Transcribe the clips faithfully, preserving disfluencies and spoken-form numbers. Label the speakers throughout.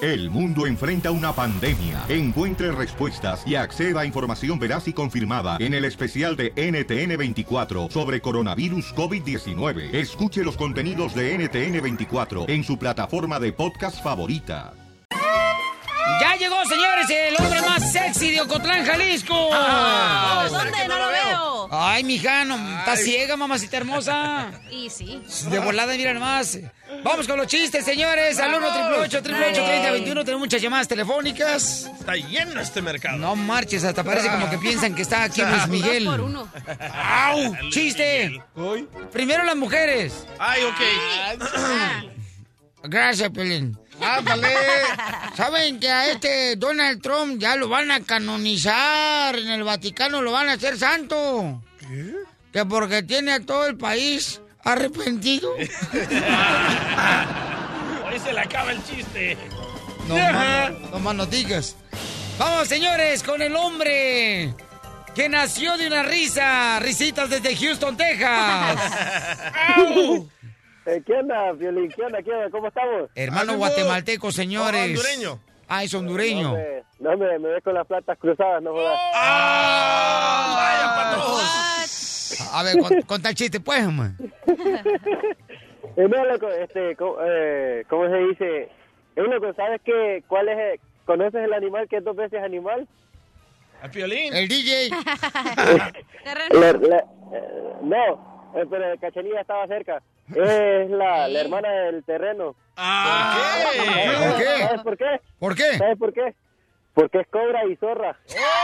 Speaker 1: El mundo enfrenta una pandemia. Encuentre respuestas y acceda a información veraz y confirmada en el especial de N T N veinticuatro sobre coronavirus COVID diecinueve. Escuche los contenidos de N T N veinticuatro en su plataforma de podcast favorita.
Speaker 2: Ya llegó, señores, el hombre más sexy de Ocotlán, Jalisco.
Speaker 3: Ah, ¿dónde? No lo veo.
Speaker 2: Ay, mija, no, estás ciega, mamacita hermosa.
Speaker 3: Y sí.
Speaker 2: De volada, mira nomás. Vamos con los chistes, señores. Al uno, triple ocho, triple ocho, treinta, veintiuno. Tenemos muchas llamadas telefónicas.
Speaker 4: Está lleno este mercado.
Speaker 2: No marches, hasta parece como que piensan que está aquí Luis Miguel.
Speaker 3: Dos por uno.
Speaker 2: ¡Au! ¡Chiste!
Speaker 4: ¿Hoy?
Speaker 2: Primero las mujeres.
Speaker 4: Ay, ok.
Speaker 2: Gracias, Pelín.
Speaker 4: ¡Ándale!
Speaker 2: ¿Saben que a este Donald Trump ya lo van a canonizar? En el Vaticano lo van a hacer santo.
Speaker 4: ¿Qué?
Speaker 2: Que porque tiene a todo el país arrepentido.
Speaker 4: Hoy se le acaba el chiste.
Speaker 2: No, más, no más no digas. Vamos, señores, con el hombre que nació de una risa. Risitas desde Houston, Texas.
Speaker 4: ¡Au!
Speaker 5: Eh, ¿Qué onda, Violín? ¿Qué onda? ¿Qué onda? ¿Cómo estamos?
Speaker 2: Hermano
Speaker 4: Ánimo.
Speaker 2: guatemalteco, señores.
Speaker 4: Oh, hondureño.
Speaker 2: Ah, es hondureño.
Speaker 5: No me, no me, me ves con las platas cruzadas, no jodas.
Speaker 4: ¡Ah! ¡Vaya para todos!
Speaker 2: A ver, con, conta el chiste, pues, man.
Speaker 5: Eh, no, loco, este, ¿cómo, eh, ¿cómo se dice? Eh, loco, ¿sabes qué? ¿Cuál es? el- ¿Conoces el animal que es dos veces animal?
Speaker 4: A Piolín.
Speaker 2: El D J.
Speaker 3: Terreno.
Speaker 5: La- la- eh, no, eh, pero Cachanilla estaba cerca. Es la, la hermana del terreno.
Speaker 4: Ah,
Speaker 2: ¿Por qué?
Speaker 5: ¿Sabes por qué?
Speaker 2: ¿Por qué?
Speaker 5: ¿Sabes por qué? Porque es cobra y zorra.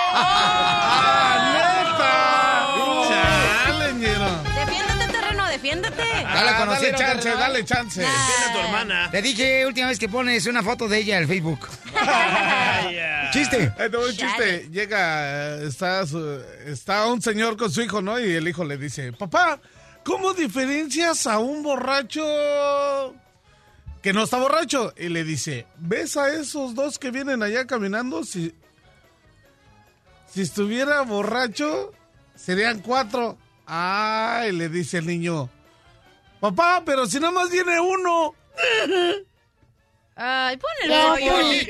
Speaker 4: ¡Ah, neta! ¡Chale, ñero!
Speaker 3: Defiéndete, terreno, defiéndete.
Speaker 2: Ya la
Speaker 4: Ah,
Speaker 2: conocí,
Speaker 4: dale chance,
Speaker 2: ¿verdad?
Speaker 4: dale chance. Defiende a tu hermana.
Speaker 2: Te dije última vez que pones una foto de ella en Facebook.
Speaker 4: Vaya.
Speaker 2: Chiste.
Speaker 4: Ahí te voy un
Speaker 3: Chale.
Speaker 4: chiste. Llega, eh, está, su- está un señor con su hijo, ¿no? Y el hijo le dice, papá, ¿cómo diferencias a un borracho que no está borracho? Y le dice, ¿ves a esos dos que vienen allá caminando? Si, si estuviera borracho, serían cuatro. Ay, le dice el niño, papá, pero si nada más viene uno.
Speaker 3: Ay, ponelo.
Speaker 4: ¿Qué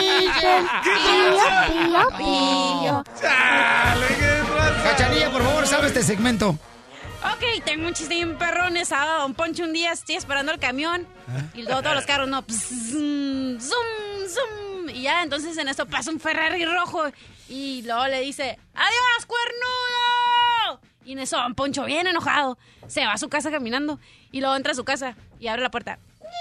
Speaker 3: Pillo.
Speaker 4: ¡Chale, qué raza!
Speaker 2: Cachanilla, por favor, salve este segmento.
Speaker 3: Ok, tengo un chiste bien perrón. Estaba Don Poncho un día, estoy esperando el camión. Y luego todos los carros, no. Pss, zoom, zoom, zoom. Y ya, entonces en esto pasa un Ferrari rojo. Y luego le dice, ¡adiós, cuernudo! Y en eso Don Poncho, bien enojado, se va a su casa caminando. Y luego entra a su casa y abre la puerta.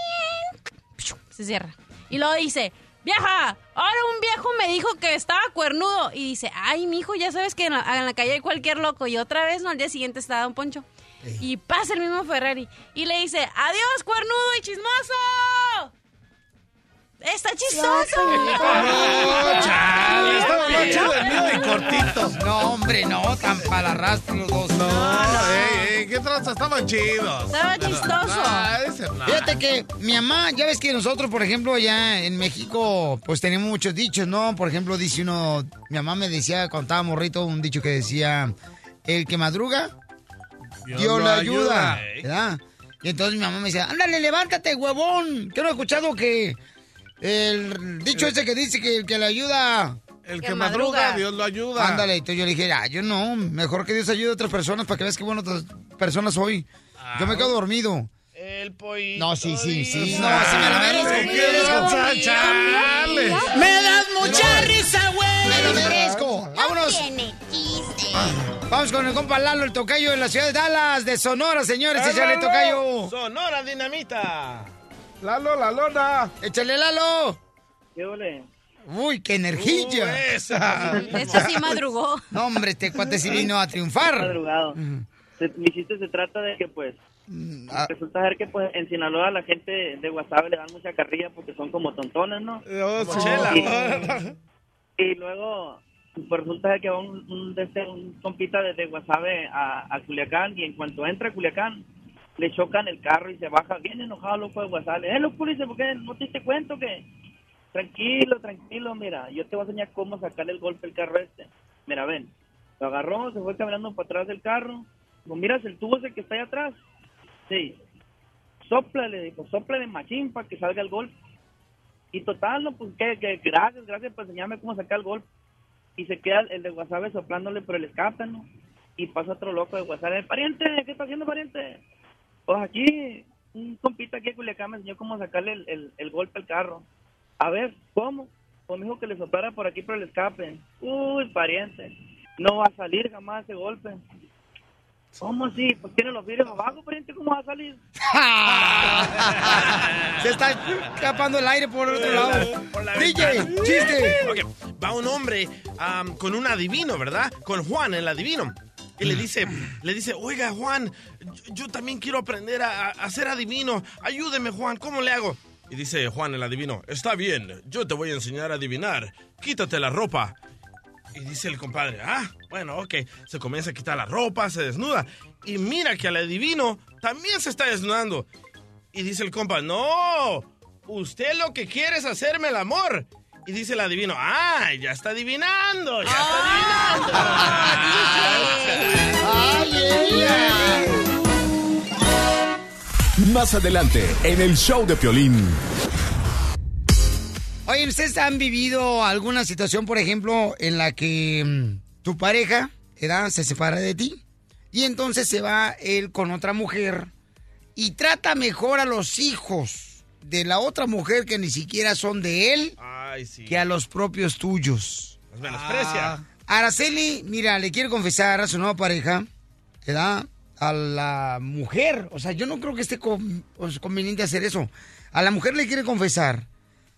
Speaker 3: Se cierra. Y luego dice, vieja, ahora un viejo me dijo que estaba cuernudo. Y dice, ay, mijo, ya sabes que en la, en la calle hay cualquier loco. Y otra vez, no, al día siguiente está Don Poncho. Y pasa el mismo Ferrari. Y le dice, adiós, cuernudo y chismoso. ¡Está chistoso!
Speaker 4: No, chale, estaba más chido el mío y cortito.
Speaker 2: No, hombre, no, tan para arrastro los dos.
Speaker 4: No, ey, ey, qué traza, estaban chidos.
Speaker 3: Estaba chistoso.
Speaker 4: Ah, ese no.
Speaker 2: Fíjate que mi mamá, ya ves que nosotros, por ejemplo, allá en México, pues tenemos muchos dichos, ¿no? Por ejemplo, dice uno, mi mamá me decía cuando estaba morrito un dicho que decía, el que madruga, Dios le ayuda, ¿verdad? Y entonces mi mamá me decía, ándale, levántate, huevón. Que no he escuchado que el dicho ese que dice que el que le ayuda...
Speaker 4: El que,
Speaker 3: Que
Speaker 4: madruga,
Speaker 3: madruga.
Speaker 4: Dios lo ayuda.
Speaker 2: Ándale, entonces yo le dije, ah, yo no, mejor que Dios ayude a otras personas para que veas qué buenas otras personas soy. Yo me quedo dormido.
Speaker 4: El pollito.
Speaker 2: No, sí, sí, sí,
Speaker 4: dice,
Speaker 2: no, sí me la merezco,
Speaker 4: "Ay,
Speaker 2: me
Speaker 4: qué
Speaker 2: merezco".
Speaker 4: raza, chale.
Speaker 2: ¡Me das mucha risa, güey! ¡Me lo merezco! ¡Vámonos! Vamos con el compa Lalo, el tocayo de la ciudad de Dallas, de Sonora, señores. ¡Échale, tocayo!
Speaker 4: Sonora Dinamita. Lalo, la lona.
Speaker 2: ¡Échale, Lalo!
Speaker 5: ¿Qué ole?
Speaker 2: ¡Uy, qué
Speaker 4: Uh,
Speaker 2: energía!
Speaker 4: esa.
Speaker 3: Este sí madrugó.
Speaker 2: No, hombre, este cuate sí vino a triunfar.
Speaker 5: Madrugado. Se- Mi chiste se trata de que, pues,
Speaker 2: Ah,
Speaker 5: resulta ser que, pues, en Sinaloa la gente de Guasave le dan mucha carrilla porque son como tontones, ¿no?
Speaker 4: Oh,
Speaker 2: Como
Speaker 4: chela.
Speaker 5: Y luego, pues, resulta ser que va un, un, de este, un compita desde Guasave a, a Culiacán y en cuanto entra a Culiacán, le chocan el carro y se baja bien enojado, loco de Guasave. Eh, loco, dice, ¿por qué no te diste cuenta que...? Tranquilo, tranquilo, mira, yo te voy a enseñar cómo sacarle el golpe al carro este. Mira, ven, lo agarró, se fue caminando para atrás del carro. Dijo, miras el tubo ese que está ahí atrás. Sí. Sóplale, dijo, sóplale machín para que salga el golpe. Y total, no, pues que, que gracias, gracias por enseñarme cómo sacar el golpe. Y se queda el de Guasave soplándole por el escape, ¿no? Y pasa otro loco de Guasave, pariente, ¿qué está haciendo, pariente? Pues aquí, un compita aquí de Culiacán me enseñó cómo sacarle el, el, el golpe al carro. A ver, ¿cómo? Pues me dijo que le soplara por aquí por el escape. Uy, pariente, no va a salir jamás ese golpe. ¿Cómo así? Pues tiene los vidrios abajo, pariente, ¿cómo va a salir?
Speaker 2: Se está escapando el aire por otro lado. D J, chiste.
Speaker 6: Okay. Va un hombre um, con un adivino, ¿verdad? Con Juan, el adivino. Y le dice, le dice, oiga, Juan, yo, yo también quiero aprender a, a ser adivino. Ayúdeme, Juan, ¿cómo le hago? Y dice Juan, el adivino, está bien, yo te voy a enseñar a adivinar. Quítate la ropa. Y dice el compadre, ah, bueno, ok. Se comienza a quitar la ropa, se desnuda. Y mira que al adivino también se está desnudando. Y dice el compa, no, usted lo que quiere es hacerme el amor. Y dice el adivino, ah, ya está adivinando, ya está adivinando.
Speaker 2: ¡Ay, ella!
Speaker 7: Más adelante, en el show de Piolín.
Speaker 2: Oye, ¿ustedes han vivido alguna situación, por ejemplo, en la que mmm, tu pareja, ¿verdad?, se separa de ti? Y entonces se va él con otra mujer y trata mejor a los hijos de la otra mujer que ni siquiera son de él.
Speaker 6: Ay, sí.
Speaker 2: Que a los propios tuyos.
Speaker 6: Los menosprecia.
Speaker 2: Ah. Araceli, mira, le quiere confesar a su nueva pareja, ¿verdad?, a la mujer. O sea, yo no creo que esté con, pues, conveniente hacer eso. A la mujer le quiere confesar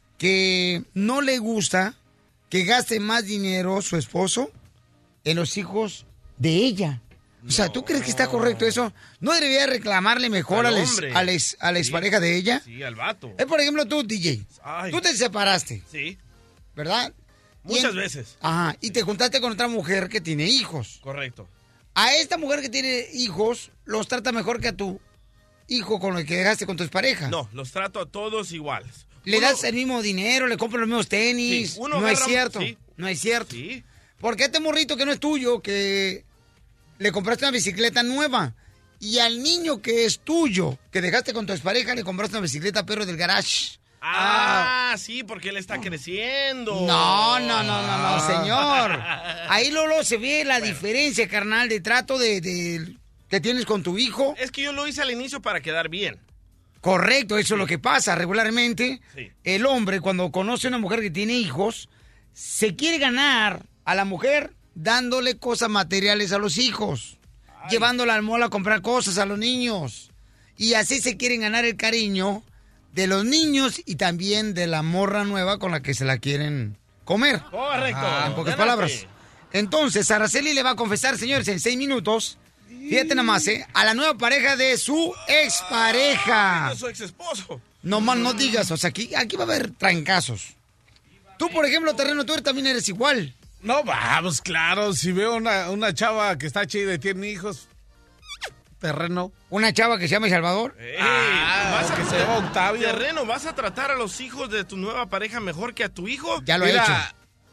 Speaker 2: que no le gusta que gaste más dinero su esposo en los hijos de ella. O sea, ¿tú crees que está correcto eso? ¿No debería reclamarle mejor al, ex, al, ex, a la expareja
Speaker 6: sí,
Speaker 2: de ella?
Speaker 6: Sí, al vato.
Speaker 2: Es, por ejemplo, tú, D J.
Speaker 6: Ay.
Speaker 2: Tú te separaste.
Speaker 6: Sí.
Speaker 2: ¿Verdad?
Speaker 6: Muchas
Speaker 2: en,
Speaker 6: veces.
Speaker 2: Ajá. Y te juntaste con otra mujer que tiene hijos.
Speaker 6: Correcto.
Speaker 2: A esta mujer que tiene hijos, los trata mejor que a tu hijo con el que dejaste con tu expareja.
Speaker 6: No, los trato a todos iguales.
Speaker 2: Le
Speaker 6: uno,
Speaker 2: das el mismo dinero, le compras los mismos tenis.
Speaker 6: Sí, uno
Speaker 2: no
Speaker 6: agarra,
Speaker 2: es cierto.
Speaker 6: Sí.
Speaker 2: No es cierto.
Speaker 6: Sí.
Speaker 2: Porque a este morrito que no es tuyo, que le compraste una bicicleta nueva. Y al niño que es tuyo, que dejaste con tu expareja, le compraste una bicicleta perro del garage.
Speaker 6: Ah, ah, sí, porque él está
Speaker 2: no.
Speaker 6: creciendo.
Speaker 2: No, no, no, no, no, señor. Ahí, Lolo, se ve la bueno. diferencia, carnal, de trato de, de que tienes con tu hijo.
Speaker 6: Es que yo lo hice al inicio para quedar bien.
Speaker 2: Correcto, eso sí. es lo que pasa regularmente.
Speaker 6: Sí.
Speaker 2: El hombre, cuando conoce a una mujer que tiene hijos, se quiere ganar a la mujer dándole cosas materiales a los hijos, Ay. llevándola al mall a comprar cosas a los niños. Y así se quieren ganar el cariño de los niños y también de la morra nueva con la que se la quieren comer.
Speaker 6: Correcto.
Speaker 2: Ah, en pocas
Speaker 6: Gánate.
Speaker 2: palabras. Entonces, Araceli le va a confesar, señores, en seis minutos, fíjate nada más, ¿eh?, a la nueva pareja de su expareja.
Speaker 6: Ah, su ex esposo.
Speaker 2: No más no digas, o sea, aquí, aquí va a haber trancazos. Tú, por ejemplo, Terreno, tú también eres igual.
Speaker 4: No, vamos, claro, si veo una, una chava que está chida y tiene hijos, Terreno.
Speaker 2: ¿Una chava que se llama Salvador?
Speaker 6: Ey,
Speaker 4: ah,
Speaker 6: vas a
Speaker 4: que se llama Octavio.
Speaker 6: Terreno, ¿vas a tratar a los hijos de tu nueva pareja mejor que a tu hijo?
Speaker 2: Ya lo
Speaker 4: Mira,
Speaker 2: he hecho.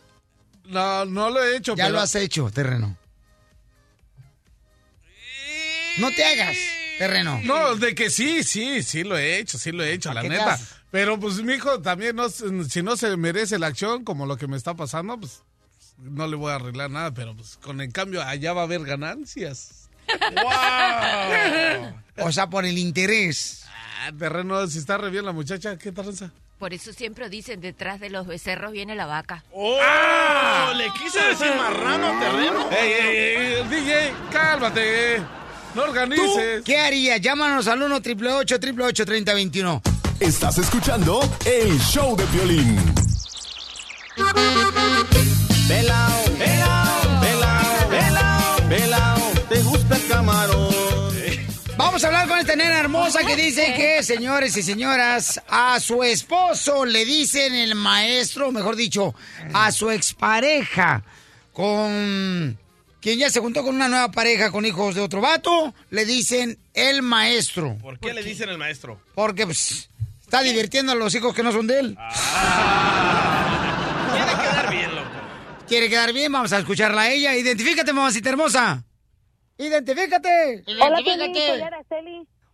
Speaker 4: No, no lo he hecho.
Speaker 2: Ya
Speaker 4: pero...
Speaker 2: lo has hecho, Terreno. No te hagas, Terreno.
Speaker 4: No, de que sí, sí, sí lo he hecho, sí lo he hecho, la neta. Pero pues mi hijo también, no, si no se merece la acción, como lo que me está pasando, pues no le voy a arreglar nada, pero pues con el cambio allá va a haber ganancias.
Speaker 6: ¡Wow!
Speaker 2: O sea, por el interés.
Speaker 4: Ah, Terreno, si está re bien la muchacha, ¿qué tranza?
Speaker 8: Por eso siempre dicen, detrás de los becerros viene la vaca.
Speaker 6: ¡Oh! ¡Ah! ¿Le quiso decir marrano, Terreno?
Speaker 4: ¡Ey, ey, ey! D J, cálmate. No organices.
Speaker 2: ¿Tú qué harías? Llámanos al uno, ocho ocho ocho, ocho ocho, tres cero dos uno.
Speaker 7: Estás escuchando el show de Piolín.
Speaker 9: Pelao, pelao, pelao, pelao, pelao, ¿te gusta el camarón?
Speaker 2: Vamos a hablar con esta nena hermosa que dice que, señores y señoras, a su esposo le dicen el maestro, mejor dicho, a su expareja, con quien ya se juntó con una nueva pareja con hijos de otro vato, le dicen el maestro.
Speaker 6: ¿Por qué ¿Por le qué? dicen el maestro?
Speaker 2: Porque pues, está divirtiendo a los hijos que no son de él.
Speaker 6: Ah, quiere quedar bien, loco.
Speaker 2: Quiere quedar bien, vamos a escucharla a ella. Identifícate, mamacita hermosa. Identifícate.
Speaker 10: Hola,
Speaker 2: Identifícate.
Speaker 10: Piolín, soy Araceli.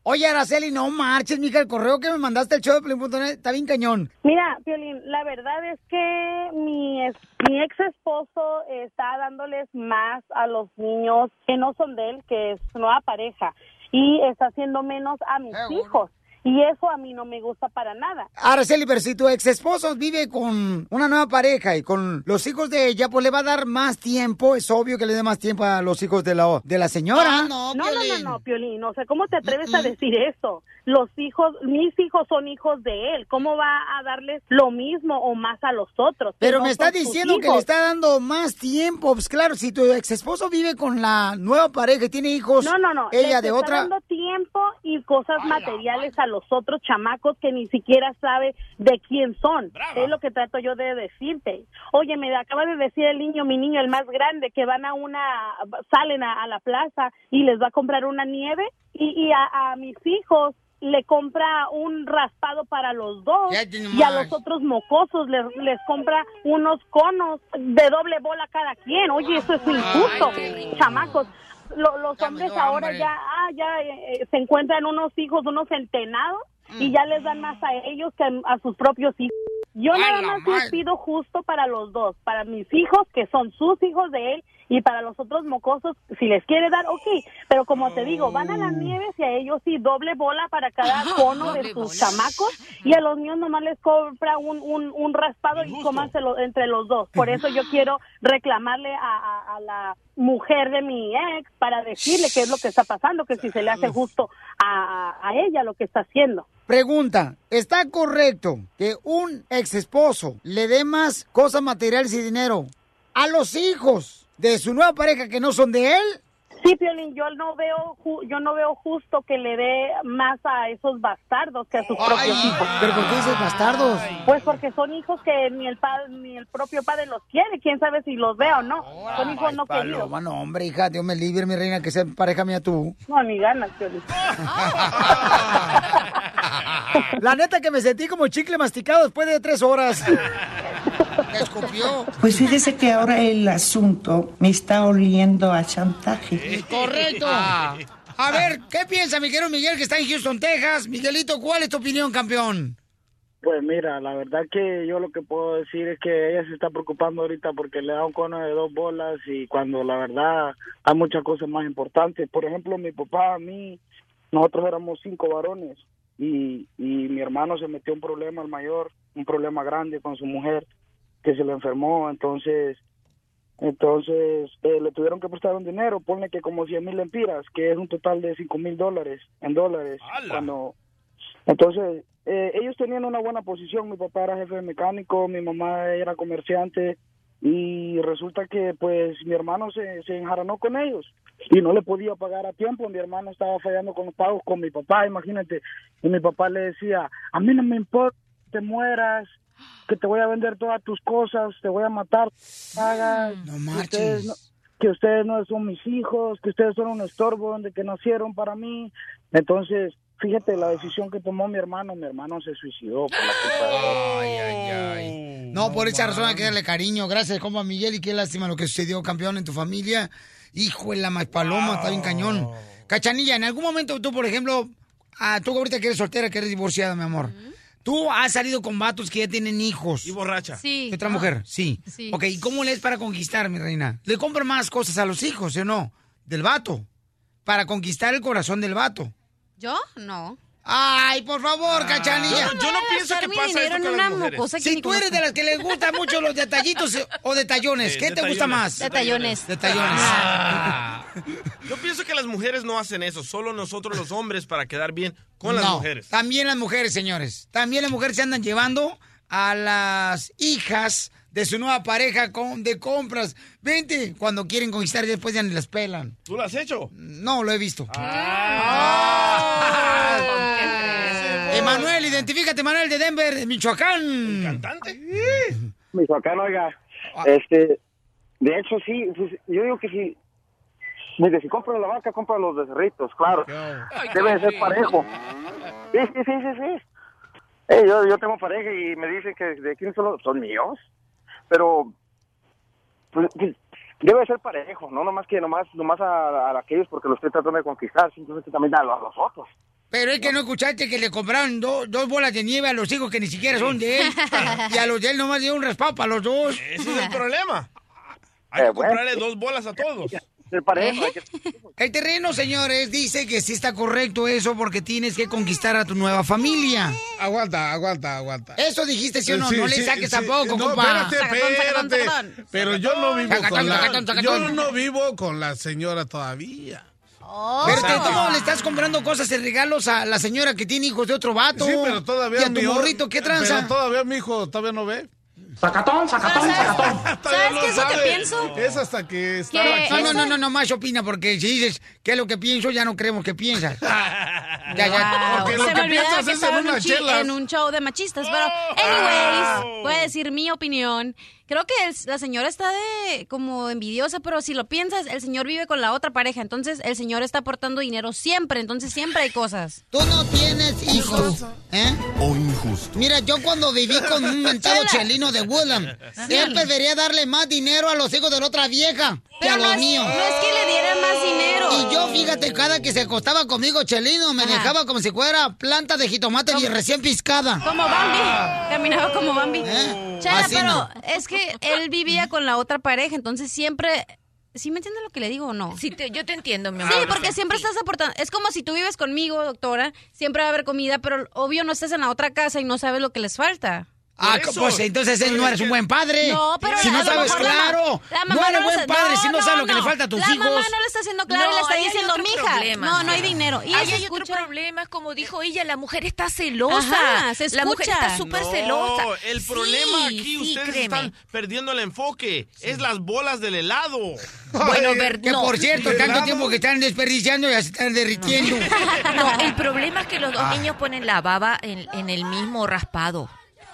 Speaker 2: Oye, Araceli, no marches, mija, el correo que me mandaste al show de Piolín punto net está bien cañón.
Speaker 10: Mira, Piolín, la verdad es que mi, ex, mi ex esposo está dándoles más a los niños que no son de él, que es su nueva pareja, y está haciendo menos a mis
Speaker 2: Eh,
Speaker 10: hijos. Y eso a mí no me gusta para nada.
Speaker 2: Araceli, pero si tu ex esposo vive con una nueva pareja y con los hijos de ella, pues le va a dar más tiempo. Es obvio que le dé más tiempo a los hijos de la, de la señora.
Speaker 10: No, no, no, no, no, Piolín. O sea, ¿cómo te atreves a decir eso? Los hijos, mis hijos son hijos de él. ¿Cómo va a darles lo mismo o más a los otros?
Speaker 2: Pero
Speaker 10: no
Speaker 2: me está
Speaker 10: son sus
Speaker 2: diciendo que
Speaker 10: hijos.
Speaker 2: le está dando más tiempo. Pues claro, si tu ex esposo vive con la nueva pareja y tiene hijos,
Speaker 10: No, no, no.
Speaker 2: ella
Speaker 10: les
Speaker 2: de
Speaker 10: está
Speaker 2: otra.
Speaker 10: dando tiempo y cosas materiales a los otros chamacos que ni siquiera sabe de quién son. Es lo que trato yo de decirte. Oye, me acaba de decir el niño, mi niño, el más grande, que van a una, salen a, a la plaza y les va a comprar una nieve y, y a, a mis hijos le compra un raspado para los dos y a los otros mocosos les, les compra unos conos de doble bola cada quien. Oye, eso es injusto, chamacos. Lo, los hombres ahora
Speaker 2: hambre.
Speaker 10: ya, ah, ya eh, se encuentran unos hijos, unos centenados y ya les dan más a ellos que a, a sus propios hijos. Yo nada más les pido justo para los dos, para mis hijos, que son sus hijos de él, y para los otros mocosos, si les quiere dar, ok, pero como te digo, van a las nieves y a ellos sí, doble bola para cada cono de sus chamacos, y a los míos nomás les compra un, un, un raspado y comárselo entre los dos. Por eso yo quiero reclamarle a, a, a la mujer de mi ex para decirle qué es lo que está pasando, que si se le hace justo a, a ella lo que está haciendo.
Speaker 2: Pregunta, ¿está correcto que un ex esposo le dé más cosas materiales y dinero a los hijos de su nueva pareja que no son de él?
Speaker 10: Sí, Piolín, yo no veo ju- yo no veo justo que le dé más a esos bastardos que a sus propios hijos.
Speaker 2: ¿Pero por qué dices bastardos?
Speaker 10: Pues porque son hijos que ni el padre ni el propio padre los quiere, quién sabe si los vea o no. Son hijos no queridos.
Speaker 2: Paloma, no, hombre, hija, Dios me libre, mi reina, que sea pareja mía tú.
Speaker 10: No, ni ganas, Piolín.
Speaker 2: La neta que me sentí como chicle masticado después de tres horas. Me escupió.
Speaker 11: Pues fíjese que ahora el asunto me está oliendo a chantaje.
Speaker 2: Correcto. A ver, ¿qué piensa mi querido Miguel, que está en Houston, Texas? Miguelito, ¿cuál es tu opinión, campeón?
Speaker 12: Pues mira, la verdad que yo lo que puedo decir es que ella se está preocupando ahorita porque le da un cono de dos bolas y cuando la verdad hay muchas cosas más importantes. Por ejemplo, mi papá, a mí, nosotros éramos cinco varones y, y mi hermano se metió en un problema, el mayor, un problema grande con su mujer que se le enfermó, entonces entonces eh, le tuvieron que prestar un dinero, ponle que como cien mil lempiras, que es un total de cinco mil dólares en dólares. Cuando entonces eh, ellos tenían una buena posición, mi papá era jefe de mecánico, mi mamá era comerciante y resulta que pues mi hermano se, se enjaranó con ellos y no le podía pagar a tiempo, mi hermano estaba fallando con los pagos con mi papá, imagínate, y mi papá le decía, a mí no me importa que te mueras, que te voy a vender todas tus cosas, te voy a matar, pagas,
Speaker 2: no
Speaker 12: que ustedes no, que ustedes no son mis hijos, que ustedes son un estorbo donde que nacieron para mí. Entonces, fíjate la decisión que tomó mi hermano, mi hermano se suicidó por la culpa de él.
Speaker 2: Ay, ay, ay. No, por esa razón hay que darle cariño. Gracias, compa Miguel, y qué lástima lo que sucedió, campeón, en tu familia. Hijo de la más paloma, está bien cañón. Cachanilla, en algún momento tú, por ejemplo, ah, tú ahorita que eres soltera, que eres divorciada, mi amor, tú has salido con vatos que ya tienen hijos.
Speaker 6: Y borracha.
Speaker 3: Sí.
Speaker 2: ¿Y otra mujer? Sí.
Speaker 3: Sí.
Speaker 2: Ok, ¿y cómo le es para conquistar, mi reina? ¿Le compra más cosas a los hijos, o no? Del vato. Para conquistar el corazón del vato.
Speaker 3: ¿Yo? No.
Speaker 2: Ay, por favor, Cachanilla.
Speaker 6: Yo, yo no pienso que
Speaker 3: mi
Speaker 6: pasa
Speaker 3: dinero
Speaker 6: esto
Speaker 3: en
Speaker 6: con
Speaker 3: una
Speaker 6: las mujeres.
Speaker 3: mocosa que
Speaker 2: Si
Speaker 3: ni
Speaker 2: tú eres
Speaker 3: conozco.
Speaker 2: de las que les gustan mucho los detallitos o detallones,
Speaker 6: Eh,
Speaker 2: ¿qué te gusta
Speaker 6: detallones.
Speaker 2: más?
Speaker 3: Detallones.
Speaker 2: Detallones.
Speaker 6: Ah. Yo pienso que las mujeres no hacen eso, solo nosotros los hombres para quedar bien con las
Speaker 2: No,
Speaker 6: mujeres.
Speaker 2: También las mujeres, señores. También las mujeres se andan llevando a las hijas de su nueva pareja con, de compras. Vente, cuando quieren conquistar y después ya ni las pelan.
Speaker 6: ¿Tú lo has hecho?
Speaker 2: No, lo he visto.
Speaker 6: Ah.
Speaker 2: Emanuel, identifícate, Manuel de Denver, de Michoacán.
Speaker 6: ¿Cantante?
Speaker 13: Michoacán, oiga, este, de hecho sí, pues, yo digo que si, mire, si compra la vaca, compra los becerritos, claro, debe de ser parejo. Sí, sí, sí, sí, sí. Eh, yo, yo tengo pareja y me dicen que de quién son, los- son míos, pero pues, pues, debe ser parejo, no nomás que nomás, nomás a, a aquellos porque los estoy tratando de conquistar, simplemente también a, los- a los otros.
Speaker 2: Pero es que no escuchaste que le compraron do- dos bolas de nieve a los hijos que ni siquiera son de él. Y a los de él nomás dio un raspado para los dos.
Speaker 6: Ese es el problema. Hay que comprarle dos bolas a todos.
Speaker 2: El terreno, señores, dice que sí está correcto eso porque tienes que conquistar a tu nueva familia.
Speaker 4: Aguanta, aguanta, aguanta.
Speaker 2: Eso dijiste, ¿sí o no?
Speaker 4: Sí,
Speaker 2: no le
Speaker 4: sí,
Speaker 2: saques
Speaker 4: sí.
Speaker 2: tampoco,
Speaker 4: No,
Speaker 2: compa.
Speaker 4: espérate, espérate. Pero yo no vivo
Speaker 2: Sacatón,
Speaker 4: con la...
Speaker 2: sacatón, sacatón.
Speaker 4: Yo no vivo con la señora todavía.
Speaker 2: Pero te, ¿cómo le estás comprando cosas y regalos a la señora que tiene hijos de otro vato?
Speaker 4: Sí, pero todavía
Speaker 2: Y a tu
Speaker 4: mi-
Speaker 2: morrito, ¿qué tranza?
Speaker 4: Pero todavía mi hijo todavía no ve.
Speaker 2: Sacatón, sacatón, sacatón.
Speaker 3: ¿Sabes qué es lo que pienso?
Speaker 4: Es hasta que está
Speaker 3: ¿Qué?
Speaker 2: No, no, no, no, no, más opina, porque si dices qué es lo que pienso, ya no creemos que piensas. Ya, ya.
Speaker 3: Wow.
Speaker 4: Porque lo
Speaker 3: Se
Speaker 4: que
Speaker 3: me olvidaba
Speaker 4: piensas
Speaker 3: que
Speaker 4: es
Speaker 3: estaba
Speaker 4: en
Speaker 3: en un,
Speaker 4: unas
Speaker 3: chi-
Speaker 4: chelas.
Speaker 3: en un show de machistas. Pero, anyways, voy a decir mi opinión. Creo que el- la señora está de como envidiosa, pero si lo piensas, el señor vive con la otra pareja. Entonces, el señor está aportando dinero siempre. Entonces, siempre hay cosas.
Speaker 2: Tú no tienes hijos, ¿eh?
Speaker 7: O injusto.
Speaker 2: Mira, yo cuando viví con un mentado chelino de Woodland, él prefería darle más dinero a los hijos de la otra vieja que a
Speaker 3: Pero no
Speaker 2: los
Speaker 3: es-
Speaker 2: míos.
Speaker 3: no es que le diera más dinero.
Speaker 2: Y yo, fíjate, cada que se acostaba conmigo, chelino, me
Speaker 3: Ajá.
Speaker 2: dejaba como si fuera planta de jitomate y recién piscada.
Speaker 3: Como Bambi. Caminaba como Bambi.
Speaker 2: ¿Eh?
Speaker 3: Chela,
Speaker 2: Así
Speaker 3: pero
Speaker 2: no.
Speaker 3: es que él vivía con la otra pareja, entonces siempre... ¿Sí me entiendes lo que le digo o no?
Speaker 8: Sí, te- yo te entiendo, mi
Speaker 3: Sí,
Speaker 8: amor.
Speaker 3: porque siempre estás aportando. Es como si tú vives conmigo, doctora, siempre va a haber comida, pero obvio no estás en la otra casa y no sabes lo que les falta.
Speaker 2: Ah,
Speaker 6: Por eso.
Speaker 2: pues entonces él no eres un buen padre.
Speaker 3: No, pero
Speaker 2: si
Speaker 3: a
Speaker 2: no
Speaker 3: lo
Speaker 2: sabes,
Speaker 3: mejor la ma-
Speaker 2: claro.
Speaker 3: la
Speaker 2: No
Speaker 3: mamá
Speaker 2: eres
Speaker 3: no
Speaker 2: buen
Speaker 3: le-
Speaker 2: padre si no,
Speaker 3: no,
Speaker 2: sabes lo que
Speaker 3: no.
Speaker 2: le falta a tus
Speaker 3: La
Speaker 2: hijos.
Speaker 3: mamá no le está haciendo claro y le está
Speaker 8: ahí hay
Speaker 3: diciendo,
Speaker 8: otro
Speaker 3: mija,
Speaker 8: problema,
Speaker 3: no, no hay
Speaker 8: mija.
Speaker 3: dinero. Y
Speaker 8: Ahí
Speaker 3: se
Speaker 8: hay otro
Speaker 3: escucha.
Speaker 8: problema, es como dijo ella, la mujer está celosa.
Speaker 3: Ajá, se
Speaker 8: La mujer
Speaker 3: escucha.
Speaker 8: está súper
Speaker 6: No,
Speaker 8: celosa.
Speaker 6: el
Speaker 8: Sí,
Speaker 6: problema aquí,
Speaker 8: sí,
Speaker 6: ustedes
Speaker 8: créeme.
Speaker 6: están perdiendo el enfoque. Es las bolas del helado.
Speaker 8: Bueno, ver,
Speaker 2: Que
Speaker 8: no.
Speaker 2: por cierto, tanto tiempo que están desperdiciando ya se están derritiendo.
Speaker 8: No, el problema es que los dos niños ponen la baba en, en el mismo raspado.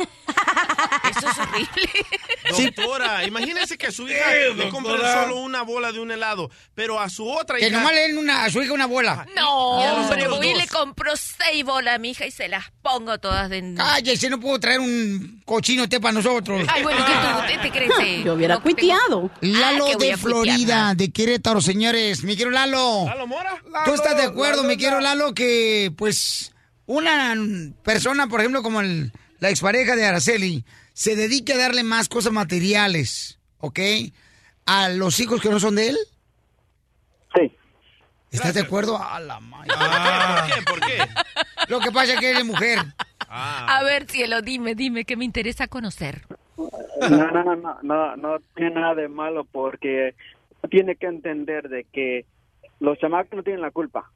Speaker 8: Eso es horrible.
Speaker 6: Doctora, imagínese que a su hija
Speaker 4: Eh,
Speaker 6: le compra
Speaker 4: doctora.
Speaker 6: solo una bola de un helado, pero a su otra
Speaker 2: Que
Speaker 6: hija...
Speaker 2: nomás le den una, a su hija una bola.
Speaker 8: No,
Speaker 6: Y a los
Speaker 8: hombre,
Speaker 6: otros
Speaker 8: voy y
Speaker 6: dos.
Speaker 8: le compro seis bolas a mi hija y se las pongo todas de...
Speaker 2: Cállese, no puedo traer un cochino té para nosotros.
Speaker 8: Ay, bueno, ¿qué tú te, te crees? eh?
Speaker 10: Yo hubiera
Speaker 8: No, que tengo-
Speaker 10: cuiteado.
Speaker 2: Lalo
Speaker 8: Ah, que voy
Speaker 2: de
Speaker 8: a cuitear,
Speaker 2: Florida,
Speaker 8: ¿no?
Speaker 2: de Querétaro, señores. Mi quiero Lalo.
Speaker 6: ¿Lalo Mora?
Speaker 2: ¿Tú estás de
Speaker 4: Lalo,
Speaker 2: acuerdo,
Speaker 4: Lalo,
Speaker 2: mi quiero
Speaker 4: Lalo.
Speaker 2: Lalo, que pues una persona, por ejemplo, como el- la expareja de Araceli, se dedique a darle más cosas materiales, ¿ok? A los hijos que no son de él?
Speaker 12: Sí.
Speaker 2: ¿Estás de acuerdo? A la madre.
Speaker 6: ¿Por qué? ¿Por qué?
Speaker 2: Lo que pasa es que él es mujer.
Speaker 6: Ah.
Speaker 8: A ver, cielo, dime, dime, que me interesa conocer.
Speaker 12: No, no, no, no, no, no tiene nada de malo porque tiene que entender de que los chamacos no tienen la culpa.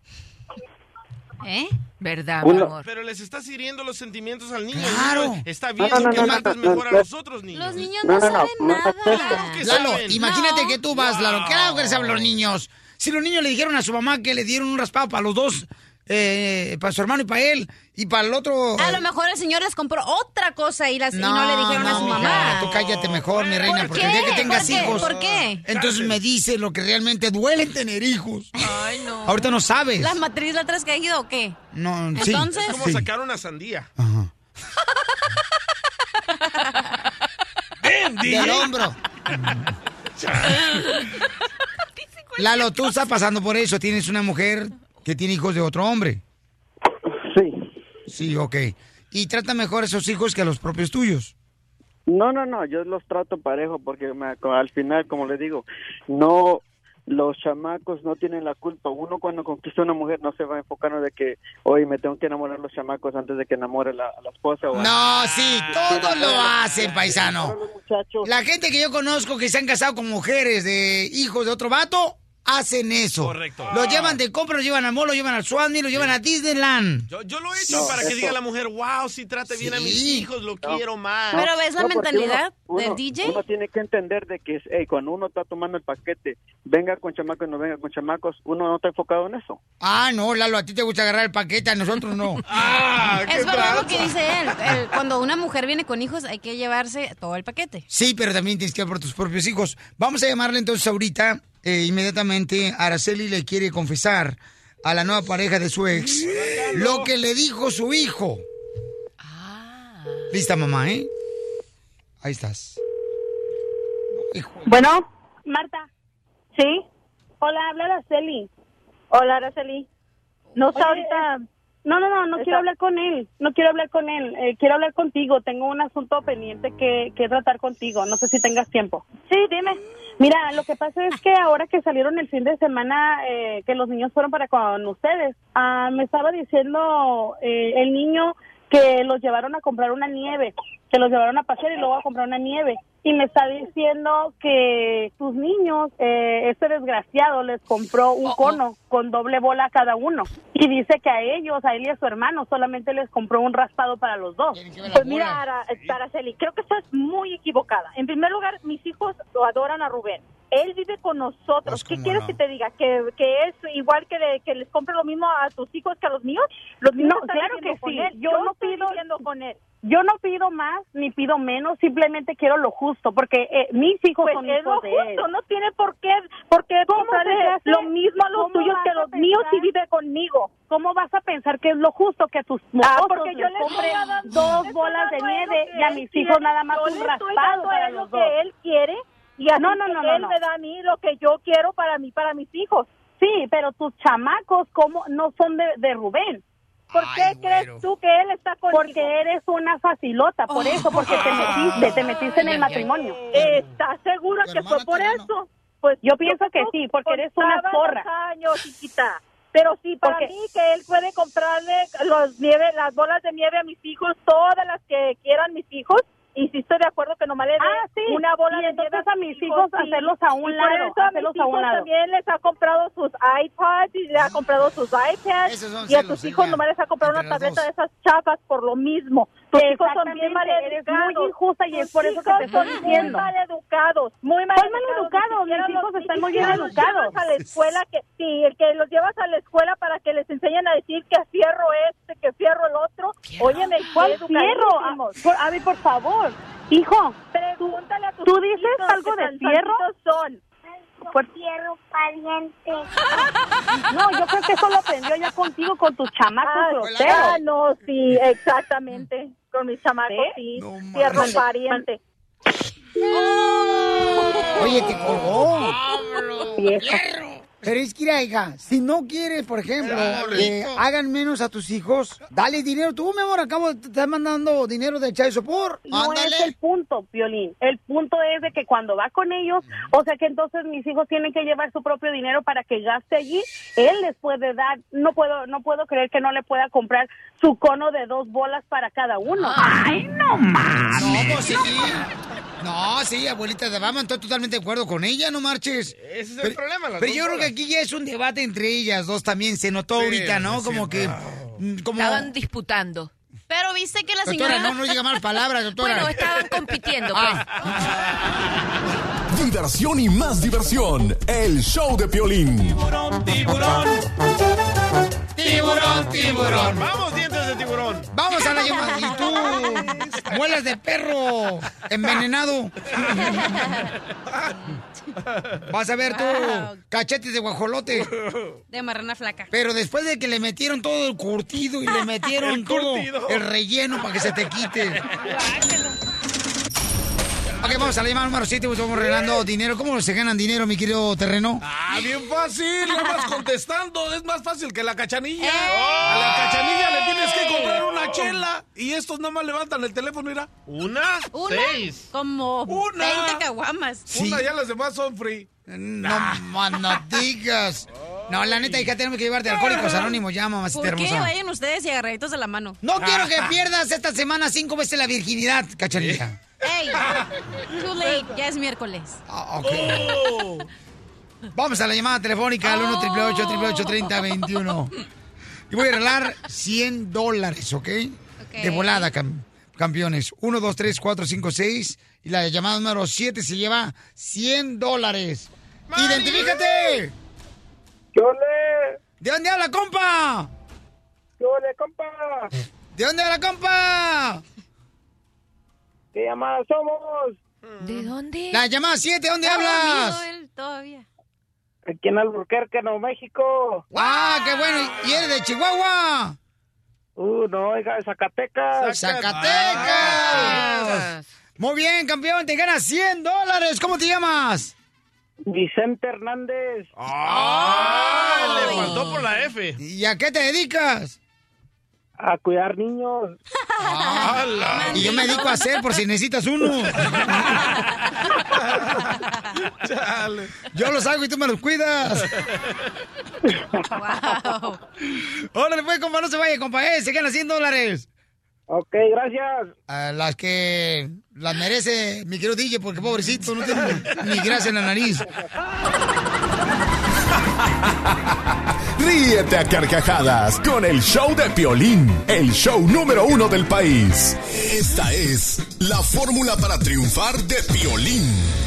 Speaker 3: ¿Eh?
Speaker 8: ¿Verdad, mi
Speaker 12: Uno-
Speaker 8: amor?
Speaker 6: Pero les estás hiriendo los sentimientos al niño.
Speaker 2: Claro.
Speaker 6: El niño está viendo
Speaker 12: No, no,
Speaker 6: que
Speaker 12: no, no,
Speaker 6: tratas
Speaker 12: no,
Speaker 6: mejor
Speaker 12: no,
Speaker 6: a los otros niños.
Speaker 3: Los niños
Speaker 12: No,
Speaker 3: no,
Speaker 12: no, no,
Speaker 3: saben
Speaker 12: no,
Speaker 3: nada.
Speaker 6: Claro que
Speaker 2: Lalo,
Speaker 6: saben.
Speaker 2: imagínate
Speaker 3: No.
Speaker 2: que tú vas, Lalo. Claro que saben los niños. Si los niños le dijeron a su mamá que le dieron un raspado para los dos, eh, para su hermano y para él, y para el otro...
Speaker 3: A lo mejor el señor les compró otra cosa y, las, y no le dijeron a su
Speaker 2: mija,
Speaker 3: mamá.
Speaker 2: Tú cállate mejor, mi reina,
Speaker 3: ¿Por
Speaker 2: porque
Speaker 3: qué?
Speaker 2: el día que tengas
Speaker 3: ¿Por qué?
Speaker 2: hijos...
Speaker 3: ¿Por qué?
Speaker 2: Entonces me dice lo que realmente duele tener hijos.
Speaker 8: Ay, no.
Speaker 2: Ahorita no sabes.
Speaker 3: ¿La matriz la traes caído o qué?
Speaker 2: No, sí.
Speaker 3: Entonces-
Speaker 6: Es como
Speaker 2: Sí.
Speaker 6: sacar una sandía.
Speaker 2: Ajá.
Speaker 4: Ven, D J.
Speaker 2: Del hombro. Lalo, tú estás pasando por eso. Tienes una mujer que tiene hijos de otro hombre.
Speaker 12: Sí.
Speaker 2: Sí, ok. Y trata mejor a esos hijos que a los propios tuyos.
Speaker 12: No, no, no, yo los trato parejo porque me- al final, como le digo, no, los chamacos no tienen la culpa. Uno cuando conquista a una mujer no se va a enfocar en de que, oye, me tengo que enamorar los chamacos antes de que enamore la, a la esposa. O a-
Speaker 2: No, sí, todos lo hacen, paisano.
Speaker 12: Los muchachos,
Speaker 2: La gente que yo conozco que se han casado con mujeres de hijos de otro vato, hacen eso.
Speaker 6: Correcto.
Speaker 2: Lo llevan de compra, lo llevan al mall, lo llevan al Swami, lo llevan a Disneyland.
Speaker 6: Yo, yo lo he hecho
Speaker 12: No,
Speaker 6: para que
Speaker 12: eso-
Speaker 6: diga la mujer, wow, si trate bien a mis
Speaker 2: Sí.
Speaker 6: hijos, lo
Speaker 12: No.
Speaker 6: quiero más.
Speaker 3: Pero ves la
Speaker 12: no, porque
Speaker 3: mentalidad
Speaker 12: uno-
Speaker 3: del
Speaker 12: uno-
Speaker 3: D J.
Speaker 12: Uno tiene que entender de que hey, cuando uno está tomando el paquete, venga con chamacos, no venga con chamacos, uno no está enfocado en eso.
Speaker 2: Ah, no, Lalo, a ti te gusta agarrar el paquete, a nosotros no.
Speaker 6: Ah, ¿qué
Speaker 3: Es verdad lo
Speaker 6: tranza?
Speaker 3: que dice él. El- cuando una mujer viene con hijos hay que llevarse todo el paquete.
Speaker 2: Sí, pero también tienes que ir por tus propios hijos. Vamos a llamarle entonces ahorita, eh, inmediatamente. Araceli le quiere confesar a la nueva pareja de su ex lo que le dijo su hijo. Lista, mamá, ¿eh? Ahí estás. Hijo.
Speaker 10: Bueno, Marta. ¿Sí? Hola, habla Araceli. Hola, Araceli. No está ahorita. No, no, no, no
Speaker 14: Está-
Speaker 10: quiero hablar con él, no quiero hablar con él, eh, quiero hablar contigo, tengo un asunto pendiente que, que tratar contigo, no sé si tengas tiempo.
Speaker 14: Sí, dime.
Speaker 10: Mira, lo que pasa es que ahora que salieron el fin de semana, eh, que los niños fueron para con ustedes, ah, me estaba diciendo eh, el niño que los llevaron a comprar una nieve, que los llevaron a pasear y luego a comprar una nieve. Y me está diciendo que sus niños, eh, este desgraciado les compró un cono con doble bola a cada uno. Y dice que a ellos, a él y a su hermano, solamente les compró un raspado para los dos.
Speaker 14: Pues mira, Ara- Araceli, creo que estás muy equivocada. En primer lugar, mis hijos lo adoran a Rubén. Él vive con nosotros.
Speaker 2: Pues,
Speaker 14: ¿Qué
Speaker 2: ¿cómo
Speaker 14: quieres
Speaker 2: no?
Speaker 14: que te diga? ¿Que, que es igual que, le- que les compre lo mismo a tus hijos que a los míos? Los míos
Speaker 10: No,
Speaker 14: están
Speaker 10: claro
Speaker 14: viviendo
Speaker 10: que
Speaker 14: con
Speaker 10: sí.
Speaker 14: él.
Speaker 10: Yo
Speaker 14: Yo
Speaker 10: no
Speaker 14: estoy
Speaker 10: pido-
Speaker 14: viviendo con él.
Speaker 10: Yo no pido más ni pido menos, simplemente quiero lo justo, porque eh, mis hijos
Speaker 14: Pues
Speaker 10: son
Speaker 14: es lo
Speaker 10: hijos de él.
Speaker 14: justo, no tiene por qué, por qué
Speaker 10: ¿Cómo
Speaker 14: comprarle
Speaker 10: se te hace?
Speaker 14: lo mismo a los
Speaker 10: ¿Cómo
Speaker 14: tuyos
Speaker 10: vas
Speaker 14: que a
Speaker 10: a
Speaker 14: los míos
Speaker 10: pensar?
Speaker 14: si vive conmigo.
Speaker 10: ¿Cómo vas a pensar que es lo justo que a tus
Speaker 14: Ah,
Speaker 10: mocosos
Speaker 14: porque yo
Speaker 10: les
Speaker 14: le
Speaker 10: compre
Speaker 14: estoy dando-
Speaker 10: dos
Speaker 14: le estoy
Speaker 10: bolas de
Speaker 14: dando a él lo
Speaker 10: nieve
Speaker 14: que
Speaker 10: y a
Speaker 14: él
Speaker 10: mis
Speaker 14: quiere.
Speaker 10: hijos nada más
Speaker 14: Yo
Speaker 10: un
Speaker 14: le estoy
Speaker 10: raspado
Speaker 14: dando a
Speaker 10: para
Speaker 14: él lo
Speaker 10: los dos?
Speaker 14: que él quiere y así
Speaker 10: No, no, no,
Speaker 14: que
Speaker 10: no,
Speaker 14: él
Speaker 10: no.
Speaker 14: me da a mí lo que yo quiero para mí, para mis hijos.
Speaker 10: Sí, pero tus chamacos ¿cómo no son de, de Rubén?
Speaker 14: ¿Por qué
Speaker 2: Ay,
Speaker 14: crees
Speaker 2: güero.
Speaker 14: tú que él está conmigo?
Speaker 10: Porque eres una facilota, por eso, porque te metiste, te metiste en el matrimonio.
Speaker 14: ¿Estás seguro
Speaker 2: Tu
Speaker 14: que fue
Speaker 2: hermana
Speaker 14: por
Speaker 2: te ganó.
Speaker 14: eso? Pues
Speaker 10: Yo pienso que
Speaker 14: tú
Speaker 10: sí, porque eres una
Speaker 14: contabas
Speaker 10: zorra.
Speaker 14: los años, chiquita. Pero sí, para
Speaker 10: Porque-
Speaker 14: mí que él puede comprarle los nieve, las bolas de nieve a mis hijos, todas las que quieran mis hijos. Y sí estoy de acuerdo que nomás le dé
Speaker 10: Ah, sí.
Speaker 14: una bola
Speaker 10: Y
Speaker 14: de
Speaker 10: entonces
Speaker 14: nieve
Speaker 10: a mis hijos
Speaker 14: sí.
Speaker 10: hacerlos a un
Speaker 14: Y
Speaker 10: lado,
Speaker 14: por eso a
Speaker 10: hacerlos
Speaker 14: mis
Speaker 10: a un
Speaker 14: hijos
Speaker 10: lado.
Speaker 14: también les ha comprado sus iPads y les ha comprado sus iPads.
Speaker 2: Esos son
Speaker 14: Y a
Speaker 2: celos,
Speaker 14: tus hijos
Speaker 2: ella.
Speaker 14: nomás les ha comprado
Speaker 2: Entre
Speaker 14: una
Speaker 2: los
Speaker 14: tableta
Speaker 2: dos.
Speaker 14: de esas chafas por lo mismo. Tus hijos son bien mal
Speaker 10: Exactamente, eres
Speaker 14: educados.
Speaker 10: muy injusta y es
Speaker 14: Tus
Speaker 10: por eso que
Speaker 14: hijos
Speaker 10: te estoy
Speaker 14: son
Speaker 10: diciendo.
Speaker 14: Muy mal educados, muy mal
Speaker 10: Son mal
Speaker 14: educados.
Speaker 10: educados,
Speaker 14: Ni siquiera
Speaker 10: mis hijos
Speaker 14: los-
Speaker 10: están
Speaker 14: ni
Speaker 10: muy bien
Speaker 14: siquiera los
Speaker 10: educados.
Speaker 14: llevas a la escuela que sí, el que los llevas a la escuela para que les enseñen a decir que fierro este, que fierro el otro. Óyeme,
Speaker 10: ¿Cuál
Speaker 14: qué
Speaker 10: fierro? Ah,
Speaker 14: educadísimos.
Speaker 10: por- a ver, por favor, hijo,
Speaker 14: Pregúntale a tus
Speaker 10: ¿tú dices
Speaker 14: hijitos
Speaker 10: algo
Speaker 14: qué
Speaker 10: de
Speaker 14: tan
Speaker 10: fierro?
Speaker 14: santitos son.
Speaker 10: Por-
Speaker 15: Fierro pariente.
Speaker 10: no, yo creo que eso lo aprendió ya contigo, con tus chamacos
Speaker 14: Ah,
Speaker 10: groseros.
Speaker 14: ah, no, sí, exactamente. Con mis chamacos, sí.
Speaker 2: No
Speaker 14: Fierro
Speaker 2: manches.
Speaker 14: pariente.
Speaker 2: Oye, te colgó.
Speaker 10: Vieja.
Speaker 2: Pero es que, mira, hija, si no quieres, por ejemplo, que hagan menos a tus hijos, dale dinero. Tú, mi amor, acabo de estar mandando dinero de Child Support.
Speaker 10: No
Speaker 2: Ándale.
Speaker 10: es el punto, Violín. El punto es de que cuando va con ellos, o sea que entonces mis hijos tienen que llevar su propio dinero para que gaste allí. Él les puede dar, no puedo, no puedo creer que no le pueda comprar su cono de dos bolas para cada uno.
Speaker 2: Ay, no más. No, pues sí. No, sí, abuelita de Bama, estoy totalmente de acuerdo con ella, no marches.
Speaker 6: Ese es el
Speaker 2: Pero-
Speaker 6: problema, las
Speaker 2: Pero
Speaker 6: dos
Speaker 2: yo creo que
Speaker 6: bolas.
Speaker 2: aquí ya es un debate entre ellas dos también, se notó
Speaker 4: Sí,
Speaker 2: ahorita, ¿no?
Speaker 4: sí,
Speaker 2: Como
Speaker 4: sí.
Speaker 2: que... mm, Como...
Speaker 8: Estaban disputando.
Speaker 3: Pero viste que la
Speaker 2: Doctora,
Speaker 3: señora...
Speaker 2: no, no diga malas palabras, doctora.
Speaker 8: Bueno, estaban compitiendo, pues.
Speaker 2: Ah.
Speaker 7: Diversión y más diversión. El show de Piolín.
Speaker 9: Tiburón, tiburón.
Speaker 2: Tiburón, tiburón.
Speaker 6: Vamos, dientes de tiburón.
Speaker 2: Vamos a la llamada. Y tú, muelas de perro envenenado. Vas a ver tú,
Speaker 3: Wow.
Speaker 2: cachetes de guajolote.
Speaker 3: De marrana flaca.
Speaker 2: Pero después de que le metieron todo el curtido y le metieron
Speaker 6: El
Speaker 2: todo
Speaker 6: curtido.
Speaker 2: el relleno para que se te quite. Ok, vamos a la llamada número siete, pues estamos regalando dinero. ¿Cómo se ganan dinero, mi querido terreno?
Speaker 4: Ah, bien fácil, nada más contestando. Es más fácil que la cachanilla.
Speaker 3: ¡Eh!
Speaker 4: A la cachanilla le tienes que comprar una chela. Y estos nada más levantan el teléfono, mira.
Speaker 6: ¿Una?
Speaker 3: Una,
Speaker 6: Seis.
Speaker 3: como
Speaker 4: Una.
Speaker 3: veinte caguamas.
Speaker 2: Sí.
Speaker 4: Una, ya las demás son free.
Speaker 2: No, man, no digas. No, la neta, hija, tenemos que llevarte a Alcohólicos Anónimos. Ya, mamacita
Speaker 3: ¿Por qué?
Speaker 2: hermosa.
Speaker 3: Vayan ustedes y agarraditos de la mano.
Speaker 2: No quiero que pierdas esta semana cinco veces la virginidad, cachanilla.
Speaker 3: ¡Ey! Too late, ya es miércoles.
Speaker 2: Ah, ok. Vamos a la llamada telefónica al uno, ocho ocho ocho, ocho ocho, tres cero, dos uno. Y voy a regalar cien dólares, ¿ok?
Speaker 3: Ok.
Speaker 2: De volada, cam- campeones. uno, dos, tres, cuatro, cinco, seis. Y la llamada número siete se lleva cien dólares. ¡Identifícate!
Speaker 12: ¡Yo le!
Speaker 2: ¿De dónde habla, compa?
Speaker 12: ¡Yo le, compa!
Speaker 2: ¿De dónde habla, compa?
Speaker 12: ¿Qué llamadas somos?
Speaker 8: ¿De dónde?
Speaker 2: La llamada siete, ¿dónde
Speaker 3: Está
Speaker 2: hablas?
Speaker 3: dormido él todavía.
Speaker 12: Aquí en Albuquerque, Nuevo México.
Speaker 2: ¡Ah, qué bueno! ¿Y eres de Chihuahua?
Speaker 12: Uh, no, oiga, de Zacatecas.
Speaker 2: ¡Zacatecas! Muy bien, campeón, te ganas cien dólares. ¿Cómo te llamas?
Speaker 12: Vicente Hernández.
Speaker 6: ¡Ah! Le faltó por la F.
Speaker 2: ¿Y a qué te dedicas?
Speaker 12: a cuidar niños.
Speaker 2: ¡Hala! Y yo me dedico a hacer por si necesitas uno.
Speaker 4: Chale.
Speaker 2: Yo los hago y tú me los cuidas.
Speaker 3: Wow.
Speaker 2: Órale, pues, compa, no se vaya, compa. Eh, se quedan cien dólares.
Speaker 12: Ok, gracias.
Speaker 2: A las que las merece mi querido D J, porque pobrecito, no tiene ni grasa en la nariz.
Speaker 7: Ríete a carcajadas con el show de Piolín, el show número uno del país. Esta es la fórmula para triunfar de Piolín.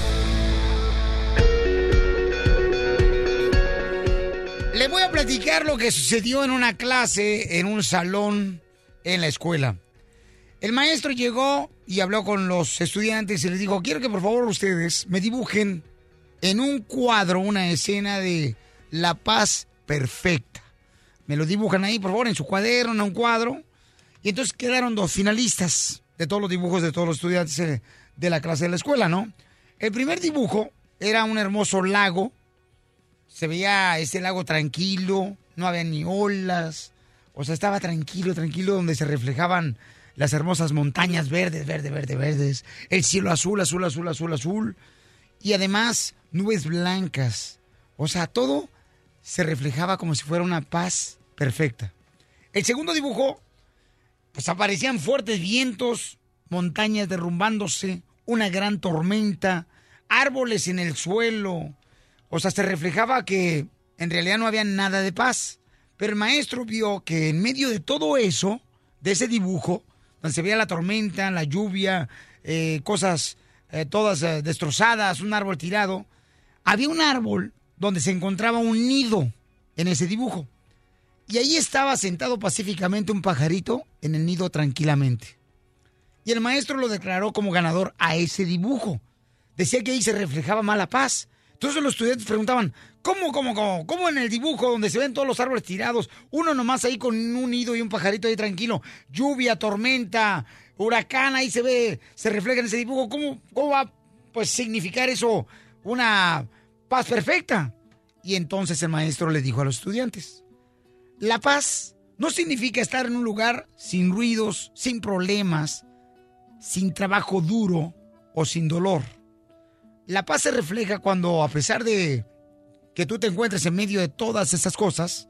Speaker 2: Les voy a platicar lo que sucedió en una clase, en un salón, en la escuela. El maestro llegó y habló con los estudiantes y les dijo, quiero que por favor ustedes me dibujen en un cuadro una escena de la paz perfecta. Me lo dibujan ahí, por favor, en su cuaderno, en un cuadro. Y entonces quedaron dos finalistas de todos los dibujos de todos los estudiantes de la clase de la escuela, ¿no? El primer dibujo era un hermoso lago. Se veía ese lago tranquilo, no había ni olas. O sea, estaba tranquilo, tranquilo, donde se reflejaban las hermosas montañas verdes, verdes, verdes, verdes. El cielo azul, azul, azul, azul, azul. Y además, nubes blancas. O sea, todo se reflejaba como si fuera una paz perfecta. El segundo dibujo, pues aparecían fuertes vientos, montañas derrumbándose, una gran tormenta, árboles en el suelo. O sea, se reflejaba que en realidad no había nada de paz. Pero el maestro vio que en medio de todo eso, de ese dibujo, donde se veía la tormenta, la lluvia, eh, cosas eh, todas eh, destrozadas, un árbol tirado, había un árbol donde se encontraba un nido en ese dibujo. Y ahí estaba sentado pacíficamente un pajarito en el nido tranquilamente. Y el maestro lo declaró como ganador a ese dibujo. Decía que ahí se reflejaba más la paz. Entonces los estudiantes preguntaban, ¿cómo, cómo, cómo? ¿Cómo en el dibujo donde se ven todos los árboles tirados? Uno nomás ahí con un nido y un pajarito ahí tranquilo. Lluvia, tormenta, huracán, ahí se ve, se refleja en ese dibujo. ¿Cómo, cómo va pues significar eso una paz perfecta? Y entonces el maestro le dijo a los estudiantes, la paz no significa estar en un lugar sin ruidos, sin problemas, sin trabajo duro o sin dolor. La paz se refleja cuando, a pesar de que tú te encuentres en medio de todas esas cosas,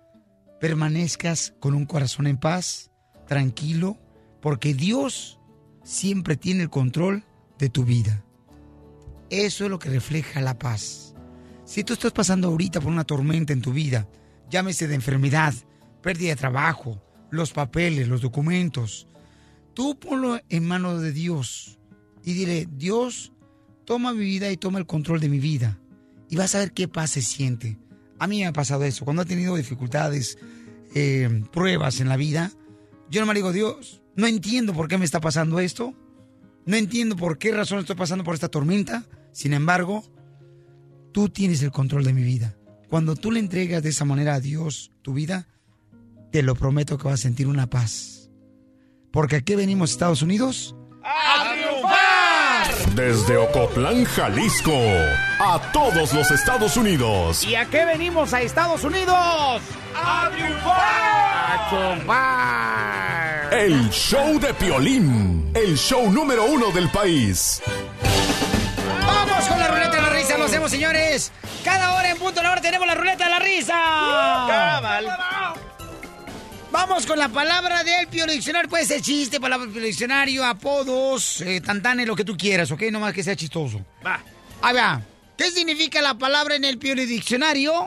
Speaker 2: permanezcas con un corazón en paz, tranquilo, porque Dios siempre tiene el control de tu vida. Eso es lo que refleja la paz. Si tú estás pasando ahorita por una tormenta en tu vida, llámese de enfermedad, pérdida de trabajo, los papeles, los documentos, tú ponlo en manos de Dios y dile, Dios, toma mi vida y toma el control de mi vida. Y vas a ver qué paz se siente. A mí me ha pasado eso. Cuando he tenido dificultades, eh, pruebas en la vida, yo nomás digo, Dios, no entiendo por qué me está pasando esto. No entiendo por qué razón estoy pasando por esta tormenta. Sin embargo, tú tienes el control de mi vida. Cuando tú le entregas de esa manera a Dios tu vida, te lo prometo que vas a sentir una paz. Porque aquí venimos, Estados Unidos,
Speaker 9: ¡a triunfar!
Speaker 7: Desde Ocotlán, Jalisco, a todos los Estados Unidos.
Speaker 2: ¿Y a qué venimos a Estados Unidos?
Speaker 9: ¡A triunfar!
Speaker 2: ¡A triunfar!
Speaker 7: El show de Piolín, el show número uno del país.
Speaker 2: ¡Vamos con la ruleta de la risa! ¡Lo hacemos, señores! Cada hora en punto de la hora tenemos la ruleta de la risa.
Speaker 6: ¡Cabal!
Speaker 2: Vamos con la palabra del Piolín Diccionario. Puede ser chiste, palabra del Diccionario, apodos, eh, tantanes, lo que tú quieras, ¿ok? Nomás que sea chistoso.
Speaker 6: Va.
Speaker 2: Ahí va. ¿Qué significa la palabra en el Piolín Diccionario?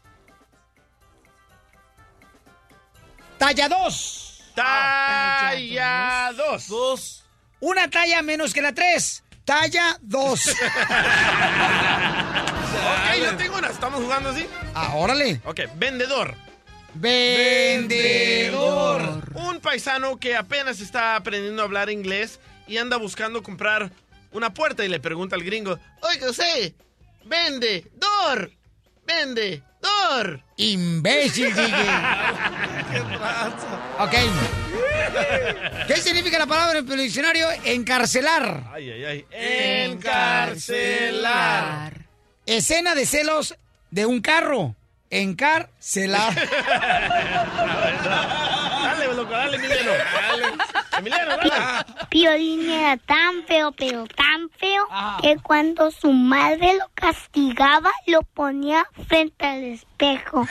Speaker 2: Talla dos.
Speaker 6: Talla dos.
Speaker 4: Dos.
Speaker 2: Una talla menos que la tres. Talla dos.
Speaker 6: Ok, yo tengo una. ¿Estamos jugando así?
Speaker 2: Ah, órale.
Speaker 6: Ok, vendedor.
Speaker 2: Vendedor.
Speaker 6: Un paisano que apenas está aprendiendo a hablar inglés y anda buscando comprar una puerta y le pregunta al gringo, oiga usted, vendedor, vendedor.
Speaker 2: Imbécil, D J. Ok. ¿Qué significa la palabra en el diccionario? Encarcelar.
Speaker 6: Ay, ay, ay.
Speaker 2: Encarcelar. Escena de celos de un carro. Encarcelar.
Speaker 6: Dale, loco. Dale, Emiliano. Dale. Emiliano, dale.
Speaker 15: Piolín era tan feo, pero tan feo, que cuando su madre lo castigaba, lo ponía frente al espejo.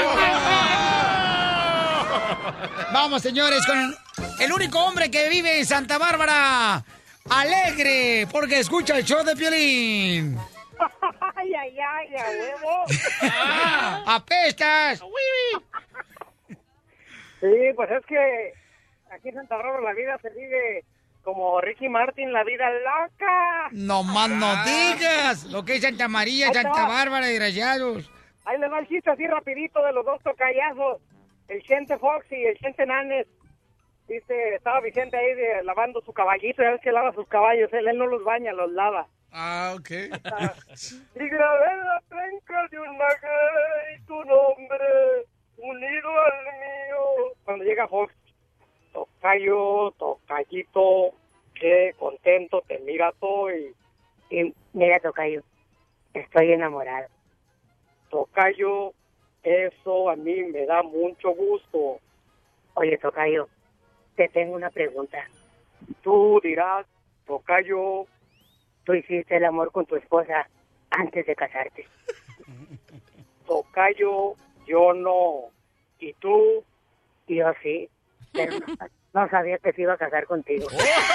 Speaker 2: Vamos, señores, con el único hombre que vive en Santa Bárbara. Alegre, porque escucha el show de Piolín.
Speaker 16: Ay, ay, ay, a huevo.
Speaker 2: ¡Apestas!
Speaker 16: Sí, pues es que aquí en Santa Bárbara la vida se vive como Ricky Martin, la vida loca.
Speaker 2: No más no digas lo que es Santa María,
Speaker 16: Ahí
Speaker 2: Santa
Speaker 16: está.
Speaker 2: Bárbara y Rayados.
Speaker 16: Ahí le va el chiste así rapidito de los dos tocayazos, el Chente Fox y el Chente Nanes. Dice, estaba Vicente ahí de, lavando su caballito, ya ves que lava sus caballos, él, él no los baña, los lava.
Speaker 4: Ah, ok.
Speaker 16: Y grabé en la penca de un maguey tu nombre, unido al mío. Cuando llega Fox, tocayo, tocayito, qué contento te mira todo y... y mira, tocayo, estoy enamorado. Tocayo, eso a mí me da mucho gusto. Oye, tocayo, te tengo una pregunta. Tú dirás, tocayo, tú hiciste el amor con tu esposa antes de casarte. Tocayo, yo no. ¿Y tú? Yo sí, pero no, no sabía que se iba a casar contigo.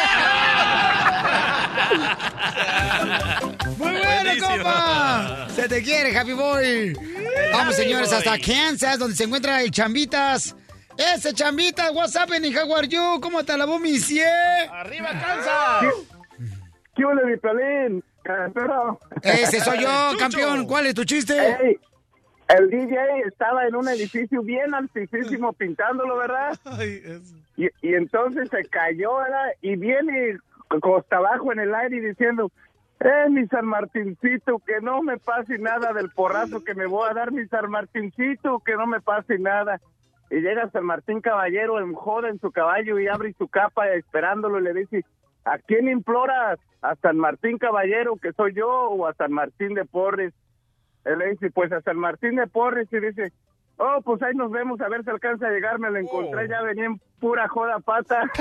Speaker 2: ¡Muy bueno, compa! ¡Se te quiere, Happy Boy! Vamos, señores, hasta Kansas, donde se encuentra el Chambitas. ¡Ese Chambitas! What's happening, how are you? ¿Cómo te lavó mi cie?
Speaker 6: ¡Arriba, Kansas!
Speaker 12: ¿Qué huele, mi Piolín? Pero...
Speaker 2: Ese soy yo, campeón. ¿Cuál es tu chiste?
Speaker 12: Hey, el D J estaba en un edificio bien altísimo pintándolo, ¿verdad? Y, y entonces se cayó, ¿verdad? Y viene costa abajo en el aire y diciendo, eh, mi San Martincito, que no me pase nada del porrazo que me voy a dar, mi San Martincito, que no me pase nada. Y llega San Martín Caballero en joda en su caballo y abre su capa esperándolo y le dice, ¿a quién imploras? ¿A San Martín Caballero, que soy yo, o a San Martín de Porres? Él le dice, pues a San Martín de Porres, y dice, oh, pues ahí nos vemos, a ver si alcanza a llegar, me lo encontré, ya venía en pura joda pata.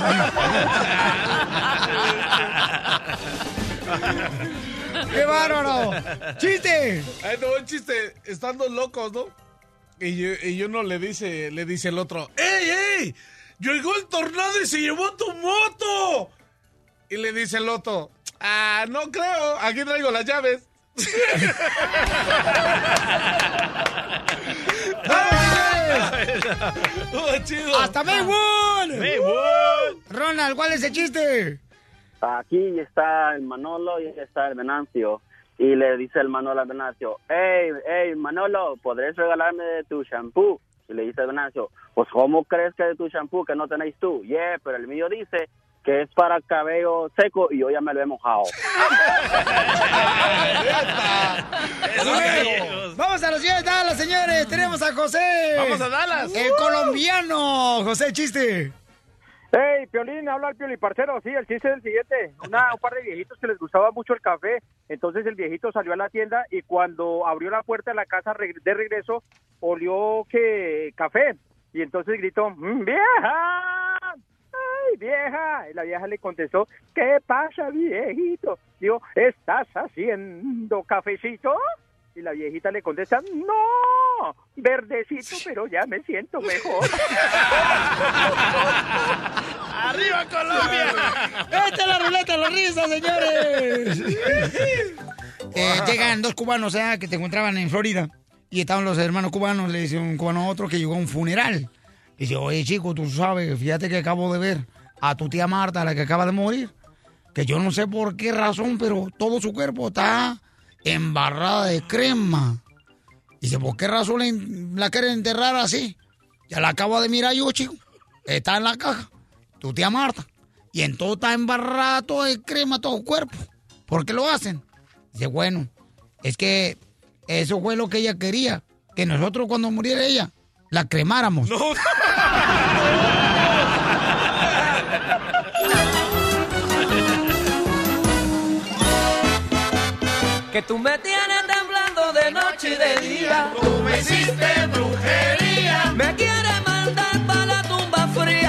Speaker 2: ¡Qué bárbaro! ¡Chiste!
Speaker 4: Ay, no, un chiste, estando locos, ¿no? Y, yo, y uno le dice, le dice el otro, ¡ey, ey! ¡Llegó el tornado y se llevó tu moto! Y le dice el otro, ah, no creo, aquí traigo las llaves.
Speaker 2: ¡Oh, chido! ¡Hasta Maywood!
Speaker 6: ¡Maywood!
Speaker 2: Ronald, ¿cuál es el chiste?
Speaker 17: Aquí está el Manolo y está el Venancio. Y le dice el Manolo al Venancio, hey, hey, Manolo, ¿podrías regalarme de tu shampoo? Y le dice el Venancio, pues, ¿cómo crees que de tu shampoo que no tenéis tú? Yeah, pero el mío dice que es para cabello seco y yo ya me lo he mojado.
Speaker 2: Vamos a los ciudades de Dallas, señores. Tenemos a José.
Speaker 6: Vamos a Dallas.
Speaker 2: El colombiano. José, chiste.
Speaker 18: Hey, Piolín, habla el Pioli Parcero. Sí, el chiste es el siguiente. Una, un par de viejitos que les gustaba mucho el café. Entonces el viejito salió a la tienda y cuando abrió la puerta de la casa de regreso, olió que café. Y entonces gritó, mmm, ¡vieja! ¡Ay, vieja! Y la vieja le contestó, ¿qué pasa, viejito? Digo, ¿estás haciendo cafecito? Y la viejita le contesta, no, verdecito, pero ya me siento mejor.
Speaker 6: ¡Arriba, Colombia!
Speaker 2: ¡Esta es la ruleta de las risas, señores! eh, llegan dos cubanos eh, que te encontraban en Florida y estaban los hermanos cubanos, le dice un cubano a otro que llegó a un funeral. Dice, oye, chico, tú sabes, fíjate que acabo de ver a tu tía Marta, la que acaba de morir, que yo no sé por qué razón, pero todo su cuerpo está embarrada de crema. Dice, ¿por qué razón la quieren enterrar así? Ya la acabo de mirar yo, chico. Está en la caja, tu tía Marta. Y en todo está embarrada todo de crema, todo el cuerpo. ¿Por qué lo hacen? Dice, bueno, es que eso fue lo que ella quería, que nosotros cuando muriera ella, la cremáramos. No.
Speaker 9: Que tú me tienes temblando de noche y de día. Tú me hiciste brujería. Me quieres mandar para la tumba fría.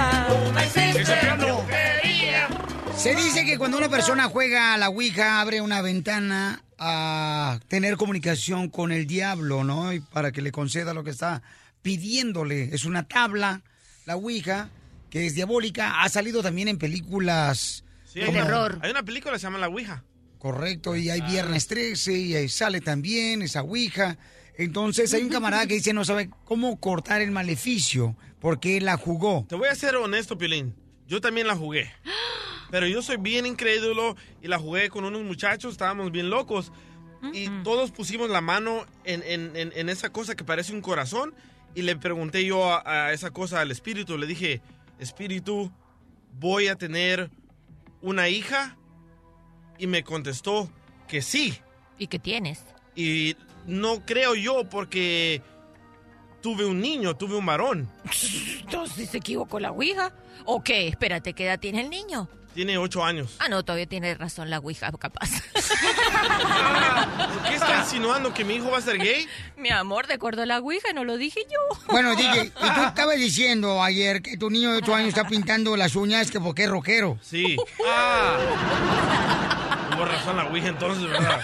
Speaker 2: Se dice que cuando una persona juega a la Ouija abre una ventana a tener comunicación con el diablo, ¿no? Y para que le conceda lo que está pidiéndole. Es una tabla, la Ouija, que es diabólica. Ha salido también en películas...
Speaker 6: Sí, hay, una, hay una película que se llama La Ouija.
Speaker 2: Correcto, y hay Viernes trece, y ahí sale también esa Ouija. Entonces hay un camarada que dice no sabe cómo cortar el maleficio, porque él la jugó.
Speaker 6: Te voy a ser honesto, Piolín. Yo también la jugué. Pero yo soy bien incrédulo y la jugué con unos muchachos, estábamos bien locos. Y todos pusimos la mano en, en, en, en esa cosa que parece un corazón. Y le pregunté yo a, a esa cosa al espíritu, le dije, espíritu, voy a tener una hija. Y me contestó que sí.
Speaker 8: ¿Y qué tienes?
Speaker 6: Y no creo yo porque tuve un niño, tuve un varón.
Speaker 8: Entonces se equivocó la Ouija. ¿O qué? Espérate, ¿qué edad tiene el niño?
Speaker 6: Tiene ocho años.
Speaker 8: Ah, no, todavía tiene razón la Ouija, capaz.
Speaker 6: ¿Por qué está insinuando que mi hijo va a ser gay?
Speaker 8: Mi amor, de acuerdo a la Ouija, no lo dije yo.
Speaker 2: Bueno, D J, y tú estabas diciendo ayer que tu niño de ocho años está pintando las uñas que porque es rockero.
Speaker 6: Sí. Ah. Tuvo razón la Ouija entonces, ¿verdad?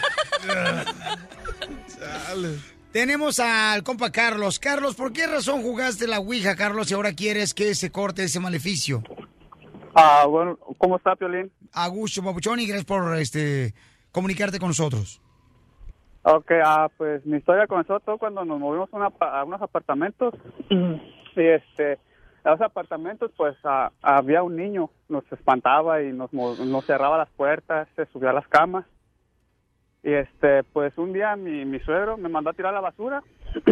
Speaker 2: Tenemos al compa Carlos. Carlos, ¿por qué razón jugaste la Ouija, Carlos, y ahora quieres que se corte ese maleficio?
Speaker 19: Ah, bueno, ¿cómo está, Piolín?
Speaker 2: A gusto, papuchón, y gracias por este comunicarte con nosotros.
Speaker 19: Ok, ah, pues mi historia comenzó todo cuando nos movimos una, a unos apartamentos. Y este, a los apartamentos, pues ah, había un niño, nos espantaba y nos, nos cerraba las puertas, se subía a las camas. Y este, pues un día mi, mi suegro me mandó a tirar la basura.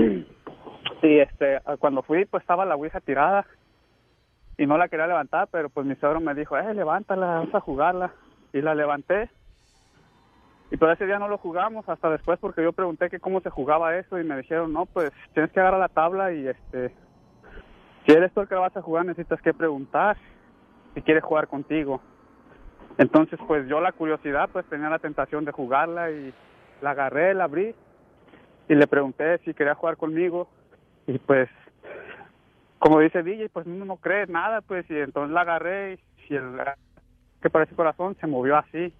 Speaker 19: Y este, cuando fui, pues estaba la Ouija tirada. Y no la quería levantar, pero pues mi suegro me dijo, eh, levántala, vamos a jugarla. Y la levanté. Y pero ese día no lo jugamos hasta después porque yo pregunté que cómo se jugaba eso y me dijeron, no, pues tienes que agarrar la tabla y este, si eres tú el que la vas a jugar necesitas que preguntar si quiere jugar contigo. Entonces pues yo la curiosidad pues tenía la tentación de jugarla y la agarré, la abrí y le pregunté si quería jugar conmigo y pues como dice D J pues uno no cree nada pues y entonces la agarré y, y el que parece corazón se movió así.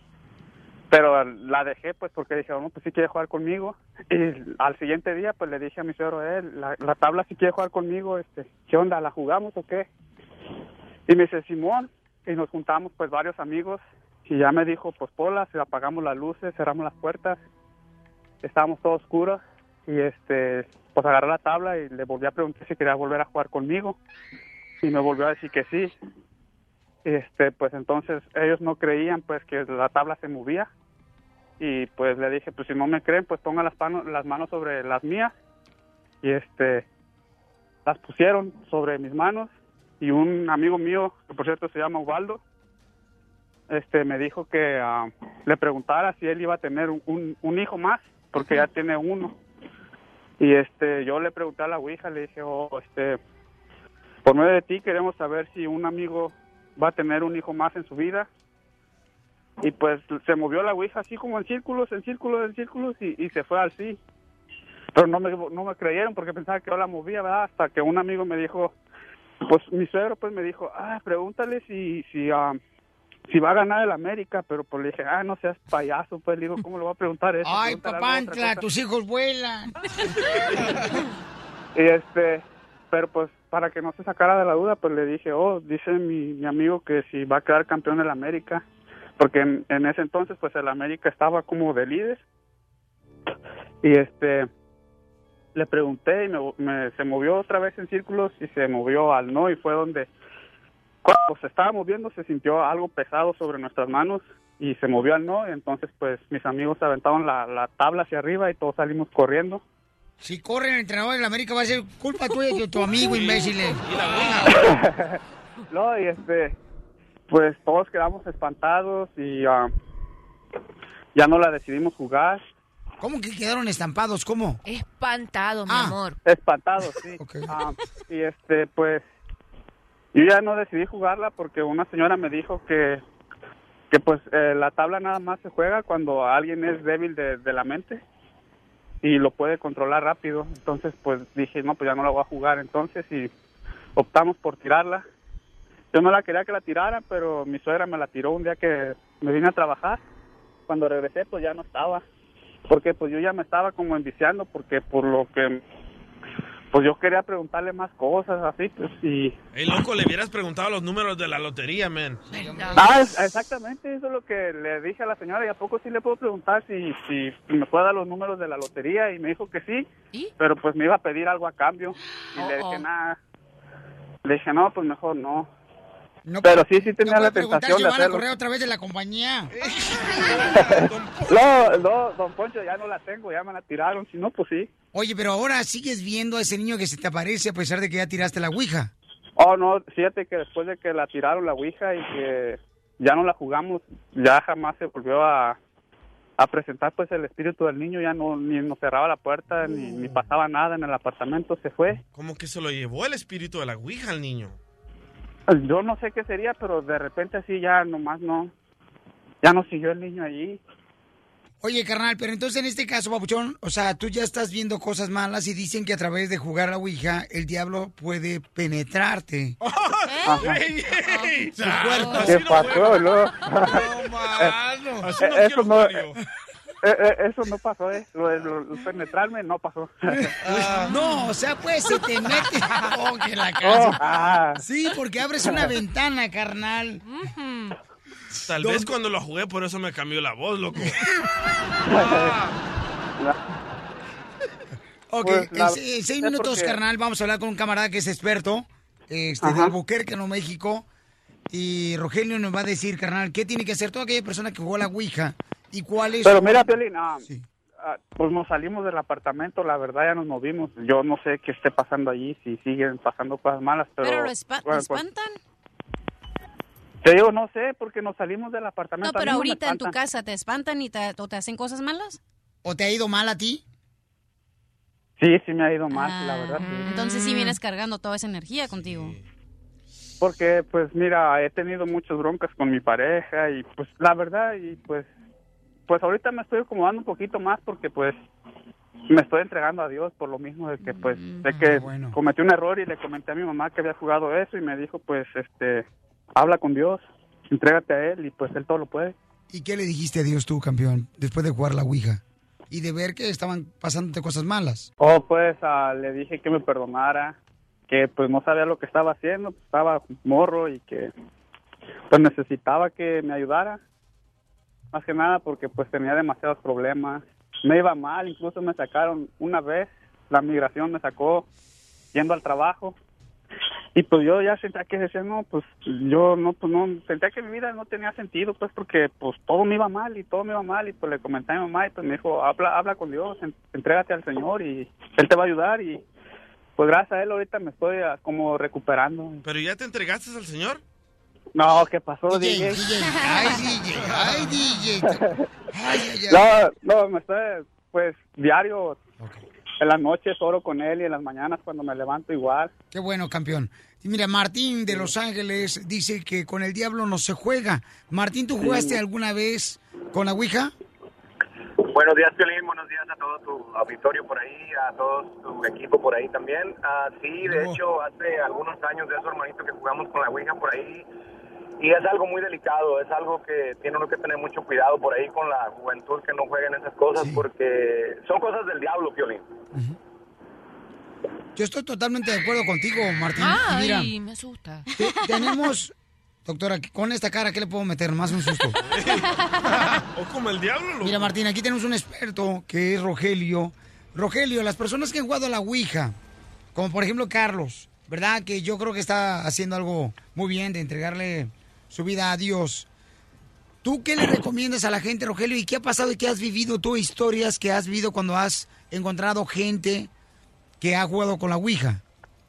Speaker 19: Pero la dejé pues porque dije, no, pues sí quiere jugar conmigo. Y al siguiente día pues le dije a mi suegro, eh, la, la tabla sí quiere jugar conmigo, este, ¿qué onda? ¿La jugamos o qué? Y me dice, Simón, y nos juntamos pues varios amigos y ya me dijo, pues pola, apagamos las luces, cerramos las puertas, estábamos todos oscuros y este, pues agarré la tabla y le volví a preguntar si quería volver a jugar conmigo y me volvió a decir que sí. Este, pues entonces ellos no creían pues que la tabla se movía y pues le dije, pues si no me creen, pues pongan las, manos, las manos sobre las mías y este, las pusieron sobre mis manos y un amigo mío, que por cierto se llama Ubaldo, este, me dijo que uh, le preguntara si él iba a tener un, un, un hijo más, porque ya tiene uno. Y este, yo le pregunté a la Ouija, le dije, oh, este, por medio de ti queremos saber si un amigo va a tener un hijo más en su vida. Y pues se movió la Ouija así como en círculos, en círculos, en círculos y, y se fue al sí. Pero no me, no me creyeron porque pensaba que yo la movía, ¿verdad? Hasta que un amigo me dijo, pues mi suegro pues me dijo, ah, pregúntale si si um, si va a ganar el América, pero pues le dije, ah, no seas payaso, pues le digo, ¿cómo le voy a preguntar eso?
Speaker 2: Ay, papantla, tus hijos vuelan.
Speaker 19: Y este, pero pues para que no se sacara de la duda, pues le dije, oh, dice mi, mi amigo que si va a quedar campeón del América, porque en, en ese entonces pues el América estaba como de líder. Y este, le pregunté y me, me, se movió otra vez en círculos y se movió al no y fue donde cuando se estaba moviendo se sintió algo pesado sobre nuestras manos y se movió al no y entonces pues mis amigos aventaron la, la tabla hacia arriba y todos salimos corriendo.
Speaker 2: Si corren el entrenador de la América va a ser culpa tuya y de tu amigo, imbécil.
Speaker 19: No, y este, pues todos quedamos espantados y uh, ya no la decidimos jugar.
Speaker 2: ¿Cómo que quedaron estampados? ¿Cómo?
Speaker 8: Espantado, mi
Speaker 2: ah.
Speaker 8: amor.
Speaker 19: Espantados, sí.
Speaker 2: Okay.
Speaker 19: Uh, y este, pues, yo ya no decidí jugarla porque una señora me dijo que, que pues eh, la tabla nada más se juega cuando alguien es débil de, de la mente y lo puede controlar rápido. Entonces, pues dije, no, pues ya no la voy a jugar entonces y optamos por tirarla. yo no la quería que la tiraran, pero mi suegra me la tiró un día que me vine a trabajar. Cuando regresé, pues ya no estaba. Porque pues yo ya me estaba como enviciando, porque por lo que... Pues yo quería preguntarle más cosas, así, pues, y...
Speaker 6: Ey, loco, le hubieras preguntado los números de la lotería, man.
Speaker 19: Ah, es- exactamente, eso es lo que le dije a la señora, y a poco sí le puedo preguntar si, si me puede dar los números de la lotería, y me dijo que sí, pero pues me iba a pedir algo a cambio, y le dije, nada, le dije, no, pues mejor no. Pero sí, sí tenía la
Speaker 2: Preguntar
Speaker 19: tentación
Speaker 2: si
Speaker 19: de
Speaker 2: van a
Speaker 19: hacerlo.
Speaker 2: correr otra vez de la compañía.
Speaker 19: No, no, don Poncho, ya no la tengo, ya me la tiraron, si no, pues sí.
Speaker 2: Oye, pero ahora sigues viendo a ese niño que se te aparece a pesar de que ya tiraste la ouija.
Speaker 19: Oh, no, fíjate que después de que la tiraron la ouija y que ya no la jugamos, ya jamás se volvió a, a presentar pues el espíritu del niño, ya no ni nos cerraba la puerta, ni, ni pasaba nada en el apartamento, se fue.
Speaker 6: Como que se lo llevó el espíritu de la ouija al niño.
Speaker 19: Yo no sé qué sería, pero de repente así ya nomás no, ya no siguió el niño allí.
Speaker 2: Oye, carnal, pero entonces en este caso, papuchón, o sea, tú ya estás viendo cosas malas y dicen que a través de jugar a la ouija, el diablo puede penetrarte.
Speaker 19: Ajá.
Speaker 6: ¡Ey, ey!
Speaker 2: Su cuerpo.
Speaker 19: ¿Qué pasó, no?
Speaker 6: mano. Así no
Speaker 19: Eh,
Speaker 6: quiero
Speaker 19: eso no,
Speaker 6: jugar yo.
Speaker 19: eh, eh, eso no pasó, eh. Lo de lo- lo penetrarme no pasó.
Speaker 2: No, o sea, pues se te mete. Oh, que la
Speaker 19: Oh,
Speaker 2: casa.
Speaker 19: ah.
Speaker 2: Sí, porque abres una ventana, carnal.
Speaker 6: Tal vez cuando lo jugué, por eso me cambió la voz, loco.
Speaker 2: Ok,
Speaker 19: Pues,
Speaker 2: en,
Speaker 19: la-
Speaker 2: se- en seis
Speaker 19: es
Speaker 2: minutos,
Speaker 19: porque-
Speaker 2: carnal, vamos a hablar con un camarada que es experto, este, de
Speaker 19: Ajá.
Speaker 2: Albuquerque, en México. Y Rogelio nos va a decir, carnal, qué tiene que hacer toda aquella persona que jugó a la ouija y cuál es...
Speaker 19: Pero
Speaker 2: su-
Speaker 19: mira, Piolín, ah, ah, pues nos salimos del apartamento, la verdad ya nos movimos. Yo no sé qué esté pasando allí, si siguen pasando cosas malas, pero...
Speaker 3: Pero lo, espa-
Speaker 19: bueno,
Speaker 3: ¿lo
Speaker 19: pues,
Speaker 3: espantan.
Speaker 19: te digo, no sé, porque nos salimos del apartamento.
Speaker 3: No,
Speaker 19: A mí
Speaker 3: pero
Speaker 19: me
Speaker 3: ahorita en tu
Speaker 19: espantan.
Speaker 3: casa te espantan y te, o te hacen cosas malas.
Speaker 2: ¿O te ha ido mal a ti?
Speaker 19: Sí, sí me ha ido mal, la verdad. sí.
Speaker 3: Entonces sí vienes cargando toda esa energía contigo.
Speaker 19: Porque, pues, mira, he tenido muchas broncas con mi pareja y, pues, la verdad, y pues, pues ahorita me estoy acomodando un poquito más porque, pues, me estoy entregando a Dios por lo mismo de que, pues, sé que cometí un error y le comenté a mi mamá que había jugado eso y me dijo, pues, este, habla con Dios, entrégate a Él y, pues, Él todo lo puede.
Speaker 2: ¿Y qué le dijiste a Dios tú, campeón, después de jugar la ouija? Y de ver que estaban pasándote cosas malas.
Speaker 19: Oh, pues, ah, le dije que me perdonara, que, pues, no sabía lo que estaba haciendo, pues, estaba morro y que, pues, necesitaba que me ayudara. Más que nada porque, pues, tenía demasiados problemas. Me iba mal, incluso me sacaron una vez, la migración me sacó yendo al trabajo. Y, pues, yo ya sentía que decía, no, pues, yo no, pues, no, sentía que mi vida no tenía sentido, pues, porque, pues, todo me iba mal y todo me iba mal. Y, pues, le comenté a mi mamá y, pues, me dijo, habla, habla con Dios, en- entrégate al Señor y Él te va a ayudar. Y, pues, gracias a Él ahorita me estoy ah, como recuperando.
Speaker 6: ¿Pero ya te entregaste al Señor?
Speaker 19: No, ¿qué pasó,
Speaker 2: D J?
Speaker 19: D J?
Speaker 2: D J, ay, D J, ay, D J. Ay, ay, ay.
Speaker 19: No, no, me estoy, pues, diario, en las noches oro con Él y en las mañanas cuando me levanto igual.
Speaker 2: Qué bueno, campeón. Y mira, Martín de Los Ángeles dice que con el diablo no se juega. Martín, ¿tú jugaste
Speaker 20: Sí.
Speaker 2: alguna vez con la ouija?
Speaker 20: Buenos días, Piolín. Buenos días a todo tu auditorio por ahí, a todo tu equipo por ahí también. Ah, sí, de hecho, hace algunos años de eso, hermanito, que jugamos con la Ouija por ahí. Y es algo muy delicado, es algo que tiene uno que tener mucho cuidado por ahí con la juventud, que no jueguen esas cosas, porque son cosas del diablo, Piolín.
Speaker 2: Yo estoy totalmente de acuerdo contigo, Martín. Y mira,
Speaker 8: Ay, me asusta.
Speaker 2: te- tenemos... Doctora, con esta cara, ¿qué le puedo meter? Más un susto.
Speaker 6: O como el diablo, loco.
Speaker 2: Mira, Martín, aquí tenemos un experto que es Rogelio. Rogelio, las personas que han jugado a la ouija, como por ejemplo Carlos, ¿verdad? Que yo creo que está haciendo algo muy bien de entregarle su vida a Dios. ¿Tú qué le recomiendas a la gente, Rogelio? ¿Y qué ha pasado y qué has vivido tú? Historias que has vivido cuando has encontrado gente que ha jugado con la ouija.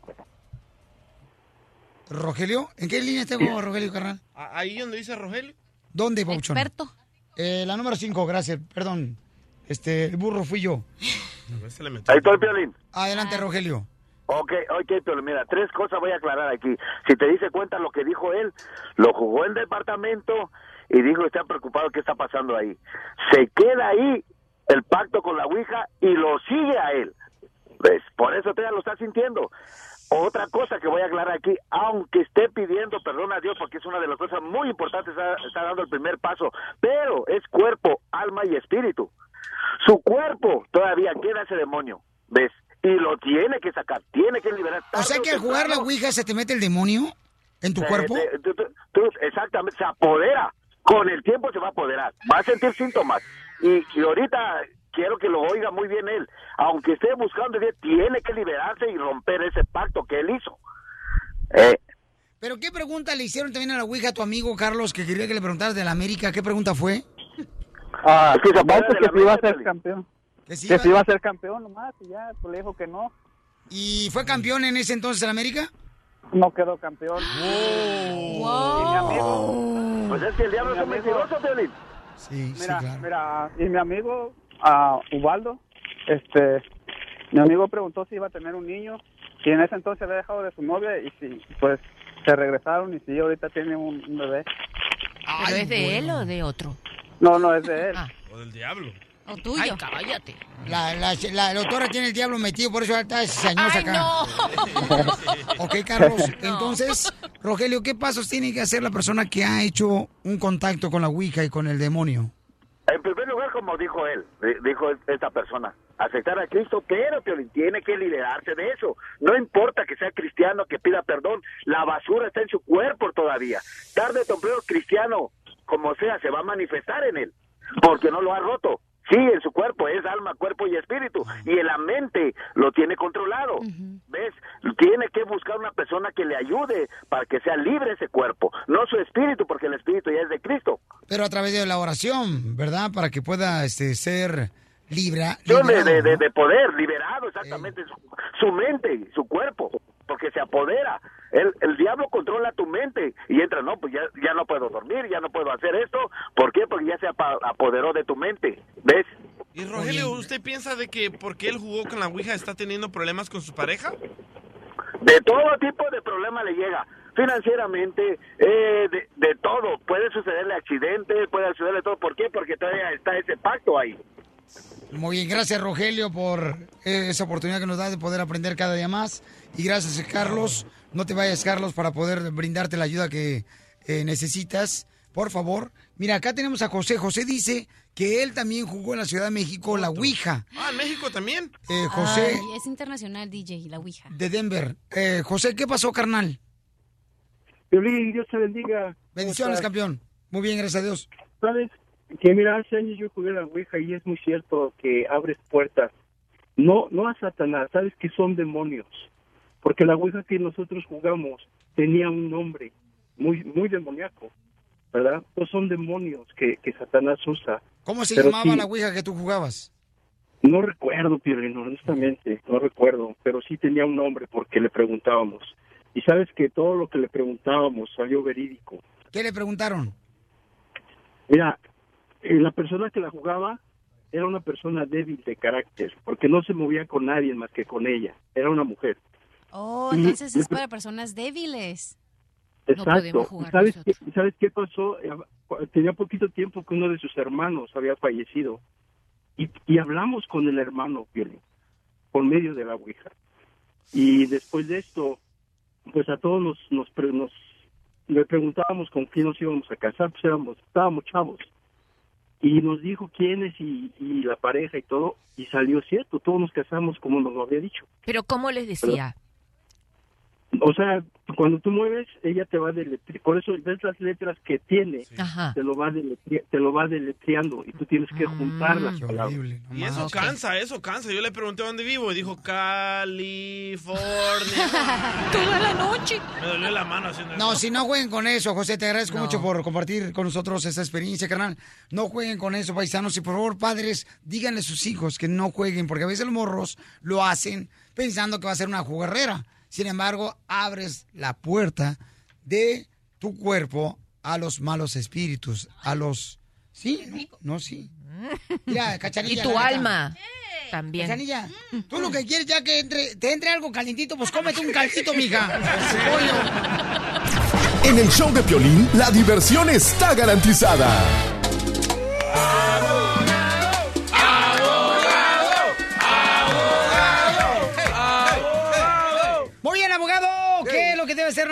Speaker 2: Rogelio, ¿en qué línea tengo, Rogelio, carnal?
Speaker 6: Ahí donde dice Rogelio.
Speaker 2: ¿Dónde, Pauchón?
Speaker 3: Experto.
Speaker 2: Eh, la número cinco, gracias, perdón. Este, el burro fui yo.
Speaker 20: Ahí estoy, Piolín.
Speaker 2: Adelante, Rogelio.
Speaker 20: Ok, ok, Piolín, mira, tres cosas voy a aclarar aquí. Si te dice cuenta lo que dijo él, lo jugó en departamento y dijo que está preocupado qué está pasando ahí. Se queda ahí el pacto con la Ouija y lo sigue a él. ¿Ves? Por eso te ya lo está sintiendo.
Speaker 21: Otra cosa que voy a aclarar aquí, aunque esté pidiendo perdón a Dios, porque es una de las cosas muy importantes, está, está dando el primer paso, pero es cuerpo, alma y espíritu. Su cuerpo todavía queda ese demonio, ¿ves? Y lo tiene que sacar, tiene que liberar.
Speaker 2: O sea que al jugar la Ouija se te mete el demonio en tu
Speaker 21: Eh,
Speaker 2: cuerpo.
Speaker 21: te- tú- tú- tú- exactamente, se apodera. Con el tiempo se va a apoderar. Va a sentir síntomas. Y, y ahorita quiero que lo oiga muy bien él. Aunque esté buscando, tiene que liberarse y romper ese pacto que él hizo. Eh,
Speaker 2: ¿Pero qué pregunta le hicieron también a la Ouija a tu amigo Carlos, que quería que le preguntaras de la América? ¿Qué pregunta fue?
Speaker 19: Ah,
Speaker 21: Es que se
Speaker 19: no,
Speaker 21: apodera de
Speaker 19: que
Speaker 21: la
Speaker 19: se iba a
Speaker 21: mente,
Speaker 19: ser
Speaker 21: Piolín.
Speaker 19: campeón.
Speaker 2: Que
Speaker 19: Que
Speaker 2: sí
Speaker 19: se
Speaker 2: iba-
Speaker 19: iba a ser campeón nomás y ya, pues le dijo que no.
Speaker 2: ¿Y fue campeón en ese entonces en América?
Speaker 19: No quedó campeón. Y mi amigo...
Speaker 21: Pues es que el diablo
Speaker 19: mi
Speaker 21: es un
Speaker 19: amigo-
Speaker 21: mentiroso, Piolín.
Speaker 2: Sí,
Speaker 19: Mira, mira, y mi amigo ah, Ubaldo, este, mi amigo preguntó si iba a tener un niño y en ese entonces había dejado de su novia y si, pues, se regresaron y si ahorita tiene un, un bebé.
Speaker 8: ¿Pero es de él o de otro?
Speaker 19: No, no, es de él.
Speaker 6: O del diablo.
Speaker 8: O tuyo. Ay, cállate.
Speaker 2: La, la, la doctora tiene el diablo metido, por eso está cizañosa
Speaker 8: ¡Ay,
Speaker 2: acá.
Speaker 8: no!
Speaker 2: Ok, Carlos, entonces, Rogelio, ¿qué pasos tiene que hacer la persona que ha hecho un contacto con la Ouija y con el demonio?
Speaker 21: En primer lugar, como dijo él, di- dijo esta persona, aceptar a Cristo, pero Piolín tiene que liberarse de eso. No importa que sea cristiano, que pida perdón, la basura está en su cuerpo todavía. Tarde o temprano, cristiano, como sea, se va a manifestar en él, porque no lo ha roto. Sí, en su cuerpo, es alma, cuerpo y espíritu, y en la mente lo tiene controlado, ¿ves? Tiene que buscar una persona que le ayude para que sea libre ese cuerpo, no su espíritu, porque el espíritu ya es de Cristo.
Speaker 2: Pero a través de la oración, ¿verdad? Para que pueda este, ser libra,
Speaker 21: De,
Speaker 2: liberado,
Speaker 21: de, de,
Speaker 2: ¿no?
Speaker 21: de poder, liberado exactamente su, su mente, su cuerpo, porque se apodera. El, el diablo controla tu mente y entra, no, pues ya, ya no puedo dormir, ya no puedo hacer esto. ¿Por qué? Porque ya se apa- apoderó de tu mente, ¿ves?
Speaker 6: Y Rogelio, ¿usted piensa de que porque él jugó con la Ouija está teniendo problemas con su pareja?
Speaker 21: De todo tipo de problema le llega, financieramente, eh, de, de todo. Puede sucederle accidentes, puede sucederle todo. ¿Por qué? Porque todavía está ese pacto ahí.
Speaker 2: Muy bien, gracias Rogelio por esa oportunidad que nos da de poder aprender cada día más. Y gracias Carlos, no te vayas Carlos para poder brindarte la ayuda que eh, necesitas. Por favor, mira, acá tenemos a José. José dice que él también jugó en la Ciudad de México la Ouija.
Speaker 6: Ah, en México también.
Speaker 2: Eh, José
Speaker 3: Ay, es internacional, D J, la Ouija.
Speaker 2: de Denver. Eh, José, ¿qué pasó, carnal?
Speaker 22: Piolín, Dios te bendiga.
Speaker 2: Bendiciones,
Speaker 22: ¿Cómo estás?
Speaker 2: campeón. Muy bien, gracias a Dios.
Speaker 22: Sabes que mira, hace años yo jugué la Ouija y es muy cierto que abres puertas. No, no a Satanás, sabes que son demonios. Porque la Ouija que nosotros jugamos tenía un nombre muy, muy demoníaco, ¿verdad? Pues son demonios que, que Satanás usa.
Speaker 2: ¿Cómo se
Speaker 22: Pero
Speaker 2: llamaba
Speaker 22: sí,
Speaker 2: la Ouija que tú jugabas?
Speaker 22: No recuerdo, Piolín, honestamente, no recuerdo, pero sí tenía un nombre porque le preguntábamos. Y sabes que todo lo que le preguntábamos salió verídico.
Speaker 2: ¿Qué le preguntaron?
Speaker 22: Mira, eh, la persona que la jugaba era una persona débil de carácter, porque no se movía con nadie más que con ella. Era una mujer.
Speaker 3: Oh,
Speaker 22: Y-
Speaker 3: entonces es para personas débiles.
Speaker 22: Exacto.
Speaker 3: jugar
Speaker 22: ¿Sabes qué, ¿Sabes qué pasó? Eh, Tenía poquito tiempo que uno de sus hermanos había fallecido. Y, y hablamos con el hermano, Piolín, por medio de la Ouija. Y después de esto, pues a todos nos, nos, pre- nos le preguntábamos con quién nos íbamos a casar, pues éramos, estábamos chavos. Y nos dijo quiénes y, y la pareja y todo, y salió cierto, todos nos casamos como nos lo había dicho.
Speaker 8: ¿Pero cómo les decía?
Speaker 22: O sea, cuando tú mueves, ella te va deletreando. Por eso ves las letras que tiene,
Speaker 8: Ajá.
Speaker 22: te lo va deletri- te lo va deletreando y tú tienes que juntar las palabras.
Speaker 6: Y eso cansa, eso cansa. Yo le pregunté dónde vivo y dijo California.
Speaker 8: Toda la noche.
Speaker 6: Me dolió la mano haciendo eso.
Speaker 2: No, si no jueguen con eso, José, te agradezco
Speaker 6: No.
Speaker 2: mucho por compartir con nosotros esta experiencia, carnal. No jueguen con eso, paisanos. Y por favor, padres, díganle a sus hijos que no jueguen, porque a veces los morros lo hacen pensando que va a ser una jugarrera. Sin embargo, abres la puerta de tu cuerpo a los malos espíritus, a los... ¿Sí? ¿No? No, sí. Mira, Cachanilla.
Speaker 8: Y tu
Speaker 2: la neta.
Speaker 8: alma también.
Speaker 2: Cachanilla, tú lo que quieres ya que entre, te entre algo calientito, pues cómete un calcito, mija. Pollo.
Speaker 7: En el show de Piolín, la diversión está garantizada.
Speaker 2: Muy bien, abogado.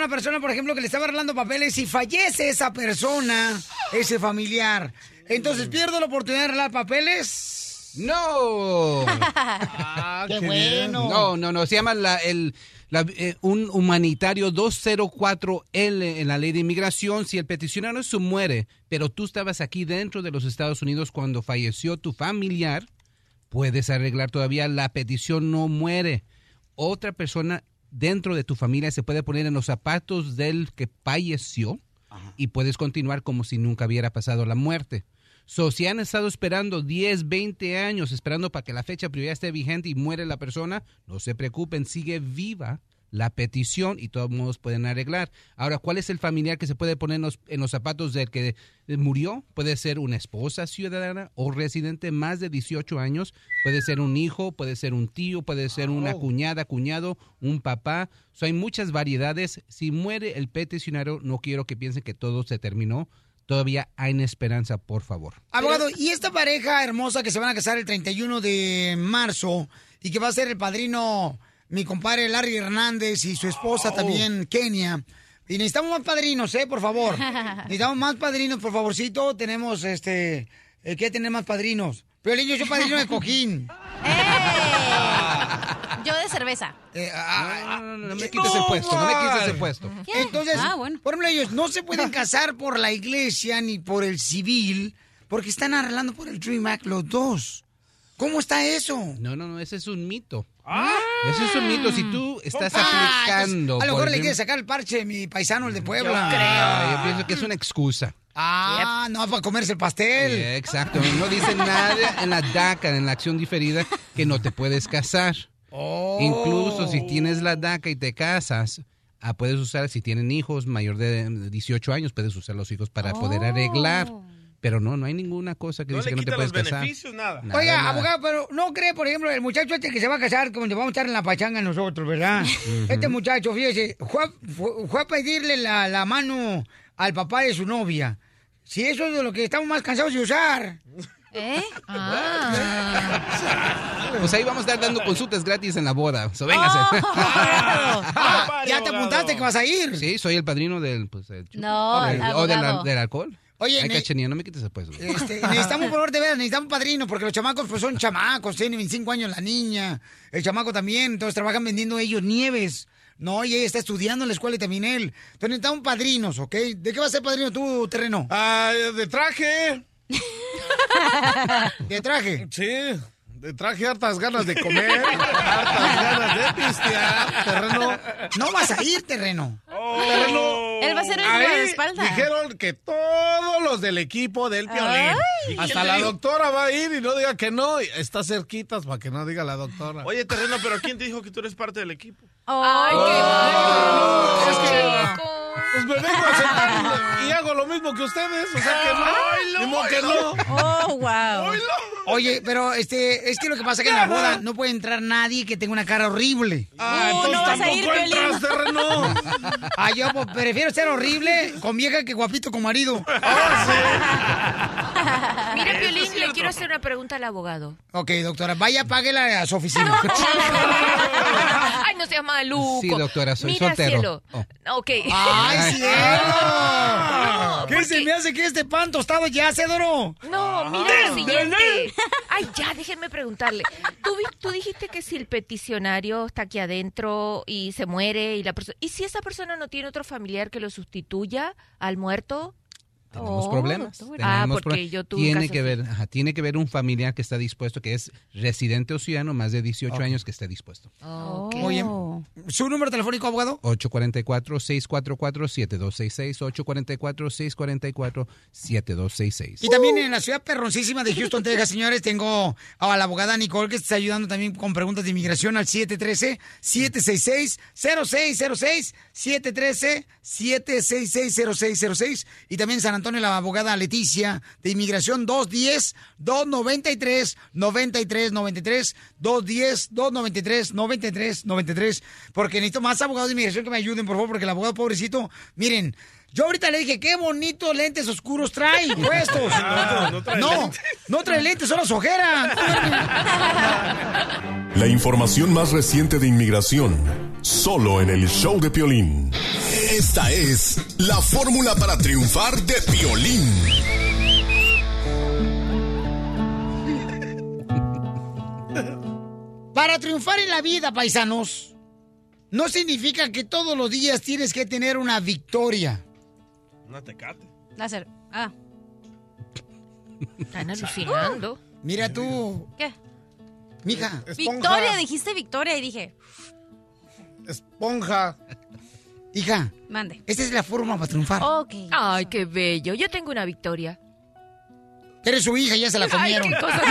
Speaker 2: una persona, por ejemplo, que le estaba arreglando papeles y fallece esa persona, ese familiar. Entonces, ¿pierdo la oportunidad de arreglar papeles?
Speaker 1: ¡No!
Speaker 2: Ah, qué, qué bueno.
Speaker 1: No, no, no. Se llama la, el, la, eh, un humanitario doscientos cuatro L en la ley de inmigración. Si el peticionario se muere, pero tú estabas aquí dentro de los Estados Unidos cuando falleció tu familiar, puedes arreglar todavía. La petición no muere. Otra persona dentro de tu familia se puede poner en los zapatos del que falleció. Ajá. Y puedes continuar como si nunca hubiera pasado la muerte. So, si han estado esperando diez, veinte años, esperando para que la fecha previa esté vigente y muere la persona, no se preocupen, sigue viva la petición y todos modos pueden arreglar. Ahora, ¿cuál es el familiar que se puede poner en los, en los zapatos del que murió? Puede ser una esposa ciudadana o residente más de dieciocho años, puede ser un hijo, puede ser un tío, puede ser una oh. cuñada, cuñado, un papá. So, hay muchas variedades. Si muere el peticionario, no quiero que piensen que todo se terminó. Todavía hay esperanza, por favor.
Speaker 2: Abogado, ¿y esta pareja hermosa que se van a casar el treinta y uno de marzo y que va a ser el padrino, mi compadre Larry Hernández y su esposa oh. también, Kenia? Y necesitamos más padrinos, ¿eh? Por favor. Necesitamos más padrinos, por favorcito. Tenemos, este, eh, que tener más padrinos. Pero el niño, yo soy padrino de cojín.
Speaker 3: Yo de cerveza.
Speaker 2: Eh, ah,
Speaker 1: no, no, no, no me quites no, el puesto, no me quites el puesto.
Speaker 3: ¿Qué?
Speaker 2: Entonces,
Speaker 3: ah, bueno.
Speaker 2: por ejemplo, ellos no se pueden casar por la iglesia ni por el civil porque están arreglando por el Dream Act los dos. ¿Cómo está eso?
Speaker 1: No, no, no, ese es un mito. ¿Ah? Ese es un mito. Si tú estás ah, aplicando...
Speaker 2: Entonces, a lo mejor
Speaker 1: por
Speaker 2: le
Speaker 1: el...
Speaker 2: quiere sacar el parche, mi paisano, el de Puebla.
Speaker 1: Yo creo. Yo pienso que es una excusa.
Speaker 2: Ah, yep. no, para comerse el pastel.
Speaker 1: Yeah, exacto. No dice nada en la DACA, en la acción diferida, que no te puedes casar. Oh. Incluso si tienes la DACA y te casas, ah, puedes usar, si tienen hijos mayor de dieciocho años, puedes usar los hijos para oh. poder arreglar. Pero no, no hay ninguna cosa que
Speaker 6: no
Speaker 1: dice que no te puedes casar.
Speaker 6: Nada.
Speaker 2: Nada, Oiga, nada. abogado, pero no cree, por ejemplo, el muchacho este que se va a casar, como vamos a estar en la pachanga nosotros, ¿verdad? Uh-huh. Este muchacho, fíjese, fue, fue, fue a pedirle la, la mano al papá de su novia. Si eso es de lo que estamos más cansados de usar.
Speaker 3: ¿Eh? Ah.
Speaker 1: Pues ahí vamos a estar dando consultas gratis en la boda. So, véngase.
Speaker 2: Oh, ah, ¿ya te apuntaste que vas a ir?
Speaker 1: Sí, soy el padrino del... Pues, el
Speaker 3: no,
Speaker 1: del, o del, del alcohol.
Speaker 2: Oye,
Speaker 1: Ay, cachenía, no me quites el puesto.
Speaker 2: Este, necesitamos, por favor, de veras, necesitamos padrino, porque los chamacos pues son chamacos, tienen veinticinco años la niña, el chamaco también, entonces trabajan vendiendo ellos nieves. No, y ella está estudiando en la escuela y también él. Entonces necesitamos padrinos, ¿ok? ¿De qué vas a ser padrino tú, Terreno?
Speaker 4: Ah, de traje.
Speaker 2: ¿De traje?
Speaker 4: Sí, de traje, hartas ganas de comer, hartas ganas de pistear, Terreno.
Speaker 2: No vas a ir, Terreno.
Speaker 4: Oh, terreno.
Speaker 3: Él va a ser el guardaespaldas.
Speaker 4: Dijeron que todos los del equipo del Piolín, hasta la doctora va a ir y no diga que no. Está cerquitas para que no diga la doctora.
Speaker 6: Oye, Terreno, ¿pero quién te dijo que tú eres parte del equipo?
Speaker 3: ¡Ay,
Speaker 4: oh,
Speaker 3: qué
Speaker 4: oh, es que, pues me vengo a sentar y hago lo mismo que ustedes, o sea que no. Ay, no, que no.
Speaker 3: Oh, wow.
Speaker 2: Oye, pero este, es que lo que pasa es que en la boda no puede entrar nadie que tenga una cara horrible.
Speaker 4: Ah, uh, entonces no vas tampoco a ir, entras, Terreno.
Speaker 2: Ah, yo pues, prefiero ser horrible con vieja que guapito con marido.
Speaker 8: Oh, sí. Mira, Piolín, le quiero hacer una pregunta al abogado.
Speaker 2: Ok, doctora, vaya, páguela a su oficina.
Speaker 8: Ay, no seas maluco.
Speaker 1: Sí, doctora, soy
Speaker 8: Mira,
Speaker 1: soltero.
Speaker 8: Cielo.
Speaker 1: Oh.
Speaker 8: Ok.
Speaker 2: ¡Ay, cielo!
Speaker 8: No,
Speaker 2: ¿Qué
Speaker 8: porque...
Speaker 2: se me hace que este pan tostado ya se doró?
Speaker 8: No, mira lo siguiente. Ay, ya, déjenme preguntarle. ¿Tú, tú dijiste que si el peticionario está aquí adentro y se muere y la persona... ¿Y si esa persona no tiene otro familiar que lo sustituya al muerto?
Speaker 1: Tenemos oh, problemas. Tenemos
Speaker 8: ah, porque
Speaker 1: problemas.
Speaker 8: yo tuve
Speaker 1: tiene
Speaker 8: un caso
Speaker 1: que ver, ajá, tiene que ver un familiar que está dispuesto, que es residente o ciudadano, más de dieciocho okay. años que esté dispuesto.
Speaker 2: Oh, okay. Oye, ¿su número telefónico, abogado?
Speaker 1: ocho cuatro cuatro, seis cuatro cuatro, siete dos seis seis, ocho cuatro cuatro, seis cuatro cuatro, siete dos seis seis.
Speaker 2: Y también en la ciudad perroncísima de Houston, Texas, señores, tengo a la abogada Nicole que está ayudando también con preguntas de inmigración al siete uno tres, siete seis seis, cero seis cero seis, siete uno tres, siete seis seis, cero seis cero seis. Y también en San Antonio, la abogada Leticia de inmigración dos uno cero, dos nueve tres, nueve tres nueve tres, dos uno cero, dos nueve tres, nueve tres nueve tres, porque necesito más abogados de inmigración que me ayuden, por favor, porque el abogado pobrecito, miren, yo ahorita le dije, qué bonitos lentes oscuros trae puestos.
Speaker 6: No, no trae
Speaker 2: no,
Speaker 6: lentes.
Speaker 2: No trae lentes, son las ojeras.
Speaker 7: La información más reciente de inmigración, solo en el show de Piolín. Esta es la fórmula para triunfar de Piolín.
Speaker 2: Para triunfar en la vida, paisanos, no significa que todos los días tienes que tener una victoria.
Speaker 6: Una tecate.
Speaker 3: Láser. Ah.
Speaker 8: Están alucinando.
Speaker 2: Mira tú.
Speaker 3: ¿Qué?
Speaker 2: Mija.
Speaker 3: Victoria, dijiste Victoria y dije.
Speaker 4: Esponja.
Speaker 2: Hija.
Speaker 3: Mande.
Speaker 2: Esta es la forma para triunfar.
Speaker 3: Ok.
Speaker 8: Ay, qué bello. Yo tengo una victoria.
Speaker 2: Eres su hija, ya se la comieron.
Speaker 8: Ay, qué cosa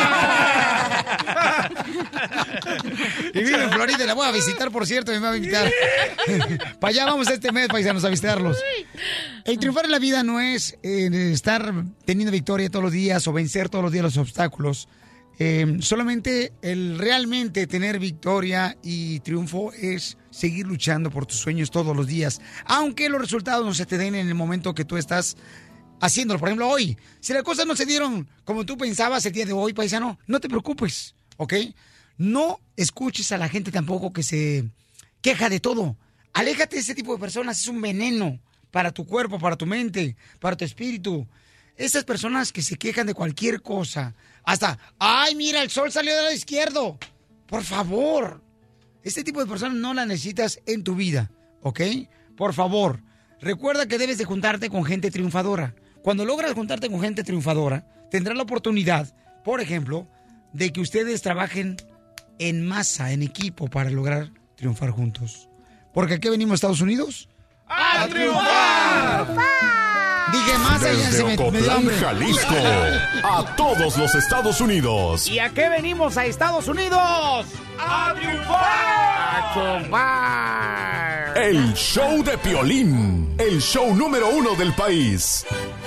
Speaker 2: Y vive en Florida, la voy a visitar, por cierto, me va a invitar. Para allá vamos este mes, paisanos, a visitarlos. El triunfar en la vida no es eh, estar teniendo victoria todos los días o vencer todos los días los obstáculos. Eh, solamente el realmente tener victoria y triunfo es seguir luchando por tus sueños todos los días, aunque los resultados no se te den en el momento que tú estás haciéndolo. Por ejemplo, hoy, si las cosas no se dieron como tú pensabas el día de hoy, paisano, no te preocupes, ¿ok? No escuches a la gente tampoco que se queja de todo. Aléjate de ese tipo de personas, es un veneno para tu cuerpo, para tu mente, para tu espíritu. Esas personas que se quejan de cualquier cosa, hasta, ay, mira, el sol salió del lado izquierdo. Por favor, este tipo de personas no las necesitas en tu vida, ¿ok? Por favor, recuerda que debes de juntarte con gente triunfadora. Cuando logras juntarte con gente triunfadora, tendrás la oportunidad, por ejemplo, de que ustedes trabajen en masa, en equipo, para lograr triunfar juntos. Porque aquí venimos a Estados Unidos
Speaker 9: ¡a triunfar!
Speaker 2: Dije más, allá
Speaker 7: Desde
Speaker 2: se me, me dio
Speaker 7: Ocotlán,
Speaker 2: hambre.
Speaker 7: Jalisco, a todos los Estados Unidos.
Speaker 2: ¿Y a qué venimos a Estados Unidos?
Speaker 9: ¡A triunfar!
Speaker 2: ¡A triunfar!
Speaker 7: El show de Piolín, el show número uno del país.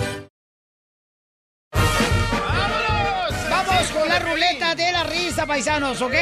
Speaker 2: ¡Vamos con la ruleta de la risa, paisanos, ¿ok?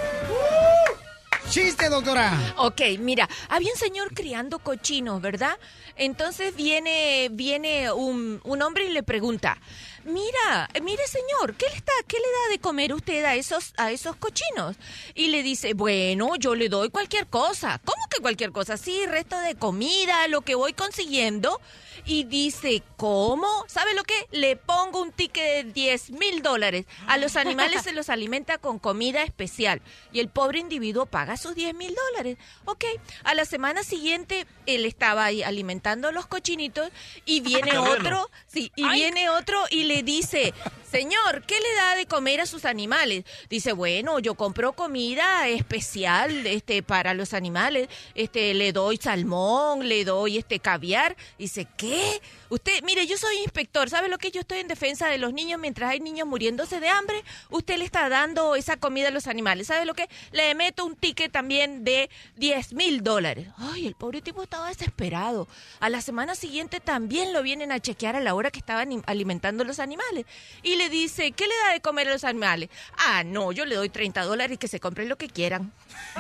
Speaker 2: Chiste, doctora.
Speaker 8: Ok, mira, había un señor criando cochinos, ¿verdad? Entonces viene viene un, un hombre y le pregunta, mira, mire señor, ¿qué le está, qué le da de comer usted a esos a esos cochinos? Y le dice, bueno, yo le doy cualquier cosa. ¿Cómo que cualquier cosa? Sí, resto de comida, lo que voy consiguiendo. Y dice, ¿cómo? ¿Sabe lo que? Le pongo un ticket de diez mil dólares. A los animales se los alimenta con comida especial. Y el pobre individuo paga sus diez mil dólares. Ok, a la semana siguiente él estaba ahí alimentando a los cochinitos y viene
Speaker 9: Qué
Speaker 8: otro,
Speaker 9: bueno.
Speaker 8: sí, y viene otro y le dice, señor, ¿qué le da de comer a sus animales? Dice, bueno, yo compro comida especial este para los animales. Este, le doy salmón, le doy este caviar. Dice, ¿qué? Usted, mire, yo soy inspector, ¿sabe lo que? Yo estoy en defensa de los niños mientras hay niños muriéndose de hambre. Usted le está dando esa comida a los animales, ¿sabe lo que? Le meto un ticket también de diez mil dólares. Ay, el pobre tipo estaba desesperado. A la semana siguiente también lo vienen a chequear a la hora que estaban alimentando los animales. Y le dice, ¿qué le da de comer a los animales? Ah, no, yo le doy treinta dólares y que se compren lo que quieran.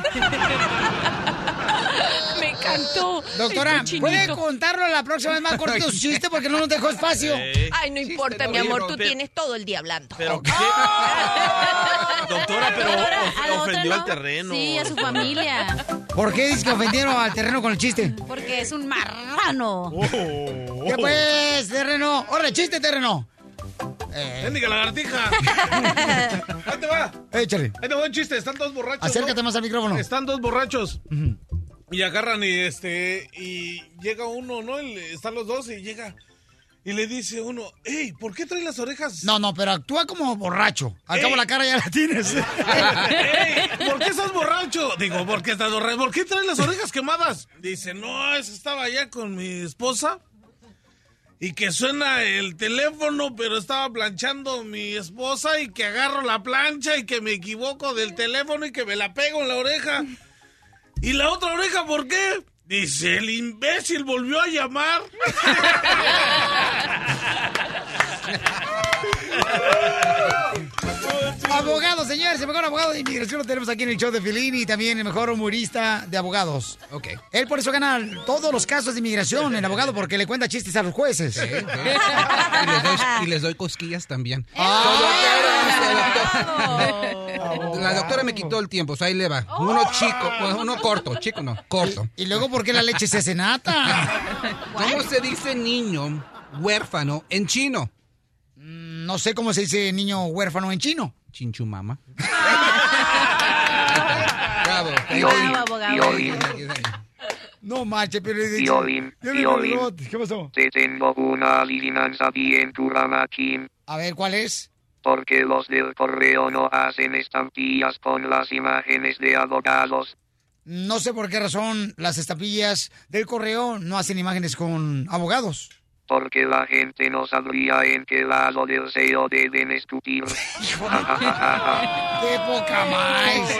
Speaker 8: Me encantó.
Speaker 2: Doctora, ¿puede contarlo la próxima vez más cortito su chiste? Porque no nos dejó espacio.
Speaker 8: Ay, no importa, mi amor, tú tienes todo el día hablando.
Speaker 6: Pero ¿qué? Doctora, pero
Speaker 3: Doctora,
Speaker 6: of-
Speaker 3: a la otra
Speaker 6: ofendió
Speaker 3: no.
Speaker 6: al terreno.
Speaker 3: Sí, a su familia.
Speaker 2: ¿Por qué dices que ofendieron al terreno con el chiste?
Speaker 3: Porque es un marrano.
Speaker 2: ¿Qué pues, terreno? ¡Órale, chiste, terreno!
Speaker 4: ¡Bendiga lagartija! Ahí te va.
Speaker 2: Échale.
Speaker 4: Ahí te va un chiste. Están dos borrachos.
Speaker 2: Acércate
Speaker 4: ¿no?
Speaker 2: más al micrófono.
Speaker 4: Están dos borrachos. Y agarran y este. Y llega uno, ¿no? Y están los dos y llega. Y le dice uno, hey, ¿por qué traes las orejas?
Speaker 2: No, no, pero actúa como borracho. Al
Speaker 4: Ey.
Speaker 2: cabo la cara ya la tienes.
Speaker 4: Ey, ¿por qué estás borracho? Digo, ¿por qué estás borracho? ¿Por qué traes las orejas quemadas? Dice, no, es que estaba allá con mi esposa. Y que suena el teléfono, pero estaba planchando mi esposa y que agarro la plancha y que me equivoco del teléfono y que me la pego en la oreja. ¿Y la otra oreja por qué? Dice, el imbécil volvió a llamar.
Speaker 2: Abogado, señores, el mejor abogado de inmigración lo tenemos aquí en el show de Piolín y también el mejor humorista de abogados.
Speaker 1: Ok.
Speaker 2: Él por eso gana todos los casos de inmigración, el abogado, porque le cuenta chistes a los jueces.
Speaker 1: Sí, sí. Y, les doy, y les doy cosquillas también.
Speaker 2: Ah.
Speaker 1: La doctora me quitó el tiempo, o sea, ahí le va. Uno chico, uno corto, chico no, corto.
Speaker 2: ¿Y, y luego por qué la leche se hace nata?
Speaker 1: ¿Cómo se dice niño huérfano en chino?
Speaker 2: Mm, no sé cómo se dice niño huérfano en chino.
Speaker 1: Chinchumama. Bravo.
Speaker 5: Piolín, Piolín.
Speaker 2: No manches, pero...
Speaker 5: Piolín, Piolín.
Speaker 2: ¿Qué pasó?
Speaker 5: Te tengo una adivinanza bien dura, machín.
Speaker 2: A ver, ¿cuál es?
Speaker 5: Porque los del correo no hacen estampillas con las imágenes de abogados.
Speaker 2: No sé por qué razón las estampillas del correo no hacen imágenes con abogados.
Speaker 5: Porque la gente no sabría en qué lado del S E O deben escupir.
Speaker 2: ¡Qué poca más!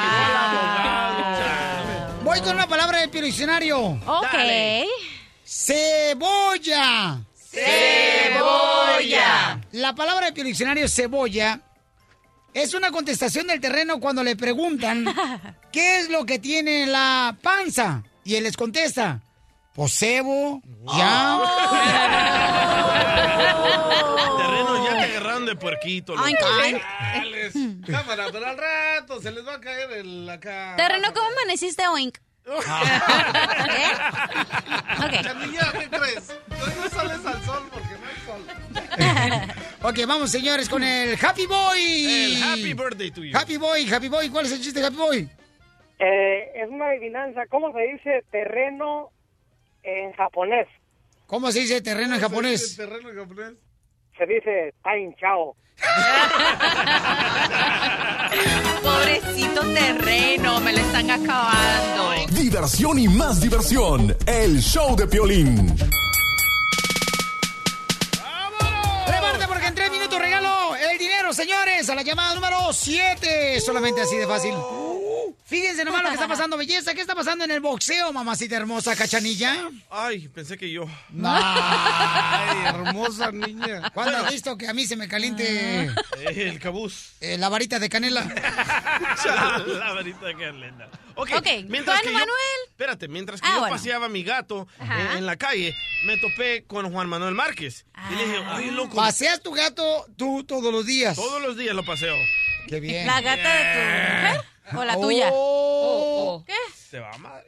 Speaker 2: Voy con una palabra del Piolín Diccionario.
Speaker 3: Ok. Dale.
Speaker 2: Cebolla.
Speaker 3: Cebolla.
Speaker 2: La palabra del Piolín Diccionario cebolla es una contestación del terreno cuando le preguntan qué es lo que tiene en la panza. Y él les contesta, pues cebo, ya.
Speaker 6: Terreno, ya te agarraron de puerquito.
Speaker 3: Ay,
Speaker 6: Dales. Cámara, pero al rato se les va a caer el acá.
Speaker 3: Terreno, ¿cómo amaneciste, oink?
Speaker 6: ¿Qué? Okay. Chanilla, ¿qué crees? No sales al sol porque no hay sol.
Speaker 2: Ok, vamos, señores, con el Happy Boy.
Speaker 6: El Happy Birthday to you.
Speaker 2: Happy Boy, Happy Boy. ¿Cuál es el chiste de Happy Boy?
Speaker 14: Eh, es una adivinanza. ¿Cómo se dice terreno en japonés?
Speaker 2: ¿Cómo se dice terreno en japonés?
Speaker 6: ¿Se dice terreno en japonés?
Speaker 14: Se dice tainchao.
Speaker 8: Pobrecito terreno, me lo están acabando.
Speaker 7: Diversión y más diversión. El show de Piolín.
Speaker 2: ¡Prepárate porque en tres minutos regalo el dinero, señores! A la llamada número siete. Solamente así de fácil. Fíjense nomás lo que está pasando, belleza. ¿Qué está pasando en el boxeo, mamacita hermosa, Cachanilla?
Speaker 6: Ay, pensé que yo.
Speaker 2: Ay,
Speaker 6: hermosa niña.
Speaker 2: ¿Cuándo
Speaker 6: Bueno.
Speaker 2: has visto que a mí se me caliente
Speaker 6: Eh, el cabuz.
Speaker 2: eh, la varita de canela?
Speaker 6: La varita de canela. Ok,
Speaker 3: Ok,
Speaker 6: mientras
Speaker 3: Juan
Speaker 6: que
Speaker 3: Manuel.
Speaker 6: Yo, espérate, mientras que
Speaker 3: Ah,
Speaker 6: yo
Speaker 3: bueno.
Speaker 6: paseaba a mi gato
Speaker 3: Ajá.
Speaker 6: en, en la calle, me topé con Juan Manuel Márquez. Y le dije, oye, loco.
Speaker 2: ¿Paseas tu gato tú todos los días?
Speaker 6: Todos los días lo paseo.
Speaker 2: Qué bien.
Speaker 3: ¿La gata de tu mujer o la tuya?
Speaker 2: Oh.
Speaker 3: ¿Qué?
Speaker 6: Se va, madre.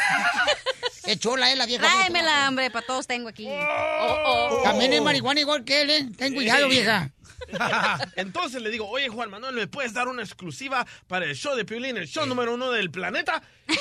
Speaker 2: Qué chola es la vieja.
Speaker 3: Tráemela, hombre, para todos tengo aquí. Oh, oh.
Speaker 2: También es marihuana igual que él, ¿eh? Ten cuidado, vieja.
Speaker 6: Entonces le digo, oye, Juan Manuel, ¿me puedes dar una exclusiva para el show de Piolín, el show número uno del planeta?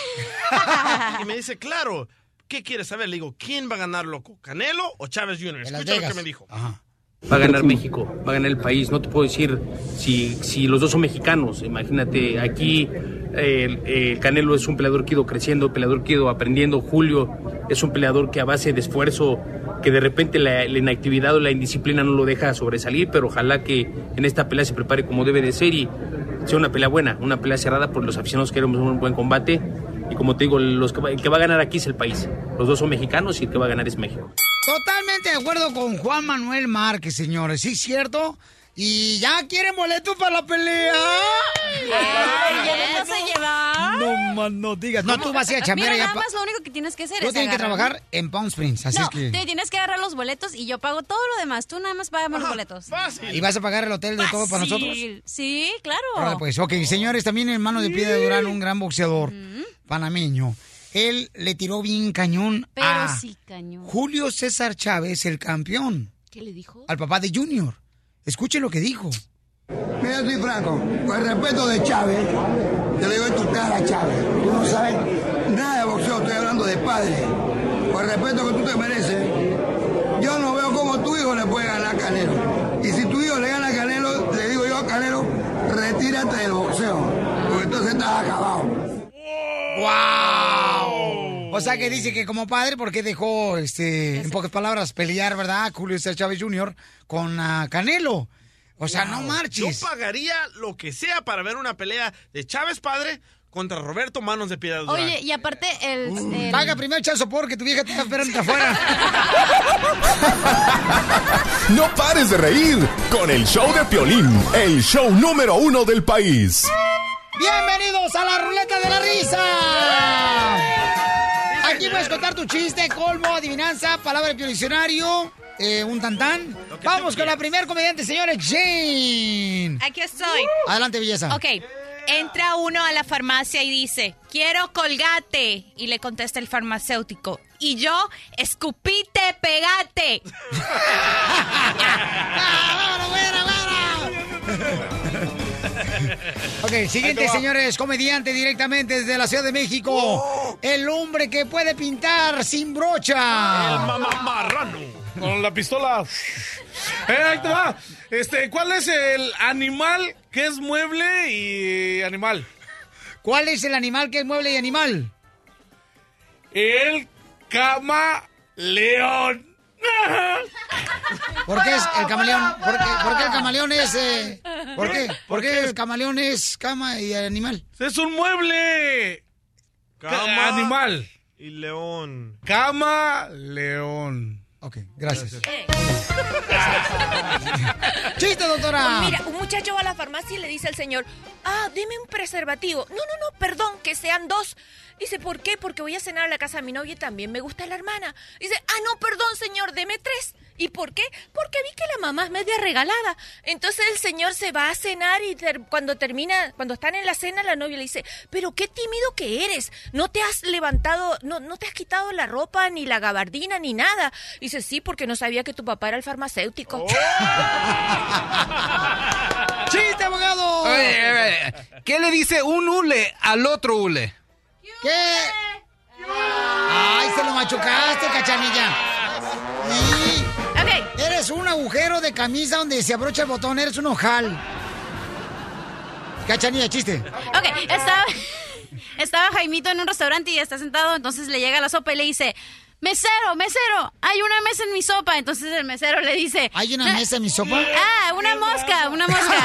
Speaker 6: Y me dice, claro. ¿Qué quieres saber? Le digo, ¿quién va a ganar, loco? ¿Canelo o Chávez junior? Escucha lo que me dijo.
Speaker 11: Va a ganar México, va a ganar el país. No te puedo decir si, si los dos son mexicanos. Imagínate, aquí eh, el Canelo es un peleador que ha ido creciendo, peleador que ha ido aprendiendo. Julio es un peleador que a base de esfuerzo, que de repente la, la inactividad o la indisciplina no lo deja sobresalir, pero ojalá que en esta pelea se prepare como debe de ser y sea una pelea buena, una pelea cerrada por los aficionados que queremos un buen combate. Y como te digo, los que va, el que va a ganar aquí es el país. Los dos son mexicanos y el que va a ganar es México.
Speaker 2: Totalmente de acuerdo con Juan Manuel Márquez, señores. Sí, cierto. Y ya quieren boletos para la pelea.
Speaker 3: Ay, ¿ya te vas a llevar?
Speaker 2: No más no digas. No, tú vas a ir a chambear
Speaker 3: Mira,
Speaker 2: allá.
Speaker 3: nada
Speaker 2: pa-
Speaker 3: más lo único que tienes que hacer
Speaker 2: Tú
Speaker 3: es
Speaker 2: tienes que
Speaker 3: agarrar-
Speaker 2: trabajar en Palm Springs, así
Speaker 3: no,
Speaker 2: es que...
Speaker 3: te tienes que agarrar los boletos y yo pago todo lo demás. Tú nada más págame los boletos.
Speaker 2: ¿Y vas a pagar el hotel de todo para nosotros?
Speaker 3: Sí, sí, claro.
Speaker 2: Ahora pues, ok, señores, también en Mano de Piedra Durán, un gran boxeador panameño. Él le tiró bien cañón
Speaker 3: Pero
Speaker 2: a
Speaker 3: sí, cañón.
Speaker 2: Julio César Chávez, el campeón,
Speaker 3: ¿Qué le dijo?
Speaker 2: al papá de Junior. Escuchen lo que dijo.
Speaker 23: Mira, soy franco, con el respeto de Chávez, te le doy tu cara a Chávez. Tú no sabes nada de boxeo, estoy hablando de padre. Con el respeto que tú te mereces, yo no veo cómo tu hijo le puede ganar a Canelo. Y si tu hijo le gana a Canelo, le digo yo a Canelo, retírate del boxeo, porque entonces estás acabado.
Speaker 2: ¡Wow! O sea que dice que como padre, ¿por qué dejó, este, en pocas palabras, pelear, verdad, Julio César Chávez junior con uh, Canelo? O sea, no marches.
Speaker 6: Yo pagaría lo que sea para ver una pelea de Chávez padre contra Roberto Manos de Piedra Durán.
Speaker 3: Oye, y aparte el... el-
Speaker 2: Paga primero el chazo porque tu vieja te está esperando afuera.
Speaker 7: No pares de reír con el show de Piolín, el show número uno del país.
Speaker 2: ¡Bienvenidos a la ruleta de la risa! Aquí puedes contar tu chiste, colmo, adivinanza, palabra del diccionario. eh, un tantán. Vamos con la primer comediante, señores, Jane.
Speaker 10: Aquí estoy.
Speaker 2: Adelante, belleza.
Speaker 10: Ok. Entra uno a la farmacia y dice, quiero Colgate. Y le contesta el farmacéutico, y yo, escupite, pegate.
Speaker 2: Ok, siguiente, señores, comediante directamente desde la Ciudad de México. Oh. El hombre que puede pintar sin brocha.
Speaker 4: El mamamarrano. Con la pistola. Eh, ahí te va. Este, ¿cuál es el animal que es mueble y animal?
Speaker 2: ¿Cuál es el animal que es mueble y animal?
Speaker 4: El camaleón.
Speaker 2: ¿Por qué es el camaleón? ¿Por qué, por qué el camaleón es... Eh, ¿Por qué? ¿Por qué el camaleón es cama y animal?
Speaker 4: Es un mueble.
Speaker 6: Cama
Speaker 4: animal.
Speaker 6: Y león.
Speaker 4: Cama, león.
Speaker 2: Ok, gracias. ¡Chiste, doctora!
Speaker 8: Mira, un muchacho va a la farmacia y le dice al señor, ah, deme un preservativo. No, no, no, perdón, que sean dos. Dice, ¿por qué? Porque voy a cenar a la casa de mi novia y también me gusta la hermana. Dice, ah, no, perdón, señor, deme tres. ¿Y por qué? Porque vi que la mamá es media regalada. Entonces el señor se va a cenar y ter- cuando termina, cuando están en la cena, la novia le dice, pero qué tímido que eres. No te has levantado, no, no te has quitado la ropa, ni la gabardina, ni nada. Dice, sí, porque no sabía que tu papá era el farmacéutico.
Speaker 2: Oh. ¡Chiste, abogado!
Speaker 1: Oye, oye, ¿qué le dice un hule al otro hule?
Speaker 2: ¿Qué? ¡Ay, se lo machucaste, Cachanilla! Sí.
Speaker 3: Okay.
Speaker 2: Eres un agujero de camisa donde se abrocha el botón, eres un ojal. Cachanilla, chiste.
Speaker 3: Ok, estaba, estaba Jaimito en un restaurante y está sentado, entonces le llega la sopa y le dice, mesero, mesero, hay una mesa en mi sopa. Entonces el mesero le dice,
Speaker 2: ¿hay una mesa en mi sopa?
Speaker 3: Ah, una mosca, una mosca.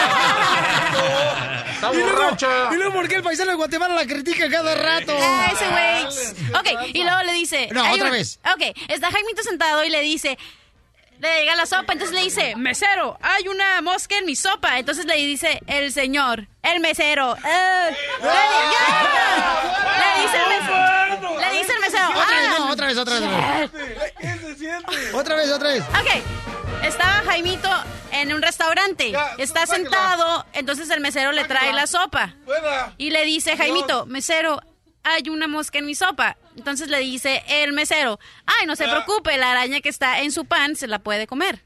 Speaker 2: Está borracha. Y luego, ¿por qué el paisano de Guatemala la critica cada rato?
Speaker 3: Ah, ese güey. Ok, y luego le dice...
Speaker 2: No, otra
Speaker 3: un...
Speaker 2: vez.
Speaker 3: Ok, está Jaimito sentado y le dice... Le llega la sopa, entonces le dice, mesero, hay una mosca en mi sopa. Entonces le dice el señor, el mesero. Eh, le, le dice el mesero. Le dice el mesero.
Speaker 2: Otra vez,
Speaker 3: ah,
Speaker 2: no, otra vez, otra vez.
Speaker 4: ¿Qué se siente?
Speaker 2: Otra vez, otra vez.
Speaker 3: Ok, estaba Jaimito en un restaurante. Ya, está sentado, entonces el mesero le trae la sopa.
Speaker 4: Fuera.
Speaker 3: Y le dice, Jaimito, mesero, hay una mosca en mi sopa. Entonces le dice el mesero, ay, no se preocupe, la araña que está en su pan se la puede comer.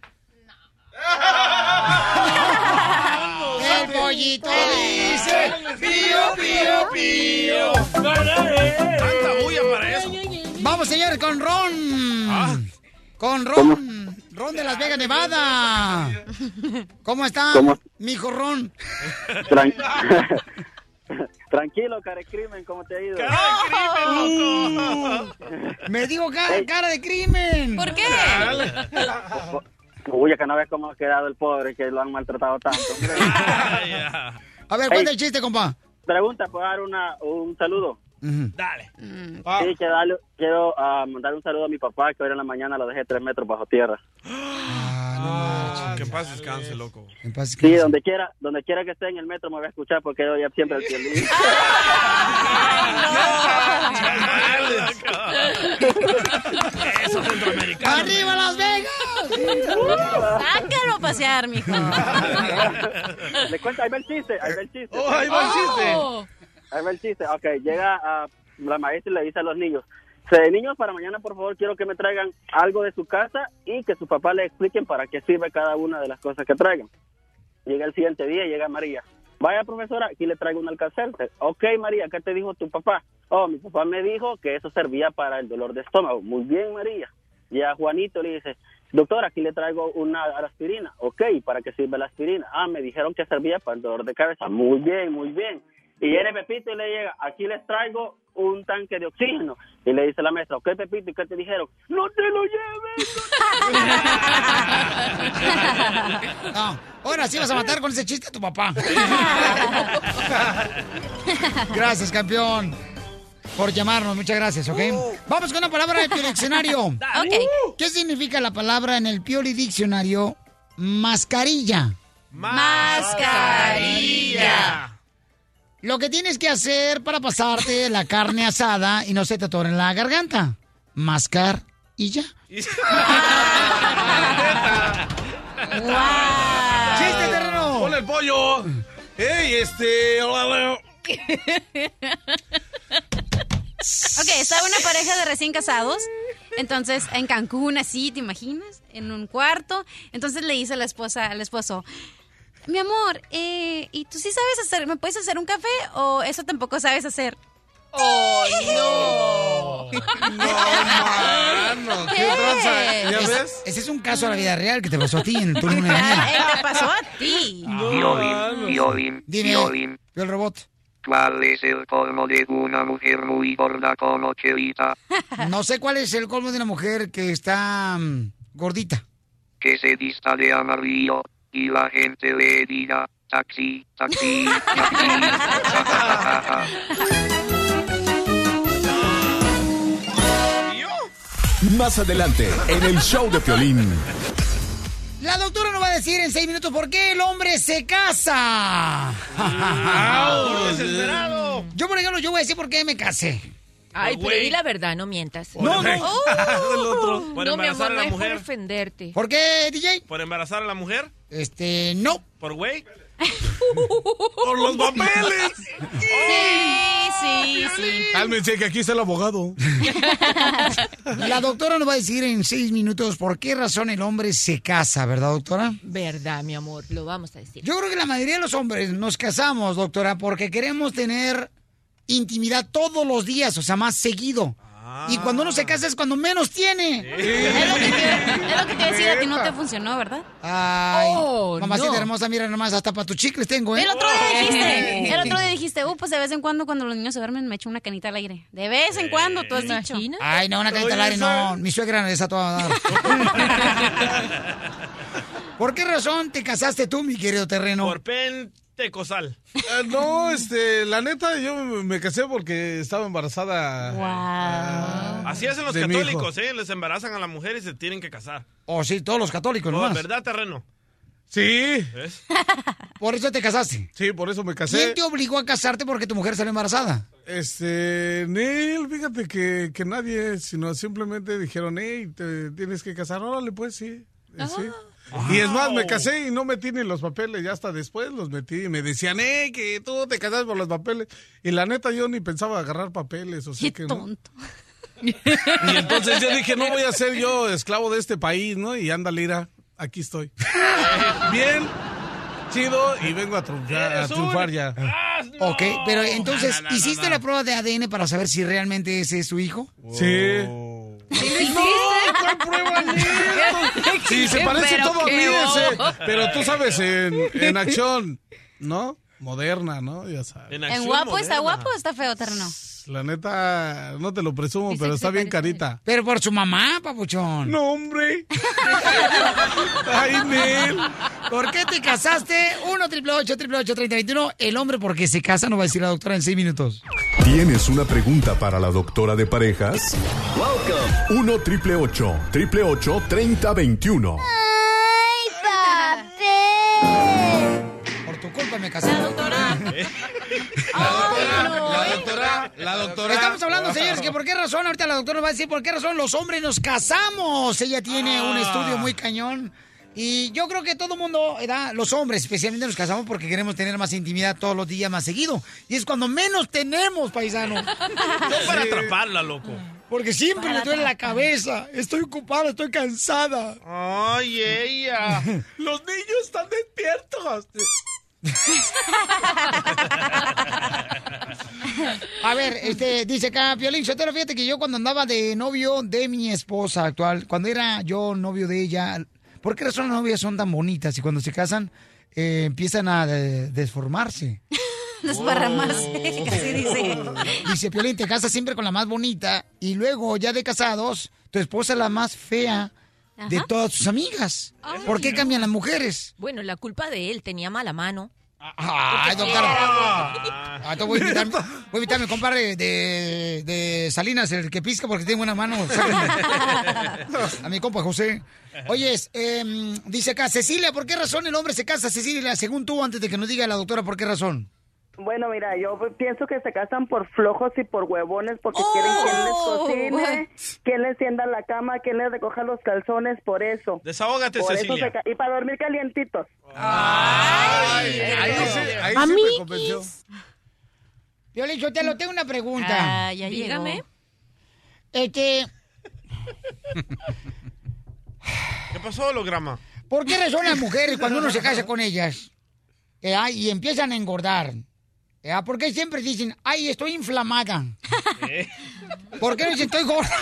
Speaker 2: El pollito dice, pío, pío, pío.
Speaker 6: Tanta bulla para eso.
Speaker 2: Vamos, señor, con Ron.
Speaker 6: Ah.
Speaker 2: Con Ron. Ron de Las Vegas, Nevada. ¿Cómo está,
Speaker 21: ¿Cómo?
Speaker 2: mijo Ron?
Speaker 21: Tran- Tranquilo, cara de crimen, ¿cómo te ha ido?
Speaker 6: ¡Cara de crimen, loco!
Speaker 2: Me digo cara, cara de crimen.
Speaker 3: ¿Por qué?
Speaker 21: Uy, que no ves cómo ha quedado el pobre, que lo han maltratado tanto.
Speaker 2: A ver, cuenta el chiste, compa.
Speaker 21: Pregunta, ¿puedo dar una, un saludo?
Speaker 2: Uh-huh.
Speaker 6: Dale.
Speaker 3: Mm.
Speaker 21: Sí, quiero, darle, quiero uh, mandar un saludo a mi papá, que hoy en la mañana lo dejé tres metros bajo tierra.
Speaker 6: Ah, que en paz descanse, loco.
Speaker 2: En paz
Speaker 21: Sí, donde quiera, donde quiera que esté en el metro me voy a escuchar porque yo ya siempre el violín.
Speaker 6: Eso, centroamericano.
Speaker 2: ¡Arriba Las Vegas!
Speaker 3: Sácalo a pasear, mijo.
Speaker 21: Le cuenta, ahí va el chiste, ahí va el chiste.
Speaker 4: Oh, ahí va el chiste.
Speaker 21: Ahí va el chiste. Ok, llega a la maestra y le dice a los niños, "Se- niños, para mañana, por favor, quiero que me traigan algo de su casa y que su papá le expliquen para qué sirve cada una de las cosas que traigan." Llega el siguiente día y llega María. "Vaya, profesora, aquí le traigo un Alka-Seltzer." "Ok, María, ¿qué te dijo tu papá?" "Oh, mi papá me dijo que eso servía para el dolor de estómago." "Muy bien, María." Y a Juanito le dice, "Doctor, aquí le traigo una aspirina." "Ok, ¿para qué sirve la aspirina?" "Ah, me dijeron que servía para el dolor de cabeza." "Muy bien, muy bien." Y viene Pepito y le llega, "Aquí les traigo un tanque de oxígeno." Y le dice la maestra, "Ok, Pepito, ¿y qué te dijeron?" "No te lo lleves."
Speaker 2: No, ahora sí vas a matar con ese chiste a tu papá. Gracias, campeón, por llamarnos. Muchas gracias, ¿ok? Uh. Vamos con una palabra del Pioli Diccionario.
Speaker 3: Okay.
Speaker 2: ¿Qué significa la palabra en el Pioli Diccionario? Mascarilla.
Speaker 3: Mascarilla.
Speaker 2: Lo que tienes que hacer para pasarte la carne asada y no se te atore en la garganta. Mascar y ya.
Speaker 4: ¡Wow!
Speaker 2: ¡Chiste, terreno!
Speaker 4: ¡Pon el pollo! ¡Ey, este!
Speaker 3: Ok, estaba una pareja de recién casados, entonces en Cancún, así, ¿te imaginas? En un cuarto, entonces le dice a la esposa, al esposo, mi amor, eh, ¿y tú sí sabes hacer, me puedes hacer un café o eso tampoco sabes hacer?
Speaker 8: ¡Oh, no!
Speaker 4: ¡No, mano! ¿Qué tranza? ¿Ya
Speaker 2: Es-
Speaker 4: ves?
Speaker 2: Ese es un caso de la vida real que te pasó a ti en tu luna de miel.
Speaker 3: Eh, te pasó a ti.
Speaker 5: Violín, violín,
Speaker 2: Dime,
Speaker 5: violín.
Speaker 2: el robot.
Speaker 5: ¿Cuál es el colmo de una mujer muy gorda como Chelita?
Speaker 2: No sé cuál es el colmo de una mujer que está mm, gordita.
Speaker 5: Que se vista de amarillo y la gente le diga taxi, taxi, taxi.
Speaker 7: Más adelante, en el show de Piolín.
Speaker 2: La doctora nos va a decir en seis minutos por qué el hombre se casa.
Speaker 6: desesperado!
Speaker 2: Yo, por ejemplo, yo voy a decir por qué me casé.
Speaker 8: Ay, pero di la verdad, no mientas.
Speaker 2: No, no.
Speaker 8: Oh,
Speaker 6: Por
Speaker 8: no, mi
Speaker 6: embarazar
Speaker 8: amor,
Speaker 6: a la
Speaker 8: no es por
Speaker 6: mujer.
Speaker 8: ofenderte.
Speaker 2: ¿Por qué, D J?
Speaker 6: ¿Por embarazar a la mujer?
Speaker 2: Este, no.
Speaker 6: ¿Por güey? ¡Por los papeles!
Speaker 3: Sí, sí, sí.
Speaker 4: Cálmense, que aquí está el abogado.
Speaker 2: La doctora nos va a decir en seis minutos por qué razón el hombre se casa, ¿verdad, doctora?
Speaker 8: Verdad, mi amor, lo vamos a decir.
Speaker 2: Yo creo que la mayoría de los hombres nos casamos, doctora, porque queremos tener intimidad todos los días, o sea, más seguido. Y cuando uno se casa es cuando menos tiene.
Speaker 3: Es lo que te, es lo que te decía, a ti no te funcionó, ¿verdad?
Speaker 2: Ay,
Speaker 3: Oh,
Speaker 2: mamacita
Speaker 3: no.
Speaker 2: hermosa, mira nomás, hasta para tus chicles tengo, ¿eh?
Speaker 3: El otro día dijiste, el otro día dijiste, uh, pues de vez en cuando cuando los niños se duermen me echo una canita al aire. De vez en cuando, tú has dicho.
Speaker 2: Ay, no, una canita al aire, no. Mi suegra esa toda dar. ¿Por qué razón te casaste tú, mi querido terreno?
Speaker 6: Por pentecostal.
Speaker 4: Eh, no, este, la neta, yo me me casé porque estaba embarazada.
Speaker 6: Así hacen los
Speaker 4: de mi hijo.
Speaker 6: católicos, ¿eh? Les embarazan a la mujer y se tienen que casar.
Speaker 2: Oh, sí, todos los católicos,
Speaker 6: Oh,
Speaker 2: nomás.
Speaker 6: ¿verdad, terreno?
Speaker 4: Sí.
Speaker 6: ¿Ves?
Speaker 2: Por eso te casaste.
Speaker 4: Sí, por eso me casé.
Speaker 2: ¿Quién te obligó a casarte porque tu mujer salió embarazada?
Speaker 4: Este, Neil, fíjate que, que nadie, sino simplemente dijeron, hey, te tienes que casar, órale, pues sí. eh, sí. Y es más, me casé y no metí ni los papeles, ya hasta después los metí y me decían, eh, que tú te casaste por los papeles. Y la neta yo ni pensaba agarrar papeles, o sea
Speaker 3: Qué
Speaker 4: que
Speaker 3: tonto.
Speaker 4: no. Y entonces yo dije, no voy a ser yo esclavo de este país, ¿no? Y ándale, mira, aquí estoy. Bien, chido, y vengo a triunfar, a triunfar ya.
Speaker 2: Ok, pero entonces,
Speaker 4: No, no, no,
Speaker 2: ¿hiciste
Speaker 4: no, no.
Speaker 2: la prueba de A D N para saber si realmente ese es su hijo?
Speaker 4: Sí.
Speaker 2: ¿Sí?
Speaker 4: ¿Cuál prueba, Sí, se parece
Speaker 2: Pero
Speaker 4: todo a mí
Speaker 2: qué
Speaker 4: ese.
Speaker 2: bobo.
Speaker 4: Pero tú sabes, en, en acción, ¿no? Moderna, ¿no? Ya sabes.
Speaker 3: ¿En guapo está guapo o está feo, terreno?
Speaker 4: La neta, no te lo presumo,
Speaker 3: Dice
Speaker 4: pero
Speaker 3: que
Speaker 4: está
Speaker 3: se
Speaker 4: bien
Speaker 3: parece
Speaker 4: carita.
Speaker 2: Pero por su mamá, papuchón.
Speaker 4: No, hombre. Ay, Nel.
Speaker 2: ¿Por qué te casaste? uno, triple ocho, triple ocho, treinta veintiuno. El hombre porque se casa, nos va a decir la doctora en seis minutos.
Speaker 7: ¿Tienes una pregunta para la doctora de parejas? uno triple ocho, triple ocho, treinta veintiuno.
Speaker 2: Por tu culpa me casé.
Speaker 3: La doctora.
Speaker 4: La doctora, la doctora.
Speaker 2: Estamos hablando, señores, que por qué razón, ahorita la doctora nos va a decir por qué razón los hombres nos casamos. Ella tiene un estudio muy cañón. Y yo creo que todo el mundo, ¿verdad? Los hombres especialmente nos casamos porque queremos tener más intimidad todos los días, más seguido. Y es cuando menos tenemos, paisano.
Speaker 6: No para atraparla, loco.
Speaker 2: Porque siempre le duele la cabeza. Estoy ocupada, estoy cansada.
Speaker 6: Ay, ella.
Speaker 4: Los niños están despiertos.
Speaker 2: A ver, este, dice acá, Piolín Sotelo, fíjate que yo cuando andaba de novio de mi esposa actual, cuando era yo novio de ella, ¿por qué razón las novias son tan bonitas y cuando se casan eh, empiezan a de- desformarse?
Speaker 3: Desparramarse, así dice.
Speaker 2: Dice, Piolín, te casas siempre con la más bonita y luego, ya de casados, tu esposa es la más fea de
Speaker 8: Ajá.
Speaker 2: todas tus amigas. ¿Por qué cambian las mujeres?
Speaker 8: Bueno, la culpa de él, tenía mala mano.
Speaker 2: Ay, doctora. Ah, entonces voy a invitar, voy a invitar a mi compadre de, de Salinas, el que pisca, porque tiene buena mano. Sáquenme. A mi compa José. Oye, eh, dice acá, Cecilia, ¿por qué razón el hombre se casa, Cecilia? Según tú, antes de que nos diga la doctora, ¿por qué razón?
Speaker 13: Bueno, mira, yo pienso que se casan por flojos y por huevones porque oh, quieren quien les cocine, quien les tienda la cama, quien les recoja los calzones, por eso.
Speaker 6: Desahógate,
Speaker 13: por
Speaker 6: Cecilia.
Speaker 13: Eso se, y para dormir calientitos.
Speaker 2: Ay,
Speaker 4: ahí sí, ahí
Speaker 2: a
Speaker 4: sí
Speaker 2: mí,
Speaker 4: me convenció.
Speaker 2: Piolín, yo te lo tengo una pregunta.
Speaker 3: Ah, ya dígame.
Speaker 2: Este...
Speaker 6: ¿Qué pasó, holograma?
Speaker 2: ¿Por qué razón las mujeres cuando uno se casa con ellas eh, y empiezan a engordar? Eh, ¿Por qué siempre dicen, ay, estoy inflamada? ¿Eh? ¿Por qué no dicen, estoy gorda?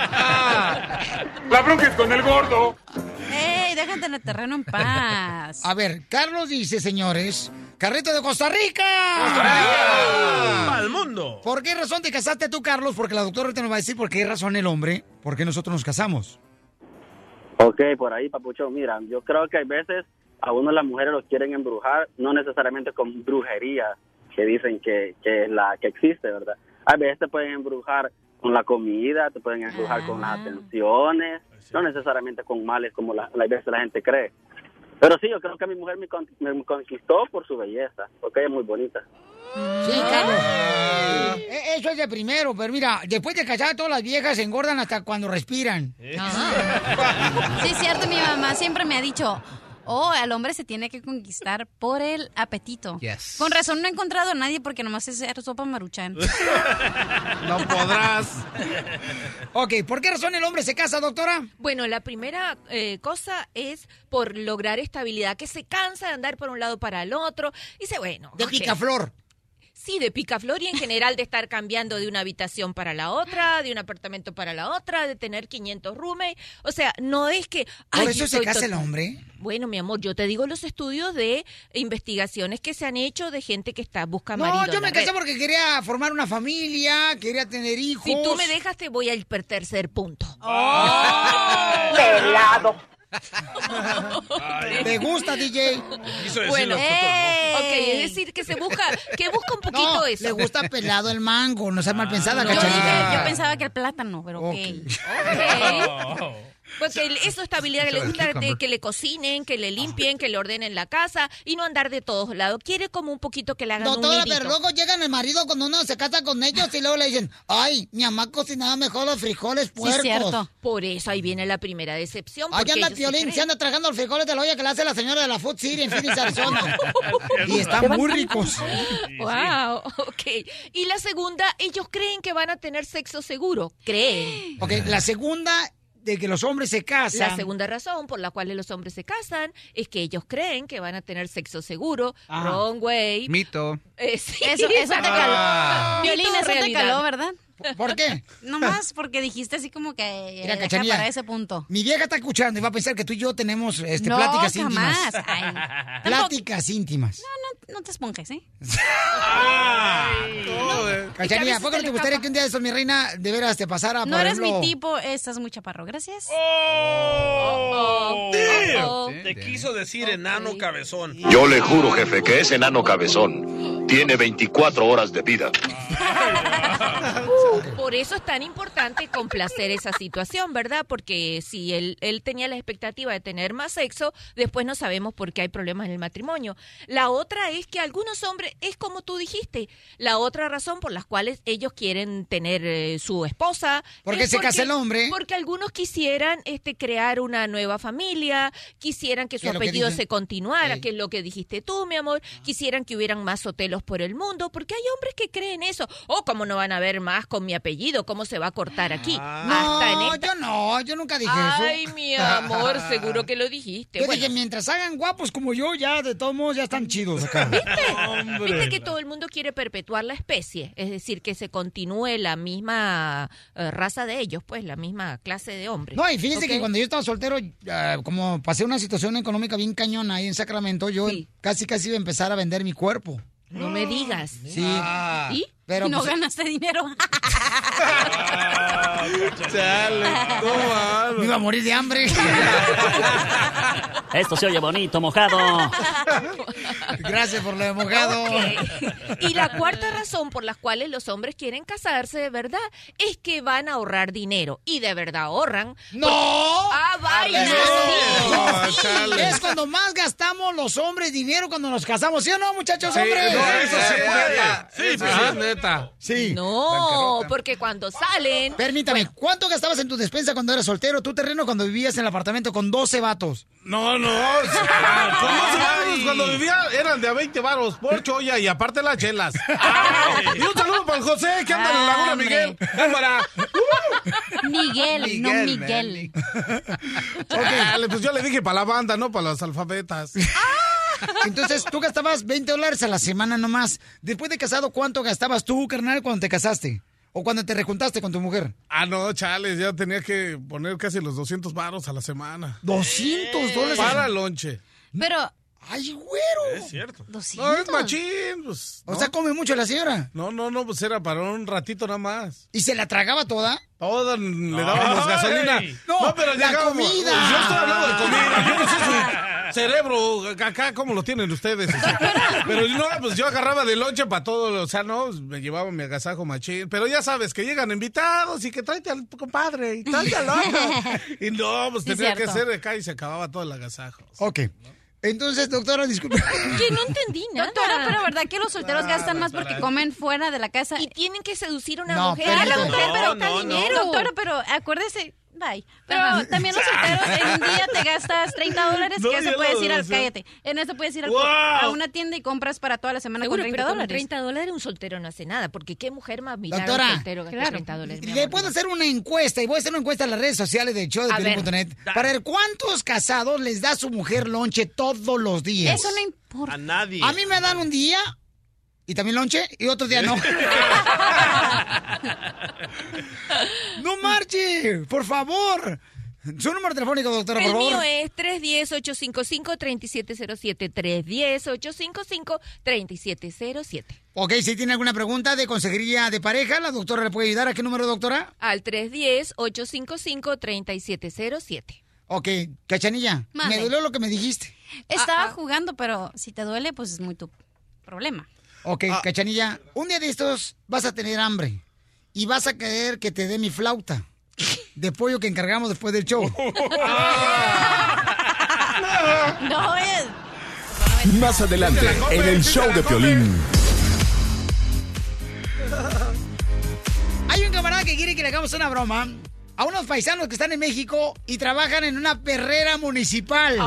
Speaker 9: La bronca es con el gordo.
Speaker 3: ¡Ey, déjate en el terreno en paz!
Speaker 2: A ver, Carlos dice, señores, Carrito de Costa Rica.
Speaker 6: ¡Costa Rica! ¡Al mundo!
Speaker 2: ¿Por qué razón te casaste tú, Carlos? Porque la doctora ahorita nos va a decir por qué razón el hombre, por qué nosotros nos casamos.
Speaker 17: Ok, por ahí, papuchón. Mira, yo creo que hay veces a uno las mujeres los quieren embrujar, no necesariamente con brujería, que dicen que, que es la que existe, ¿verdad? A veces te pueden embrujar con la comida, te pueden embrujar ah. con las atenciones, sí. no necesariamente con males como la, la veces la gente cree. Pero sí, yo creo que mi mujer me, con, me conquistó por su belleza, porque ella es muy bonita.
Speaker 2: Sí, Carlos. Eso es de primero, pero mira, después de casar todas las viejas se engordan hasta cuando respiran.
Speaker 3: Ah. Sí, es cierto, mi mamá siempre me ha dicho, oh, al hombre se tiene que conquistar por el apetito.
Speaker 1: Yes.
Speaker 3: Con razón no he encontrado a nadie porque nomás es hacer sopa Maruchan.
Speaker 6: No podrás.
Speaker 2: Ok, ¿por qué razón el hombre se casa, doctora?
Speaker 8: Bueno, la primera eh, cosa es por lograr estabilidad, que se cansa de andar por un lado para el otro. Y dice, bueno.
Speaker 2: De
Speaker 8: okay.
Speaker 2: picaflor.
Speaker 8: Sí, de picaflor y en general de estar cambiando de una habitación para la otra, de un apartamento para la otra, de tener quinientos roommates. O sea, no es que...
Speaker 2: ¿Por
Speaker 8: ay,
Speaker 2: eso se casa el hombre?
Speaker 8: Bueno, mi amor, yo te digo los estudios de investigaciones que se han hecho de gente que está busca
Speaker 2: no,
Speaker 8: marido.
Speaker 2: No, yo me casé porque quería formar una familia, quería tener hijos.
Speaker 8: Si tú me dejas, te voy al tercer punto.
Speaker 2: ¡Oh! ¡Pelado! ¿Te gusta, D J?
Speaker 8: Bueno, eh, ok, es decir, que se busca, que busca un poquito
Speaker 2: no,
Speaker 8: eso.
Speaker 2: Le gusta pelado el mango, no seas mal pensada,
Speaker 3: no,
Speaker 2: Cachanilla.
Speaker 3: Yo, yo pensaba que el plátano, pero ok.
Speaker 8: okay. okay. Porque eso estabilidad, que le gusta de, que le cocinen, que le limpien, que le ordenen la casa y no andar de todos lados. Quiere como un poquito que le hagan
Speaker 2: Doctora,
Speaker 8: un nidito.
Speaker 2: pero luego llegan el marido cuando uno se casa con ellos y luego le dicen, ay, mi mamá cocinaba mejor los frijoles puercos.
Speaker 8: Sí, cierto. Por eso ahí viene la primera decepción.
Speaker 2: Allá anda Piolín, se anda tragando los frijoles de la olla que le hace la señora de la Food City en Phoenix, Arizona. Y están muy ricos.
Speaker 8: Wow, ok. Y la segunda, ellos creen que van a tener sexo seguro. Creen.
Speaker 2: Ok, la segunda... de que los hombres se casan.
Speaker 8: La segunda razón por la cual los hombres se casan es que ellos creen que van a tener sexo seguro. Ah. Wrong way.
Speaker 1: Mito.
Speaker 8: Eh, sí,
Speaker 3: eso, eso te caló.
Speaker 8: Ah.
Speaker 3: Violín, eso realidad. te caló, ¿verdad?
Speaker 2: ¿Por qué?
Speaker 3: Nomás porque dijiste así como que
Speaker 2: Mira,
Speaker 3: deja para ese punto.
Speaker 2: Mi vieja está escuchando y va a pensar que tú y yo tenemos este,
Speaker 3: no,
Speaker 2: pláticas
Speaker 3: jamás.
Speaker 2: íntimas.
Speaker 3: Ay.
Speaker 2: Pláticas íntimas.
Speaker 3: No, no, no te esponjes, ¿eh?
Speaker 2: No. Cachanilla, ¿por qué no te gustaría que un día de eso, mi reina, de veras te pasara?
Speaker 3: No
Speaker 2: por
Speaker 3: eres
Speaker 2: ejemplo...
Speaker 3: mi tipo, estás muy chaparro. Gracias.
Speaker 6: Oh,
Speaker 3: oh,
Speaker 6: oh,
Speaker 3: oh.
Speaker 6: Te quiso decir enano cabezón.
Speaker 7: Yo le juro, jefe, que ese enano cabezón tiene veinticuatro horas de vida.
Speaker 8: Por eso es tan importante complacer esa situación, ¿verdad? Porque si él, él tenía la expectativa de tener más sexo, después no sabemos por qué hay problemas en el matrimonio. La otra es que algunos hombres, es como tú dijiste, la otra razón por las cuales ellos quieren tener eh, su esposa.
Speaker 2: ¿Por qué se casa el hombre?
Speaker 8: Porque algunos quisieran este, crear una nueva familia, quisieran que su apellido se continuara, sí. que es lo que dijiste tú, mi amor, quisieran que hubieran más sotelos por el mundo, porque hay hombres que creen eso. Oh, ¿cómo no van a haber más con mi apellido? ¿Cómo se va a cortar aquí?
Speaker 2: Ah.
Speaker 8: Hasta
Speaker 2: No,
Speaker 8: en esta...
Speaker 2: yo no, yo nunca dije
Speaker 8: Ay,
Speaker 2: eso.
Speaker 8: Ay, mi amor, seguro que lo dijiste.
Speaker 2: Yo
Speaker 8: bueno.
Speaker 2: dije, mientras hagan guapos como yo, ya de todos modos ya están chidos acá.
Speaker 8: ¿Viste? ¿Viste que todo el mundo quiere perpetuar la especie? Es decir, que se continúe la misma uh, raza de ellos, pues, la misma clase de hombres.
Speaker 2: No, y fíjese
Speaker 8: ¿Okay?
Speaker 2: que cuando yo estaba soltero, uh, como pasé una situación económica bien cañona ahí en Sacramento, yo sí. casi casi iba a empezar a vender mi cuerpo.
Speaker 8: No me digas.
Speaker 2: Sí.
Speaker 8: Ah. ¿Y?
Speaker 3: Pero, no pues, ganaste dinero.
Speaker 6: Chale, no,
Speaker 2: me iba a morir de hambre.
Speaker 12: Esto se oye bonito, mojado.
Speaker 2: Gracias por lo de mojado.
Speaker 8: Okay. Y la cuarta razón por la cual los hombres quieren casarse de verdad es que van a ahorrar dinero. Y de verdad ahorran.
Speaker 2: ¡No!
Speaker 8: Porque... ¡Ah, vaya!
Speaker 2: No,
Speaker 8: sí.
Speaker 2: Es cuando más gastamos los hombres dinero cuando nos casamos, ¿sí o no, muchachos
Speaker 4: Sí,
Speaker 2: hombres?
Speaker 4: no, eso sí puede.
Speaker 6: Sí,
Speaker 4: Eso
Speaker 6: pero-
Speaker 4: sí es neta.
Speaker 2: Sí.
Speaker 8: No, porque cuando salen...
Speaker 2: Permítame, ¿cuánto gastabas en tu despensa cuando eras soltero? ¿Tú, Terreno, cuando vivías en el apartamento con doce vatos?
Speaker 4: No, no. Ah, con doce varos cuando vivía eran de a veinte varos por cholla y aparte las chelas. Y un saludo para el José que anda en la Laguna Miguel. Cámara.
Speaker 3: Miguel, no Miguel.
Speaker 4: Dale, pues yo le dije para la banda, no para los alfabetas.
Speaker 2: Entonces, tú gastabas veinte dólares a la semana nomás. Después de casado, ¿cuánto gastabas tú, carnal, cuando te casaste? ¿O cuando te rejuntaste con tu mujer?
Speaker 4: Ah, no, chales, ya tenía que poner casi los doscientos varos a la semana.
Speaker 2: ¿doscientos dólares?
Speaker 4: Para lonche.
Speaker 3: Pero...
Speaker 2: ¡Ay, güero!
Speaker 6: Es cierto.
Speaker 4: No, es machín, pues.
Speaker 2: O
Speaker 4: ¿no?
Speaker 2: sea, come mucho la señora.
Speaker 4: No, no, no, pues era para un ratito nada más.
Speaker 2: ¿Y se la tragaba toda?
Speaker 4: Toda le dábamos
Speaker 6: Ay.
Speaker 4: gasolina.
Speaker 2: No,
Speaker 4: pero
Speaker 2: la
Speaker 4: llegábamos-
Speaker 2: comida.
Speaker 4: Yo estoy hablando de comida. Yo no sé su cerebro acá como lo tienen ustedes. O sea, pero no, pues yo agarraba de lonche para todo. O sea, no, me llevaba mi agasajo machín. Pero ya sabes que llegan invitados y que tráete al compadre y tráete al otro. Y no, pues
Speaker 3: Sí,
Speaker 4: tenía que
Speaker 3: cierto.
Speaker 4: ser acá y se acababa todo el agasajo.
Speaker 2: Ok. Entonces, doctora, disculpe.
Speaker 8: Que no entendí nada.
Speaker 3: Doctora, pero ¿verdad que los solteros gastan más porque comen fuera de la casa?
Speaker 8: Y tienen que seducir a una
Speaker 2: No,
Speaker 8: mujer.
Speaker 2: pero-
Speaker 8: A la mujer,
Speaker 6: No,
Speaker 8: pero
Speaker 6: no,
Speaker 8: da
Speaker 6: no.
Speaker 8: dinero.
Speaker 3: Doctora, pero acuérdese... Bye. Pero también los solteros, en un día te gastas treinta dólares,
Speaker 6: No,
Speaker 3: que
Speaker 6: ya
Speaker 3: eso puedes
Speaker 6: lo
Speaker 3: ir al...
Speaker 6: decía.
Speaker 3: Cállate. En eso puedes ir al-
Speaker 6: Wow.
Speaker 3: a una tienda y compras para toda la semana
Speaker 8: Seguro,
Speaker 3: con treinta
Speaker 8: pero con
Speaker 3: dólares.
Speaker 8: treinta dólares un soltero no hace nada, porque qué mujer más mirar a
Speaker 2: Doctora,
Speaker 8: un soltero gastar
Speaker 3: claro.
Speaker 8: treinta dólares. mi
Speaker 2: Le
Speaker 8: amor?
Speaker 2: puedo hacer una encuesta y voy a hacer una encuesta en las redes sociales del show de
Speaker 8: A
Speaker 2: Piolín
Speaker 8: ver.
Speaker 2: punto net para ver cuántos casados les da su mujer lonche todos los días.
Speaker 3: Eso no importa.
Speaker 6: A nadie.
Speaker 2: A mí me dan un día y también lonche y otro día no. ¡No marche! ¡Por favor! Su número telefónico, doctora, por
Speaker 8: El
Speaker 2: favor.
Speaker 8: mío es tres uno cero, ocho cinco cinco, tres siete cero siete. tres uno cero, ocho cinco cinco, tres siete cero siete.
Speaker 2: Ok, si tiene alguna pregunta de consejería de pareja, la doctora le puede ayudar. ¿A qué número, doctora?
Speaker 8: Al tres uno cero, ocho cinco cinco, tres siete cero siete.
Speaker 2: Ok, Cachanilla,
Speaker 3: Mande.
Speaker 2: me dolió lo que me dijiste.
Speaker 3: Estaba
Speaker 8: Ah, ah.
Speaker 3: jugando, pero si te duele, pues es muy tu problema.
Speaker 2: Ok, Cachanilla, un día de estos vas a tener hambre y vas a querer que te dé mi flauta de pollo que encargamos después del show.
Speaker 3: No es...
Speaker 7: Más adelante, en el show de Piolín.
Speaker 2: Hay un camarada que quiere que le hagamos una broma a unos paisanos que están en México y trabajan en una perrera municipal.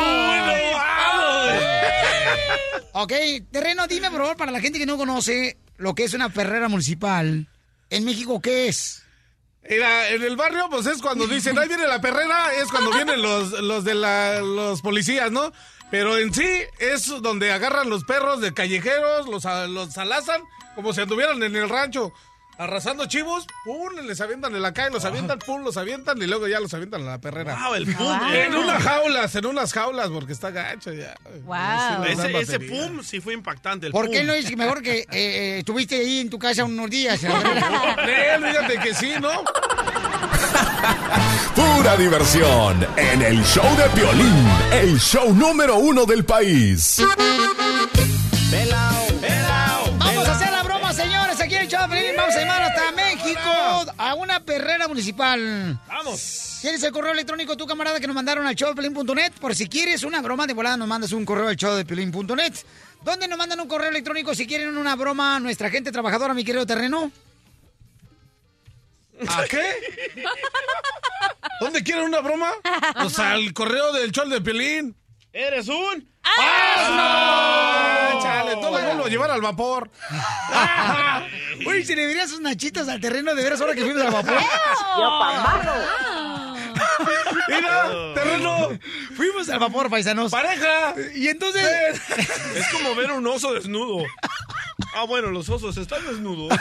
Speaker 2: Ok, Terreno, dime por favor, para la gente que no conoce lo que es una perrera municipal, en México, ¿qué es?
Speaker 4: Mira, en el barrio, pues es cuando dicen, ahí viene la perrera, es cuando vienen los, los de la, los policías, ¿no? Pero en sí es donde agarran los perros de callejeros, los, a- los alazan como si anduvieran en el rancho, arrasando chivos, pum, les avientan en la calle, los avientan, pum, los avientan y luego ya los avientan a la perrera.
Speaker 6: Wow, el pum.
Speaker 3: Wow.
Speaker 4: En unas jaulas, en unas jaulas, porque está gacho ya.
Speaker 3: Wow.
Speaker 4: Sí, les dan
Speaker 6: Ese, ese
Speaker 4: batería.
Speaker 6: pum sí fue impactante. El
Speaker 2: ¿Por
Speaker 6: pum.
Speaker 2: qué no es mejor que eh, eh, estuviste ahí en tu casa unos días?
Speaker 4: Eh, fíjate que sí, ¿no?
Speaker 7: Pura diversión en el show de Piolín, el show número uno del país.
Speaker 9: Pelao, pelao.
Speaker 2: Vamos a hacer la broma, señores, aquí en el show de Piolín. Vamos a llamar hasta México a una perrera municipal.
Speaker 6: Vamos.
Speaker 2: ¿Tienes el correo electrónico tu camarada que nos mandaron al show de Piolín punto net? Por si quieres una broma de volada, nos mandas un correo al show de Piolín punto net. ¿Dónde nos mandan un correo electrónico si quieren una broma a nuestra gente trabajadora, mi querido Terreno?
Speaker 4: ¿A qué? ¿Dónde quieren una broma? Pues al correo del show de Piolín.
Speaker 6: ¿Eres un?
Speaker 4: ¡Ah, chale! No lo vuelvo a llevar al vapor.
Speaker 2: Uy, si le dirías sus nachitos al Terreno, de veras, ahora que fuimos al vapor.
Speaker 4: Mira, Terreno.
Speaker 2: Fuimos al vapor, paisanos.
Speaker 4: ¡Pareja!
Speaker 2: Y entonces...
Speaker 6: Es como ver un oso desnudo. Ah, bueno, los osos están desnudos.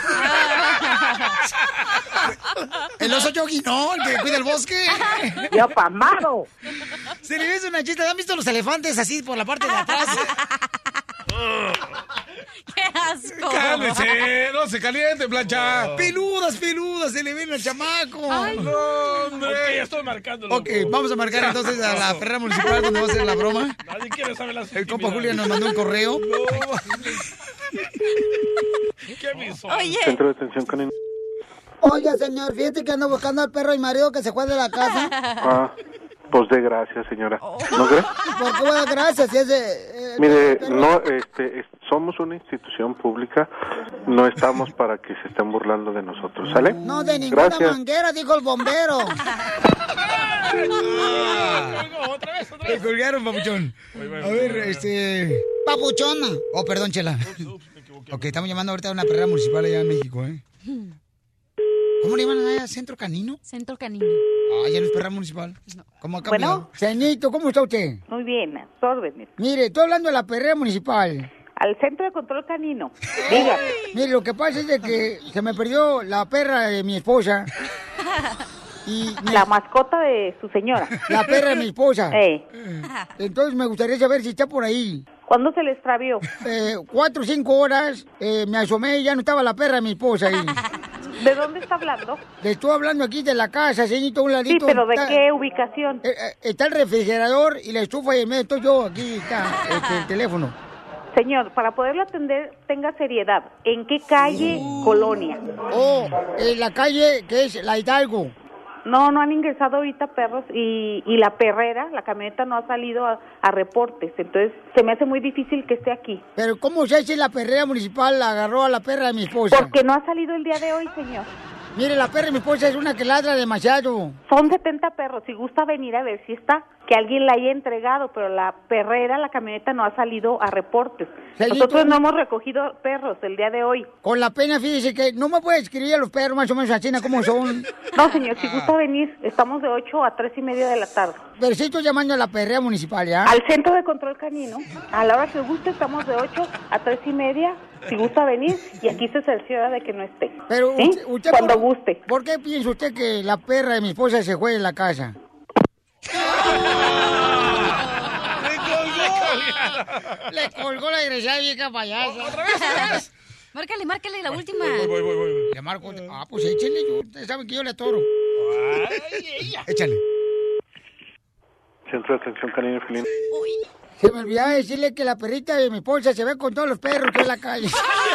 Speaker 2: El oso Yogi, ¿no? El que cuida el bosque.
Speaker 13: ¡Yo pamado!
Speaker 2: Si le ves una chita, ¿han visto los elefantes así por la parte de atrás?
Speaker 3: ¡Qué asco!
Speaker 4: ¡Cálmese! ¡No se caliente, plancha!
Speaker 2: Peludas, peludas, se le ven al chamaco.
Speaker 3: Ay,
Speaker 4: no, hombre.
Speaker 6: Ok, ya estoy marcando.
Speaker 2: Ok, vamos a marcar entonces a la perrera municipal donde va a hacer la broma.
Speaker 6: Nadie quiere saber las
Speaker 2: El compa Julián nos mandó un correo.
Speaker 6: ¿Qué aviso?
Speaker 3: Oye.
Speaker 12: Centro de atención canina.
Speaker 15: Oye, señor, fíjate que ando buscando al perro y marido que se fue de la casa.
Speaker 12: Ah, pues de gracias, señora. ¿No cree?
Speaker 15: ¿Por qué bueno, gracias? Si es de, eh,
Speaker 12: Mire,
Speaker 15: perro.
Speaker 12: no, este, es- somos una institución pública, no estamos para que se estén burlando de nosotros, ¿sale?
Speaker 15: No, de ninguna
Speaker 12: Gracias.
Speaker 15: manguera, dijo el bombero.
Speaker 2: Te colgaron, papuchón. A ver, este...
Speaker 15: Papuchona.
Speaker 2: Oh, perdón, Chela. Ok, estamos llamando ahorita a una perrera municipal allá en México, ¿eh? ¿Cómo le llaman allá? ¿Centro canino?
Speaker 3: Centro canino.
Speaker 2: Ah, ya no es perrera municipal. ¿Cómo ha cambiado?
Speaker 15: Bueno, señorito, ¿cómo está usted?
Speaker 16: Muy bien, a sus órdenes.
Speaker 15: Mire, estoy hablando de la perrera municipal.
Speaker 16: Al centro de control canino. Diga.
Speaker 15: Mire, lo que pasa es de que se me perdió la perra de mi esposa. Y me-
Speaker 16: La mascota de su señora.
Speaker 15: La perra de mi esposa.
Speaker 16: Eh.
Speaker 15: Entonces me gustaría saber si está por ahí.
Speaker 16: ¿Cuándo se le extravió?
Speaker 15: Eh, cuatro o cinco horas, eh, me asomé y ya no estaba la perra de mi esposa ahí.
Speaker 16: ¿De dónde está hablando?
Speaker 15: Le estoy hablando aquí de la casa, señorito, a un
Speaker 16: Sí,
Speaker 15: ladito.
Speaker 16: pero ¿de
Speaker 15: está-
Speaker 16: qué ubicación?
Speaker 15: eh, eh, está el refrigerador y la estufa y en medio estoy yo, aquí está este, el teléfono.
Speaker 16: Señor, para poderlo atender, tenga seriedad. ¿En qué calle, colonia?
Speaker 15: Oh, en la calle que es la Hidalgo.
Speaker 16: No, no han ingresado ahorita perros y, y la perrera, la camioneta no ha salido a, a reportes. Entonces, se me hace muy difícil que esté aquí.
Speaker 15: Pero ¿cómo se hace la perrera municipal agarró a la perra de mi esposa?
Speaker 16: Porque no ha salido el día de hoy, señor.
Speaker 15: Mire, la perra de mi esposa es una que ladra demasiado.
Speaker 16: Son setenta perros. Si gusta venir a ver si está, que alguien la haya entregado, pero la perrera, la camioneta no ha salido a reportes.
Speaker 15: Señorito,
Speaker 16: Nosotros no hemos recogido perros el día de hoy.
Speaker 15: Con la pena, fíjese que no me puede escribir a los perros más o menos así, ¿cómo son?
Speaker 16: No, señor, si gusta venir, estamos de ocho a tres y media de la tarde.
Speaker 15: Pero sí estoy llamando a la perrera municipal, ¿ya?
Speaker 16: Al centro de control canino, a la hora que guste, estamos de ocho a tres y media. Si gusta venir, y aquí se cerciora de que no esté.
Speaker 15: Pero
Speaker 16: ¿Sí?
Speaker 15: usted, usted
Speaker 16: Cuando
Speaker 15: por-
Speaker 16: guste.
Speaker 15: ¿Por qué piensa usted que la perra de mi esposa se fue de la casa? Le colgó la desgraciada vieja payasa.
Speaker 3: ¿Otra vez? ¿Otra vez? Márcale, márcale la última.
Speaker 2: Voy, voy, voy. Le marco. Ah, pues échenle. Yo, ustedes saben que yo le atoro. Échale.
Speaker 12: Centro de atención canina y felina.
Speaker 15: Se me olvidaba decirle que la perrita de mi esposa se ve con todos los perros que hay en la calle.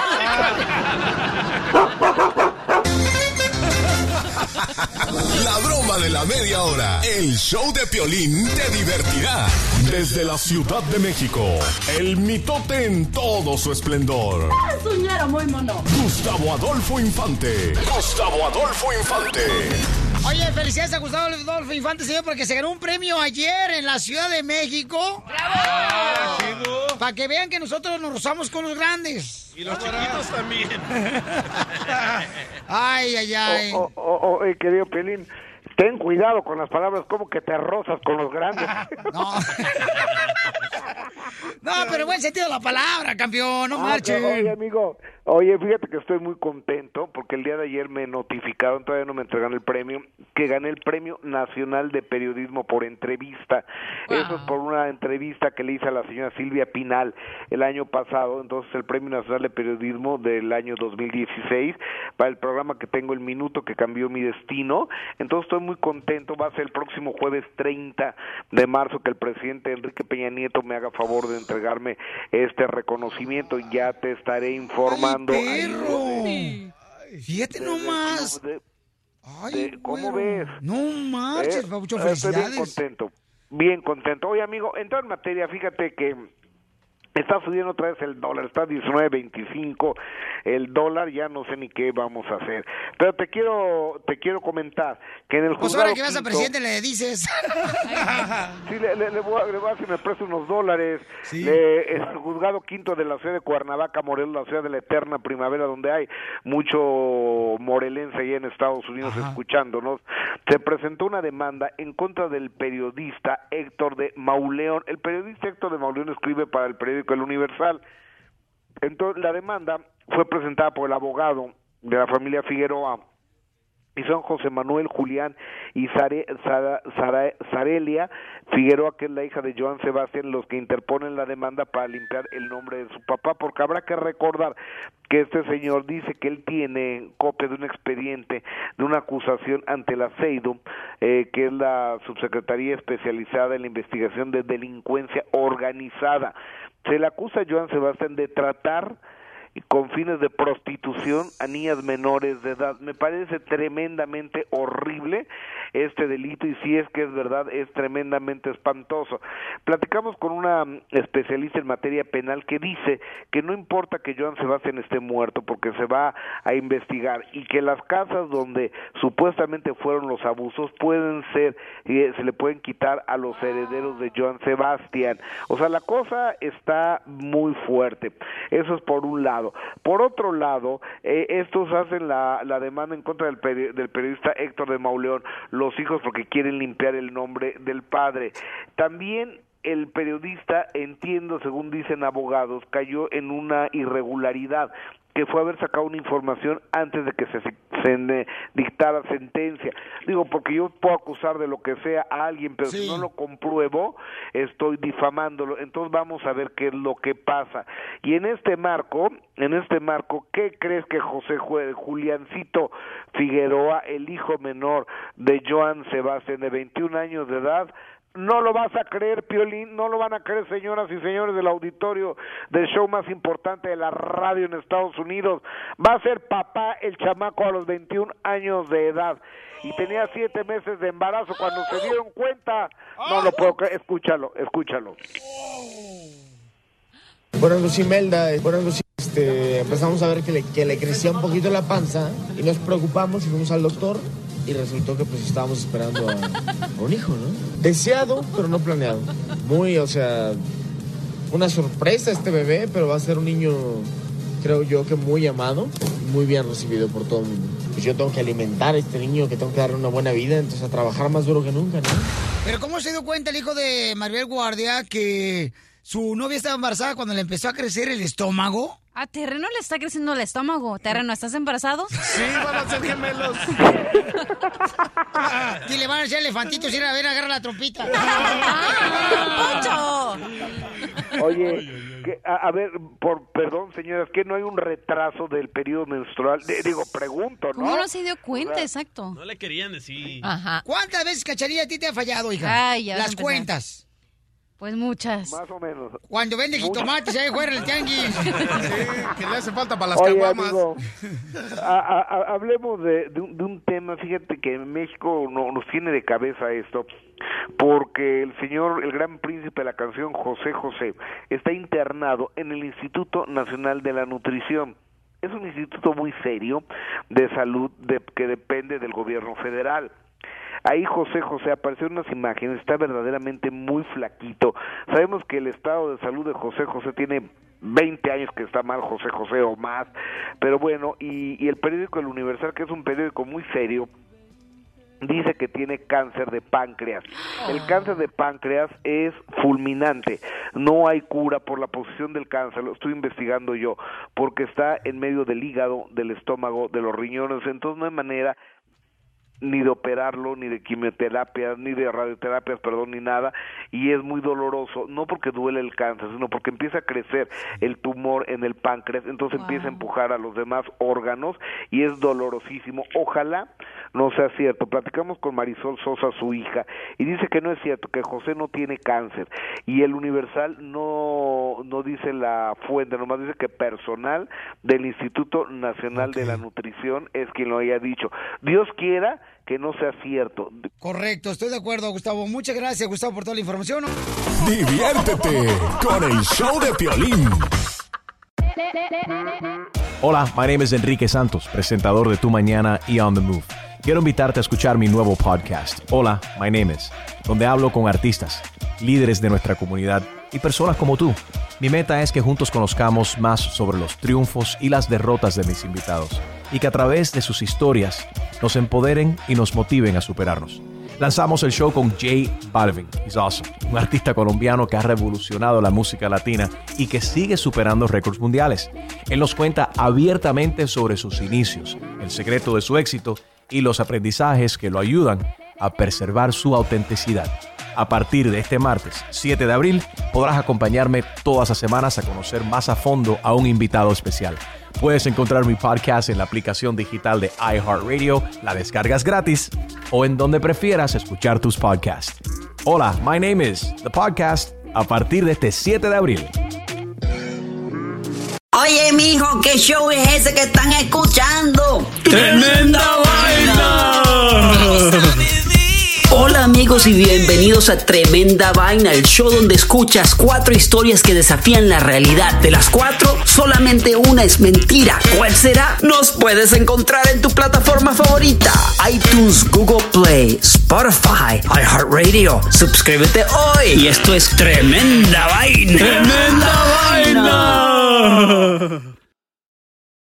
Speaker 7: La broma de la media hora. El show de Piolín te divertirá. Desde la Ciudad de México, el mitote en todo su esplendor.
Speaker 24: Soñaron muy mono.
Speaker 7: Gustavo Adolfo Infante. Gustavo Adolfo Infante.
Speaker 2: Oye, felicidades a Gustavo Adolfo Infante, señor, porque se ganó un premio ayer en la Ciudad de México. ¡Bravo! Para que vean que nosotros nos rozamos con los grandes.
Speaker 6: Y los chiquitos también.
Speaker 2: Ay, ay, ay.
Speaker 21: Oh, oh, oh, oh, eh, querido Pelín, ten cuidado con las palabras, como que te rozas con los grandes.
Speaker 2: No. No, pero buen sentido de la palabra, campeón, no
Speaker 21: Ah,
Speaker 2: marchen.
Speaker 21: pero, Oye, amigo, oye, fíjate que estoy muy contento porque el día de ayer me notificaron, todavía no me entregan el premio, que gané el Premio Nacional de Periodismo por entrevista. Wow. Eso es por una entrevista que le hice a la señora Silvia Pinal el año pasado, entonces el Premio Nacional de Periodismo del año dos mil dieciséis, para el programa que tengo, El Minuto que Cambió Mi Destino. Entonces estoy muy contento, va a ser el próximo jueves treinta de marzo que el presidente Enrique Peña Nieto me haga favor de entregarme este reconocimiento, ya te estaré informando.
Speaker 2: ¡Ay, perro! Fíjate nomás.
Speaker 21: De,
Speaker 2: Ay,
Speaker 21: de, ¿Cómo
Speaker 2: güero.
Speaker 21: ves?
Speaker 2: No marches,
Speaker 21: eh,
Speaker 2: Pabuchón,
Speaker 21: estoy
Speaker 2: felicidades.
Speaker 21: bien contento, bien contento. Oye, amigo, entrando en materia, fíjate que está subiendo otra vez el dólar, está diecinueve veinticinco el dólar, ya no sé ni qué vamos a hacer. Pero te quiero te quiero comentar que en el
Speaker 2: Pues
Speaker 21: juzgado
Speaker 2: ahora que vas a
Speaker 21: quinto-
Speaker 2: presidente le dices.
Speaker 21: Sí, le, le, le voy a, le voy a que me preste unos dólares.
Speaker 2: Sí.
Speaker 21: Le- el juzgado quinto de la ciudad de Cuernavaca, Morelos, la ciudad de la eterna primavera, donde hay mucho morelense allá en Estados Unidos escuchándonos, se presentó una demanda en contra del periodista Héctor de Mauleón. El periodista Héctor de Mauleón escribe para el periódico El Universal. Entonces, la demanda fue presentada por el abogado de la familia Figueroa, y son José Manuel, Julián
Speaker 18: y Sare, Sara, Sara, Sarelia Figueroa, que es la hija de Joan Sebastián, los que interponen la demanda para limpiar el nombre de su papá, porque habrá que recordar que este señor dice que él tiene copia de un expediente de una acusación ante la CEIDO, eh, que es la Subsecretaría Especializada en la Investigación de Delincuencia Organizada. Se le acusa a Joan Sebastián de tratar con fines de prostitución a niñas menores de edad. Me parece tremendamente horrible este delito, y si es que es verdad, es tremendamente espantoso. Platicamos con una especialista en materia penal que dice que no importa que Joan Sebastián esté muerto, porque se va a investigar, y que las casas donde supuestamente fueron los abusos pueden ser, eh, se le pueden quitar a los herederos de Joan Sebastián. O sea, la cosa está muy fuerte. Eso es por un lado. Por otro lado, eh, estos hacen la, la demanda en contra del, peri- del periodista Héctor de Mauleón, los hijos, porque quieren limpiar el nombre del padre. También el periodista, entiendo, según dicen abogados, cayó en una irregularidad, que fue haber sacado una información antes de que se, se dictara sentencia. Digo, porque yo puedo acusar de lo que sea a alguien, pero sí. Si no lo compruebo, estoy difamándolo. Entonces vamos a ver qué es lo que pasa. Y en este marco, en este marco, ¿qué crees que José Juliancito Figueroa, el hijo menor de Joan Sebastián, de veintiún años de edad, no lo vas a creer, Piolín, no lo van a creer, señoras y señores del auditorio del show más importante de la radio en Estados Unidos? Va a ser papá el chamaco a los veintiún años de edad, y tenía siete meses de embarazo cuando se dieron cuenta. No lo puedo creer, escúchalo, escúchalo.
Speaker 19: Bueno, Lucy Melda, bueno, Lucy, este, empezamos a ver que le, que le crecía un poquito la panza, y nos preocupamos y fuimos al doctor. Y resultó que pues estábamos esperando a, a un hijo, ¿no? Deseado, pero no planeado. Muy, o sea, una sorpresa este bebé, pero va a ser un niño, creo yo, que muy amado, muy bien recibido por todo el mundo. Pues yo tengo que alimentar a este niño, que tengo que darle una buena vida, entonces a trabajar más duro que nunca, ¿no?
Speaker 2: Pero ¿cómo se dio cuenta el hijo de Maribel Guardia que su novia estaba embarazada cuando le empezó a crecer el estómago?
Speaker 3: A Terreno le está creciendo el estómago. Terreno, ¿estás embarazado?
Speaker 4: Sí, van a ser gemelos.
Speaker 2: Y le van a hacer elefantitos y ir a ver, agarra la trompita.
Speaker 3: ¡Poncho!
Speaker 18: Oye, que, a, a ver, por perdón, señoras, que no hay un retraso del periodo menstrual. De, digo, pregunto, ¿no?
Speaker 3: ¿Cómo no se dio cuenta? O sea, exacto.
Speaker 6: No le querían decir.
Speaker 3: Ajá.
Speaker 2: ¿Cuántas veces, Cacharilla, a ti te ha fallado, hija?
Speaker 3: Ay, ya
Speaker 2: las cuentas.
Speaker 3: Pues muchas.
Speaker 18: Más o menos.
Speaker 2: Cuando vende jitomates ahí fuera en el tianguis.
Speaker 4: Sí, que le hace falta para las
Speaker 18: Oye,
Speaker 4: caguamas.
Speaker 18: Amigo, a, a, a, hablemos de, de, un, de un tema, fíjate que en México no, nos tiene de cabeza esto, porque el señor, el gran príncipe de la canción, José José, está internado en el Instituto Nacional de la Nutrición. Es un instituto muy serio de salud de, que depende del gobierno federal. Ahí José José apareció en unas imágenes, está verdaderamente muy flaquito. Sabemos que el estado de salud de José José tiene veinte años que está mal José José o más, pero bueno, y, y el periódico El Universal, que es un periódico muy serio, dice que tiene cáncer de páncreas. El cáncer de páncreas es fulminante, no hay cura por la posición del cáncer, lo estoy investigando yo, porque está en medio del hígado, del estómago, de los riñones, entonces no hay manera ni de operarlo, ni de quimioterapias, ni de radioterapias, perdón, ni nada, y es muy doloroso, no porque duele el cáncer, sino porque empieza a crecer el tumor en el páncreas, entonces wow. empieza a empujar a los demás órganos, y es dolorosísimo. Ojalá no sea cierto. Platicamos con Marisol Sosa, su hija, y dice que no es cierto, que José no tiene cáncer, y el Universal no, no dice la fuente, nomás dice que personal del Instituto Nacional okay. de la Nutrición es quien lo haya dicho. Dios quiera que no sea cierto.
Speaker 2: Correcto, estoy de acuerdo, Gustavo. Muchas gracias, Gustavo, por toda la información.
Speaker 7: Diviértete con el show de Piolín.
Speaker 20: Hola, my name is Enrique Santos, presentador de Tu Mañana y On The Move. Quiero invitarte a escuchar mi nuevo podcast, Hola, my name is, donde hablo con artistas, líderes de nuestra comunidad y personas como tú. Mi meta es que juntos conozcamos más sobre los triunfos y las derrotas de mis invitados y que a través de sus historias nos empoderen y nos motiven a superarnos. Lanzamos el show con J Balvin, he's awesome, un artista colombiano que ha revolucionado la música latina y que sigue superando récords mundiales. Él nos cuenta abiertamente sobre sus inicios, el secreto de su éxito y los aprendizajes que lo ayudan a preservar su autenticidad. A partir de este martes, siete de abril, podrás acompañarme todas las semanas a conocer más a fondo a un invitado especial. Puedes encontrar mi podcast en la aplicación digital de iHeartRadio, la descargas gratis, o en donde prefieras escuchar tus podcasts. Hola, my name is The Podcast, a partir de este siete de abril.
Speaker 11: Oye, mijo, ¿qué show es ese que están escuchando?
Speaker 9: ¡Tremenda Vaina!
Speaker 11: Hola amigos y bienvenidos a Tremenda Vaina, el show donde escuchas cuatro historias que desafían la realidad. De las cuatro, solamente una es mentira. ¿Cuál será? Nos puedes encontrar en tu plataforma favorita: iTunes, Google Play, Spotify, iHeartRadio. Suscríbete hoy. Y esto es Tremenda Vaina.
Speaker 9: ¡Tremenda Vaina!